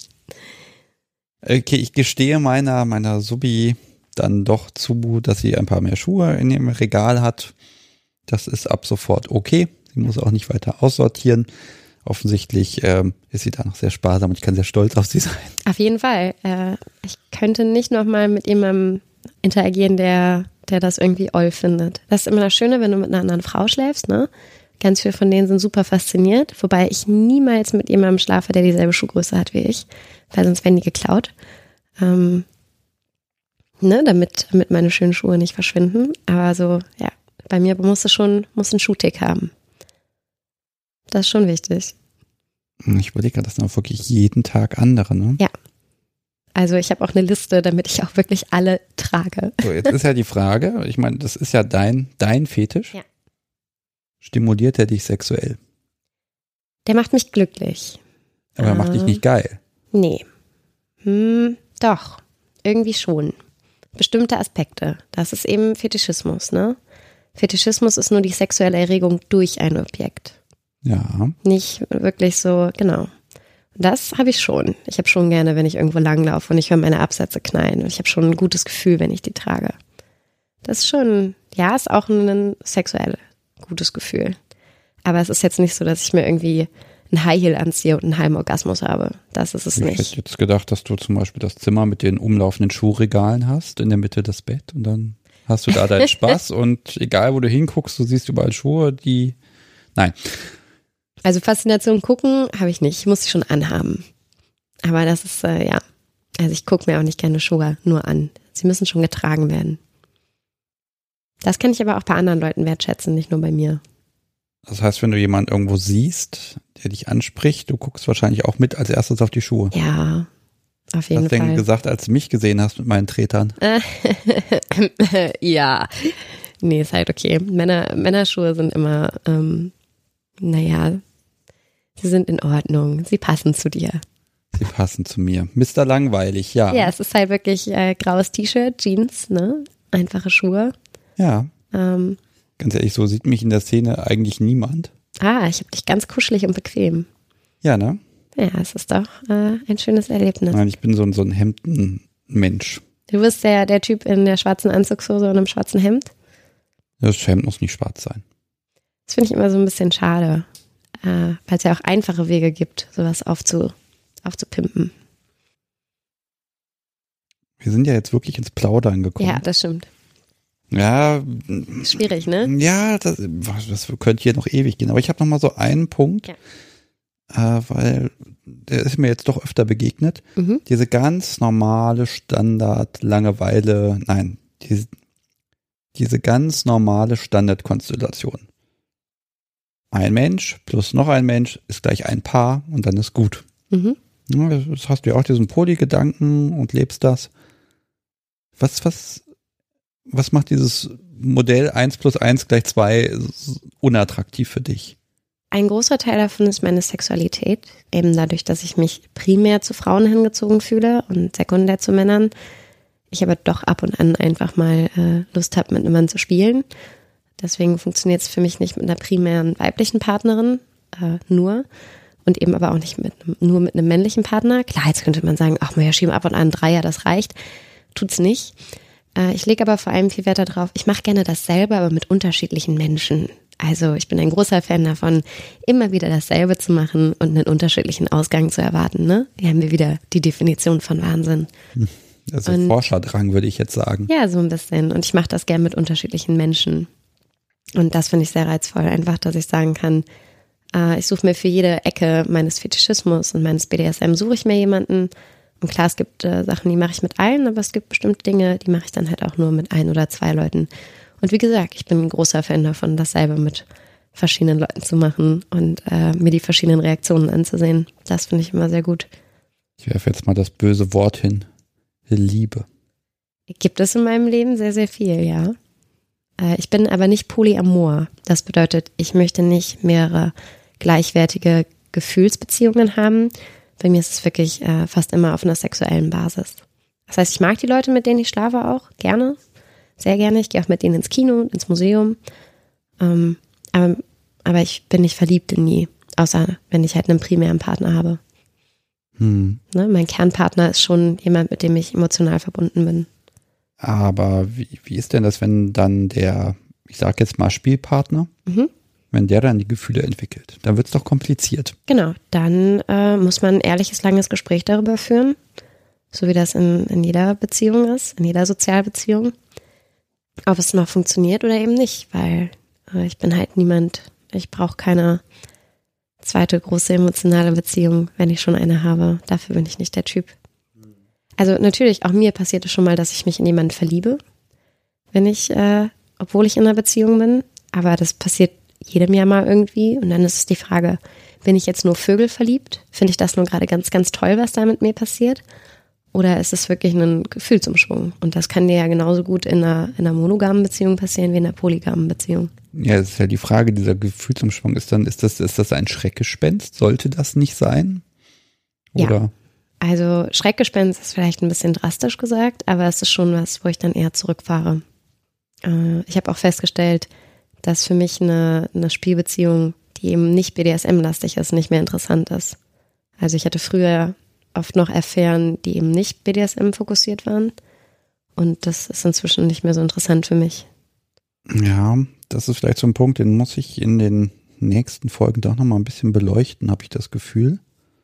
Okay, ich gestehe meiner, meiner Subi dann doch zu, dass sie ein paar mehr Schuhe in ihrem Regal hat. Das ist ab sofort okay. Sie muss auch nicht weiter aussortieren. Offensichtlich ähm, ist sie da noch sehr sparsam und ich kann sehr stolz auf sie sein. Auf jeden Fall. Äh, ich könnte nicht nochmal mit jemandem interagieren, der, der das irgendwie oll findet. Das ist immer das Schöne, wenn du mit einer anderen Frau schläfst, ne? Ganz viele von denen sind super fasziniert, wobei ich niemals mit jemandem schlafe, der dieselbe Schuhgröße hat wie ich, weil sonst werden die geklaut. Ähm, ne, damit, damit meine schönen Schuhe nicht verschwinden. Aber so, ja, bei mir muss es schon, muss ein Schuhtick haben. Das ist schon wichtig. Ich überlege gerade, das sind auch wirklich jeden Tag andere, ne? Ja. Also ich habe auch eine Liste, damit ich auch wirklich alle trage. So, jetzt ist ja die Frage, ich meine, das ist ja dein, dein Fetisch. Ja. Stimuliert er dich sexuell? Der macht mich glücklich. Aber er macht dich Ah. nicht geil. Nee. Hm, doch. Irgendwie schon. Bestimmte Aspekte. Das ist eben Fetischismus, ne? Fetischismus ist nur die sexuelle Erregung durch ein Objekt. Ja. Nicht wirklich so, genau. Das habe ich schon. Ich habe schon gerne, wenn ich irgendwo langlaufe und ich höre meine Absätze knallen. Und ich habe schon ein gutes Gefühl, wenn ich die trage. Das ist schon, ja, ist auch ein sexuell gutes Gefühl. Aber es ist jetzt nicht so, dass ich mir irgendwie ein High Heel anziehe und einen halben Orgasmus habe. Das ist es Ich nicht. hätte jetzt gedacht, dass du zum Beispiel das Zimmer mit den umlaufenden Schuhregalen hast, in der Mitte das Bett und dann hast du da deinen Spaß und egal, wo du hinguckst, du siehst überall Schuhe, die, nein. Also Faszination gucken habe ich nicht. Ich muss sie schon anhaben. Aber das ist, äh, ja. Also ich gucke mir auch nicht gerne Schuhe nur an. Sie müssen schon getragen werden. Das kann ich aber auch bei anderen Leuten wertschätzen, nicht nur bei mir. Das heißt, wenn du jemanden irgendwo siehst, der dich anspricht, du guckst wahrscheinlich auch mit als erstes auf die Schuhe. Ja, Auf jeden Hast du Fall. denn gesagt, als du mich gesehen hast mit meinen Tretern? Ja, nee, ist halt okay. Männer, Männerschuhe sind immer, ähm, naja, sie sind in Ordnung. Sie passen zu dir. Sie passen zu mir. Mister Langweilig, ja. Ja, es ist halt wirklich äh, graues T-Shirt, Jeans, ne? Einfache Schuhe. Ja. Ähm, Ganz ehrlich, so sieht mich in der Szene eigentlich niemand. ah, ich habe dich ganz kuschelig und bequem. Ja, ne? Ja, es ist doch äh, ein schönes Erlebnis. Nein, ich bin so ein, so ein Hemdenmensch. Du bist der, der Typ in der schwarzen Anzugshose und einem schwarzen Hemd. Das Hemd muss nicht schwarz sein. Das finde ich immer so ein bisschen schade, äh, weil es ja auch einfache Wege gibt, sowas aufzu, aufzupimpen. Wir sind ja jetzt wirklich ins Plaudern gekommen. Ja, das stimmt. Ja. Schwierig, ne? Ja, das, das könnte hier noch ewig gehen. Aber ich habe noch mal so einen Punkt, Ja. äh, weil der ist mir jetzt doch öfter begegnet. Mhm. Diese ganz normale Standard-Langeweile, nein, diese, diese ganz normale Standardkonstellation. Ein Mensch plus noch ein Mensch ist gleich ein Paar und dann ist gut. Mhm. Ja, das hast du ja auch diesen Poly-Gedanken und lebst das. Was, was, was macht dieses Modell eins plus eins gleich zwei unattraktiv für dich? Ein großer Teil davon ist meine Sexualität. Eben dadurch, dass ich mich primär zu Frauen hingezogen fühle und sekundär zu Männern. Ich aber doch ab und an einfach mal äh, Lust habe, mit einem Mann zu spielen. Deswegen funktioniert es für mich nicht mit einer primären weiblichen Partnerin, äh, nur. Und eben aber auch nicht mit, nur mit einem männlichen Partner. Klar, jetzt könnte man sagen, ach, wir schieben ab und an einen Dreier, das reicht. Tut's nicht. Äh, ich lege aber vor allem viel Wert darauf, ich mache gerne dasselbe, aber mit unterschiedlichen Menschen. Also ich bin ein großer Fan davon, immer wieder dasselbe zu machen und einen unterschiedlichen Ausgang zu erwarten. Ne? Hier haben wir wieder die Definition von Wahnsinn. Also Und- Forscherdrang, würde ich jetzt sagen. Ja, so ein bisschen. Und ich mache das gern mit unterschiedlichen Menschen. Und das finde ich sehr reizvoll. Einfach, dass ich sagen kann, äh, ich suche mir für jede Ecke meines Fetischismus und meines B D S M suche ich mir jemanden. Und klar, es gibt äh, Sachen, die mache ich mit allen, aber es gibt bestimmte Dinge, die mache ich dann halt auch nur mit ein oder zwei Leuten. Und wie gesagt, ich bin ein großer Fan davon, dasselbe mit verschiedenen Leuten zu machen und äh, mir die verschiedenen Reaktionen anzusehen. Das finde ich immer sehr gut. Ich werfe jetzt mal das böse Wort hin. Liebe. Gibt es in meinem Leben sehr, sehr viel, ja. Äh, ich bin aber nicht polyamor. Das bedeutet, ich möchte nicht mehrere gleichwertige Gefühlsbeziehungen haben. Bei mir ist es wirklich äh, fast immer auf einer sexuellen Basis. Das heißt, ich mag die Leute, mit denen ich schlafe, auch gerne. Sehr gerne. Ich gehe auch mit denen ins Kino, ins Museum. Ähm, aber, aber ich bin nicht verliebt in nie. Außer wenn ich halt einen primären Partner habe. Hm. Ne? Mein Kernpartner ist schon jemand, mit dem ich emotional verbunden bin. Aber wie, wie ist denn das, wenn dann der, ich sag jetzt mal Spielpartner, Mhm. wenn der dann die Gefühle entwickelt? Dann wird es doch kompliziert. Genau, dann äh, muss man ein ehrliches, langes Gespräch darüber führen. So wie das in, in jeder Beziehung ist, in jeder Sozialbeziehung. Ob es noch funktioniert oder eben nicht, weil äh, ich bin halt niemand, ich brauche keine zweite große emotionale Beziehung, wenn ich schon eine habe. Dafür bin ich nicht der Typ. Also natürlich, auch mir passiert es schon mal, dass ich mich in jemanden verliebe, wenn ich, äh, obwohl ich in einer Beziehung bin. Aber das passiert jedem Jahr mal irgendwie. Und dann ist es die Frage, bin ich jetzt nur Vögel verliebt? Finde ich das nur gerade ganz, ganz toll, was da mit mir passiert? Oder ist es wirklich ein Gefühlsumschwung? Und das kann dir ja genauso gut in einer, in einer monogamen Beziehung passieren wie in einer polygamen Beziehung. Ja, das ist ja die Frage, dieser Gefühlsumschwung ist dann, ist das, ist das ein Schreckgespenst? Sollte das nicht sein? Oder? Ja. Also Schreckgespenst ist vielleicht ein bisschen drastisch gesagt, aber es ist schon was, wo ich dann eher zurückfahre. Äh, ich habe auch festgestellt, dass für mich eine, eine Spielbeziehung, die eben nicht B D S M-lastig ist, nicht mehr interessant ist. Also ich hatte früher oft noch Affären, die eben nicht B D S M-fokussiert waren. Und das ist inzwischen nicht mehr so interessant für mich. Ja, das ist vielleicht so ein Punkt, den muss ich in den nächsten Folgen doch nochmal ein bisschen beleuchten, habe ich das Gefühl.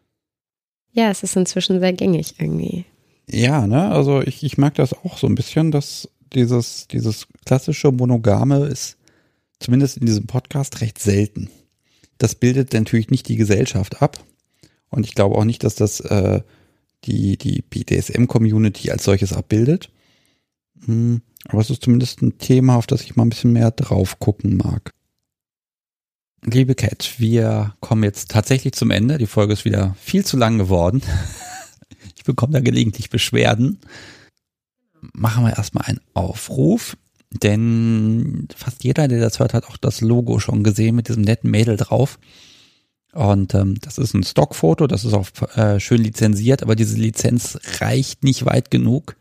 Ja, es ist inzwischen sehr gängig irgendwie. Ja, ne, also ich, ich mag das auch so ein bisschen, dass dieses, dieses klassische Monogame ist zumindest in diesem Podcast recht selten. Das bildet natürlich nicht die Gesellschaft ab. Und ich glaube auch nicht, dass das äh, die, die B D S M-Community als solches abbildet. Hm, aber es ist zumindest ein Thema, auf das ich mal ein bisschen mehr drauf gucken mag. Liebe Cat, wir kommen jetzt tatsächlich zum Ende. Die Folge ist wieder viel zu lang geworden. Ich bekomme da gelegentlich Beschwerden. Machen wir erstmal einen Aufruf, denn fast jeder, der das hört, hat auch das Logo schon gesehen mit diesem netten Mädel drauf. Und ähm, das ist ein Stockfoto, das ist auch äh, schön lizenziert, aber diese Lizenz reicht nicht weit genug.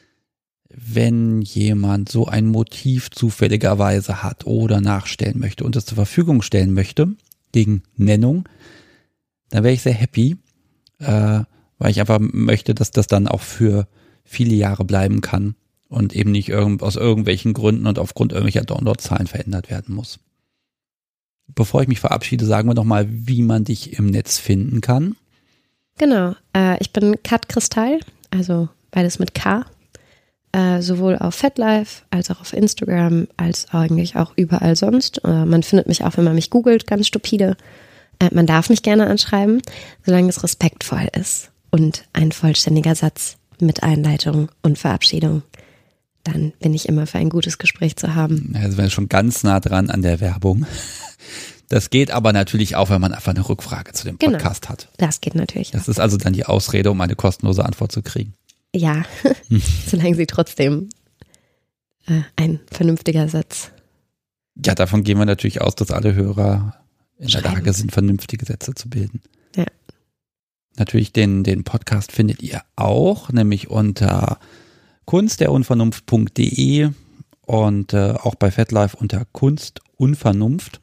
Wenn jemand so ein Motiv zufälligerweise hat oder nachstellen möchte und es zur Verfügung stellen möchte, gegen Nennung, dann wäre ich sehr happy, äh, weil ich einfach möchte, dass das dann auch für viele Jahre bleiben kann und eben nicht irgend, aus irgendwelchen Gründen und aufgrund irgendwelcher Downloadzahlen verändert werden muss. Bevor ich mich verabschiede, sagen wir nochmal, wie man dich im Netz finden kann. Genau, äh, ich bin Kat Kristall, also beides mit K. Äh, sowohl auf FetLife als auch auf Instagram, als eigentlich auch überall sonst. Äh, man findet mich auch, wenn man mich googelt, ganz stupide. Äh, man darf mich gerne anschreiben, solange es respektvoll ist und ein vollständiger Satz mit Einleitung und Verabschiedung. Dann bin ich immer für ein gutes Gespräch zu haben. Also wir sind schon ganz nah dran an der Werbung. Das geht aber natürlich auch, wenn man einfach eine Rückfrage zu dem Podcast genau, hat. Das geht natürlich Das auch. ist also dann die Ausrede, um eine kostenlose Antwort zu kriegen. Ja, solange sie trotzdem äh, ein vernünftiger Satz. Ja, davon gehen wir natürlich aus, dass alle Hörer in der Schreiben. Lage sind, vernünftige Sätze zu bilden. Ja. Natürlich den, den Podcast findet ihr auch, nämlich unter kunst der unvernunft punkt de und äh, auch bei FetLife unter Kunst Unvernunft.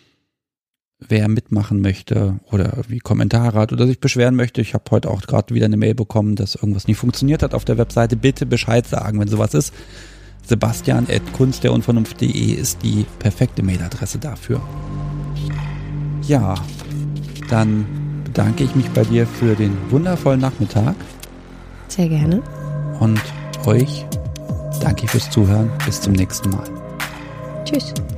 Wer mitmachen möchte oder irgendwie Kommentare hat oder sich beschweren möchte, ich habe heute auch gerade wieder eine Mail bekommen, dass irgendwas nicht funktioniert hat auf der Webseite, bitte Bescheid sagen, wenn sowas ist. Sebastian at kunst der unvernunft punkt de ist die perfekte Mailadresse dafür. Ja, dann bedanke ich mich bei dir für den wundervollen Nachmittag. Sehr gerne. Und euch danke ich fürs Zuhören. Bis zum nächsten Mal. Tschüss.